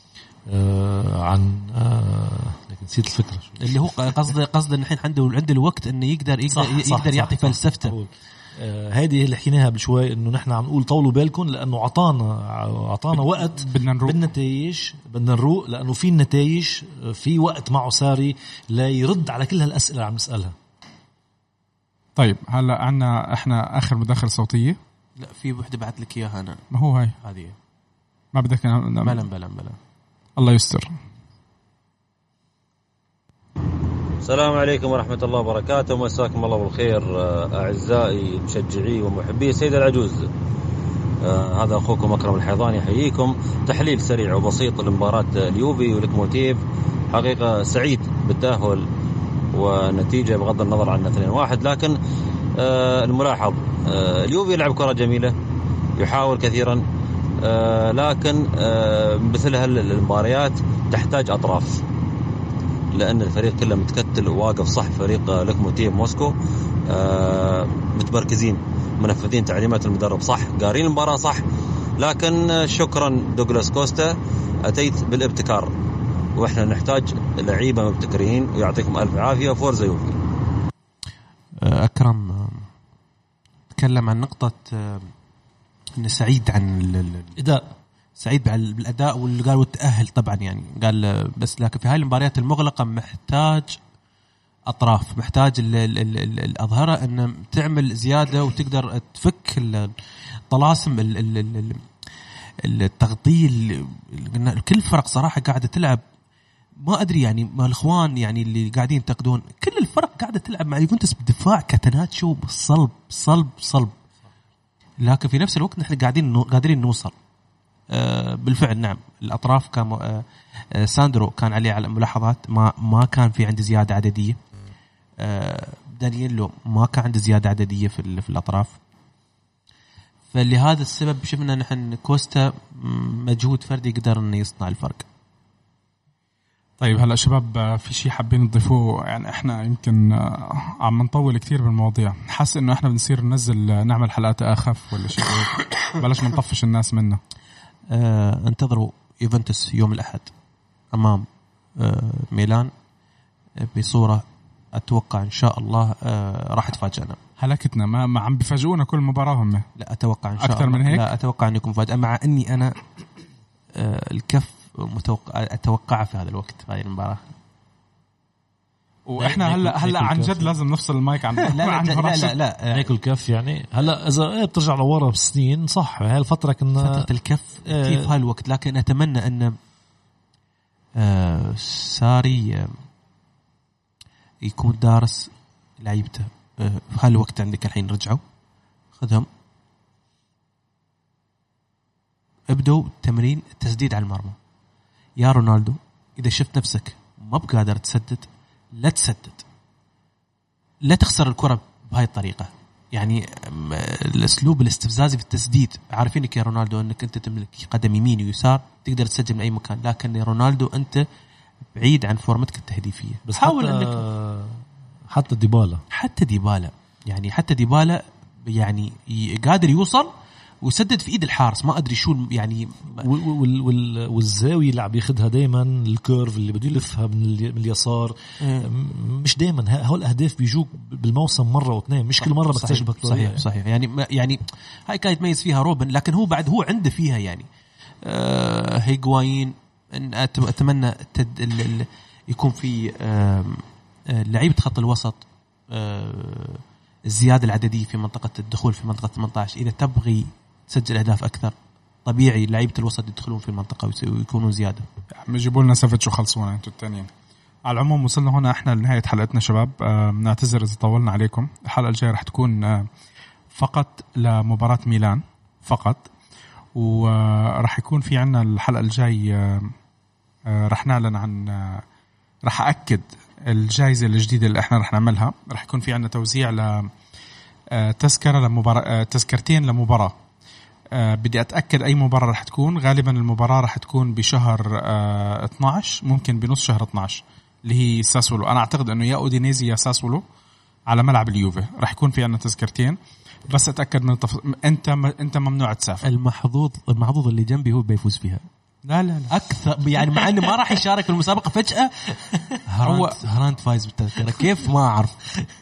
[SPEAKER 3] آه عن آه لكن نسيت الفكرة
[SPEAKER 2] اللي هو قصد قصد إن الحين عنده عنده الوقت إنه يقدر يقدر,
[SPEAKER 3] صح
[SPEAKER 2] يقدر
[SPEAKER 3] صح
[SPEAKER 2] يعطي
[SPEAKER 3] صح
[SPEAKER 2] فلسفته.
[SPEAKER 3] هذه اللي حكيناها قبل شوي انه نحن عم نقول طولوا بالكم لانه عطانا عطانا وقت
[SPEAKER 1] بدنا نروق
[SPEAKER 3] بالنتائج بدنا نروق لانه في النتائج في وقت معه ساري لا يرد على كل هالاسئله اللي عم نسالها.
[SPEAKER 1] طيب هلا عنا احنا اخر مداخله صوتيه.
[SPEAKER 2] لا في وحده بعت لك اياها انا.
[SPEAKER 1] ما هو هاي
[SPEAKER 2] هذه
[SPEAKER 1] ما بدك أنا...
[SPEAKER 2] بلا بلا بلا
[SPEAKER 1] الله يستر.
[SPEAKER 5] السلام عليكم ورحمة الله وبركاته، مساكم الله بالخير أعزائي مشجعي ومحبي السيدة العجوز. آه هذا أخوكم أكرم الحيضاني يحييكم. تحليل سريع وبسيط لمباراة اليوفي واللوكوموتيف. حقيقة سعيد بالتأهل ونتيجة بغض النظر عن اثنين واحد، لكن آه الملاحظ آه اليوفي يلعب كرة جميلة يحاول كثيرا، آه لكن آه مثل هالمباريات تحتاج أطراف، لأن الفريق كله متكتل وواقف صح. فريق لوكوموتيف موسكو آه متمركزين، منفذين تعليمات المدرب صح، قارين المباراة صح، لكن شكرا دوغلاس كوستا أتيت بالابتكار، وإحنا نحتاج لعيبة مبتكرين. ويعطيكم ألف عافية. فورزا يوفي.
[SPEAKER 2] أكرم تكلم عن نقطة أنه سعيد عن الأداء، سعيد بالأداء واللي قال والتأهل طبعا، يعني قال بس لكن في هاي المباريات المغلقة محتاج أطراف، محتاج الأظهرة أن تعمل زيادة وتقدر تفك الطلاسم التغطية. كل فرق صراحة قاعدة تلعب ما أدري يعني ما الإخوان يعني اللي قاعدين ينتقدون، كل الفرق قاعدة تلعب مع يوفنتوس بدفاع كتنات شو صلب صلب صلب، لكن في نفس الوقت نحن قاعدين قادرين نوصل. آه بالفعل نعم الأطراف كان آه آه ساندرو كان عليه على ملاحظات، ما ما كان في عنده زيادة عددية. آه دانييلو ما كان عنده زيادة عددية في في الأطراف، فلهذا السبب شفنا نحن كوستا مجهود فردي قدر إنه يصنع الفرق.
[SPEAKER 1] طيب هلا شباب في شيء حابين تضيفوه؟ يعني احنا يمكن عم نطول كتير بالمواضيع، حاسس انه احنا بنصير ننزل نعمل حلقات اخف ولا شيء بلاش نطفش الناس منه.
[SPEAKER 2] آه انتظروا يوفنتوس يوم الأحد أمام آه ميلان بصورة أتوقع إن شاء الله آه راح تفاجئنا.
[SPEAKER 1] هلكتنا ما, ما عم بفاجئونا كل مباراة هم.
[SPEAKER 2] لا أتوقع إن شاء
[SPEAKER 1] أكثر
[SPEAKER 2] الله
[SPEAKER 1] من هيك.
[SPEAKER 2] لا أتوقع أن يكون مفاجأة، مع أني أنا آه الكف متوقع أتوقع في هذا الوقت في هذه المباراة.
[SPEAKER 1] واحنا هلا هلا عن جد لازم نفصل المايك عن
[SPEAKER 2] لا لا لا لا, لا
[SPEAKER 3] ناكل كف يعني. هلا اذا بترجع لورا بسنين صح هاي الفتره كنا
[SPEAKER 2] فتره الكف في في هالوقت، لكن اتمنى ان آه ساري آه يكون دارس لعيبته آه في هالوقت. عندك الحين رجعوا خذهم ابدوا تمرين تسديد على المرمى. يا رونالدو اذا شفت نفسك ما بقادر تسدد لا تسدد، لا تخسر الكرة بهاي الطريقة. يعني الأسلوب الاستفزازي في التسديد، عارفينك يا رونالدو أنك أنت تملك قدم يمين ويسار تقدر تسجل من أي مكان، لكن يا رونالدو أنت بعيد عن فورمتك التهديفية.
[SPEAKER 3] بس حاول حتى أنك حتى ديبالا
[SPEAKER 2] حتى ديبالا يعني حتى ديبالا يعني قادر يوصل ويسدد في ايد الحارس، ما ادري شو يعني
[SPEAKER 3] وال وال والزاويه اللي عم ياخذها دائما الكيرف اللي بده يلفها من اليسار مش دائما. هول الاهداف بيجوك بالموسم مره واثنين، مش كل مره بتسجل.
[SPEAKER 2] صحيح صحيح يعني يعني هاي كانت يتميز فيها روبن، لكن هو بعد هو عنده فيها يعني آه هيغوايين. اتمنى تد يكون في آه لعيبه خط الوسط آه الزياده العدديه في منطقه الدخول في منطقه ثمانية عشر. اذا تبغي تسجل أهداف أكثر طبيعي لعيبة الوسط يدخلون في المنطقة ويكونوا زيادة.
[SPEAKER 1] يجيبوا لنا سافيتش وخلصونا انتوا التانيين. على العموم وصلنا هنا احنا لنهاية حلقتنا شباب. آه نعتذر إذا طولنا عليكم. الحلقة الجاية رح تكون آه فقط لمباراة ميلان فقط، ورح يكون في عنا الحلقة الجاي آه آه رح نعلن عن آه رح أأكد الجائزة الجديدة اللي احنا رح نعملها. رح يكون في عنا توزيع ل آه تذكرة لمباراة آه تذكرتين لمباراة. أه بدي أتأكد أي مباراة رح تكون. غالبا المباراة رح تكون بشهر أه اثناشر، ممكن بنص شهر اثناشر اللي هي ساسولو. أنا أعتقد أنه يا أودينيزي يا ساسولو على ملعب اليوفي. رح يكون في عنا تذكرتين، بس أتأكد من التف... أنت م... أنت ممنوع تسافر.
[SPEAKER 2] المحظوظ المحظوظ اللي جنبي هو بيفوز فيها.
[SPEAKER 1] لا لا لا
[SPEAKER 2] أكثر يعني مع إنه ما راح يشارك في المسابقة فجأة هرانت هرانت فايز بالتذكرة كيف ما أعرف.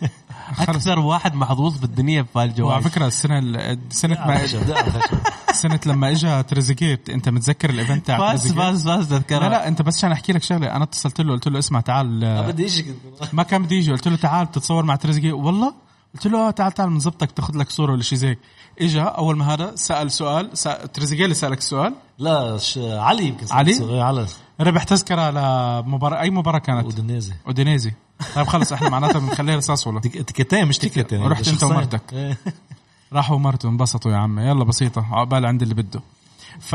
[SPEAKER 2] اكثر واحد محظوظ بالدنيا بفالجوائز.
[SPEAKER 1] وعلى فكره السنه سنه ما اجى سنه لما اجى تريزيجيت، انت متذكر الايفنت تاع
[SPEAKER 2] بس بس بس تذكر.
[SPEAKER 1] لا لا انت بس عشان احكي لك شغله، انا اتصلت له قلت له اسمع تعال،
[SPEAKER 3] بدي يجي
[SPEAKER 1] ما كان بدي يجي، قلت له تعال تتصور مع تريزيجيت، والله قلت له تعال تعال بنظبطك تاخذ لك صوره ولا شيء زيك. اجى اول ما هذا سال سؤال، تريزيجيت اللي سالك السؤال،
[SPEAKER 3] لا علي يمكن
[SPEAKER 1] علي
[SPEAKER 3] على
[SPEAKER 1] ربح تذكره لمباراه، اي مباراه كانت؟
[SPEAKER 3] اودينيزي.
[SPEAKER 1] اودينيزي. طيب خلص احنا معناتها بنخليها رصاص ولا
[SPEAKER 3] تيكتين مش تيكتين.
[SPEAKER 1] رحت انت ومرتك راحوا ومرته انبسطوا يا عمي، يلا بسيطه عقبال عند اللي بده. ف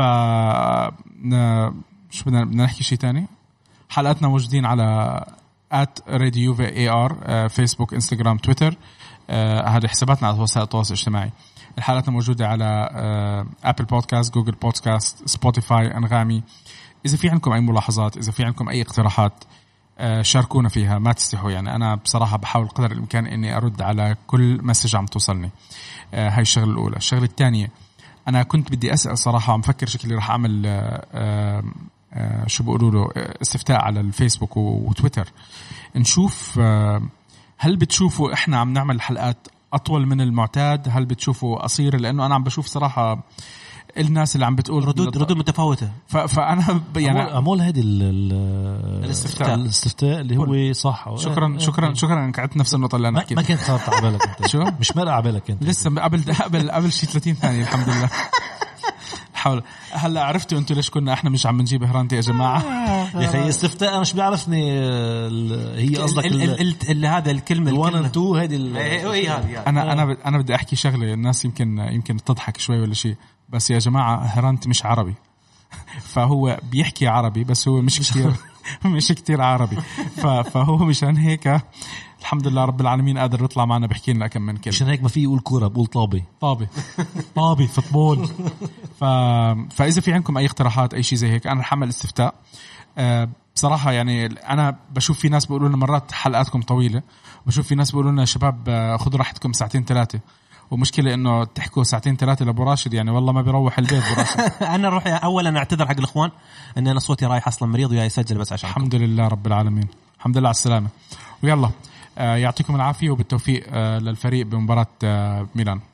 [SPEAKER 1] شو بدنا بدنا نحكي شيء تاني. حلقاتنا موجودين على آت راديو في اي ار، فيسبوك انستغرام تويتر، هذه حساباتنا على وسائل التواصل الاجتماعي. الحلقات موجوده على ابل بودكاست، جوجل بودكاست، سبوتيفاي، انغامي. اذا في عندكم اي ملاحظات، اذا في عندكم اي اقتراحات، شاركونا فيها، ما تستحوا. يعني انا بصراحه بحاول قدر الامكان اني ارد على كل مسج عم توصلني. هاي الشغله الاولى. الشغله الثانيه، انا كنت بدي اسال صراحه، عم فكر شكلي راح اعمل آآ آآ شو بيقولوا له استفتاء على الفيسبوك وتويتر، نشوف هل بتشوفوا احنا عم نعمل حلقات اطول من المعتاد، هل بتشوفوا قصيره؟ لانه انا عم بشوف صراحه الناس اللي عم بتقول
[SPEAKER 2] ردود ردود متفاوته.
[SPEAKER 1] فانا يعني
[SPEAKER 3] عمول هذه الاستفتاء الاستفتاء اللي هو صح.
[SPEAKER 1] شكرا شكرا شكرا انك عدت نفس النقطه اللي انا حكيت.
[SPEAKER 3] ما كنت خاطر على بالك انت
[SPEAKER 1] شو
[SPEAKER 3] مش مرق على بالك انت
[SPEAKER 1] لسه قبل قبل قبل شيء ثلاثين ثانيه الحمد لله. حاول هلا عرفتوا انتوا ليش كنا احنا مش عم نجيب هرانتي يا جماعه.
[SPEAKER 3] يا اخي استفتاء مش بيعرفني هي قصدك
[SPEAKER 2] اللي هذا الكلمه
[SPEAKER 3] الوان اند تو هذه.
[SPEAKER 1] انا انا انا بدي احكي شغله، الناس يمكن يمكن تضحك شوي ولا شيء، بس يا جماعه هرانتي مش عربي. فهو بيحكي عربي بس هو مش كتير مش كتير عربي. فهو مشان هيك الحمد لله رب العالمين قادر يطلع معنا بحكي لنا كم من كلمه.
[SPEAKER 3] مشان هيك ما في يقول كوره، بقول طابي
[SPEAKER 1] طابي طابي فوتبول. ف... فاذا في عندكم اي اقتراحات اي شيء زي هيك، انا رح اعمل استفتاء. أه بصراحه يعني انا بشوف في ناس بيقولوا لنا مرات حلقاتكم طويله، بشوف في ناس بيقولوا لنا شباب خذوا راحتكم ساعتين ثلاثه، ومشكلة إنه تحكوا ساعتين ثلاثة لأبو راشد، يعني والله ما بيروح البيت أبو راشد.
[SPEAKER 2] أنا أروح أولا أعتذر حق الإخوان إن أنا صوتي رايح أصلا مريض ويا يسجل بس عشان.
[SPEAKER 1] الحمد لله رب العالمين، الحمد لله على السلامة. ويلا آه يعطيكم العافية وبالتوفيق آه للفريق بمباراة آه ميلان.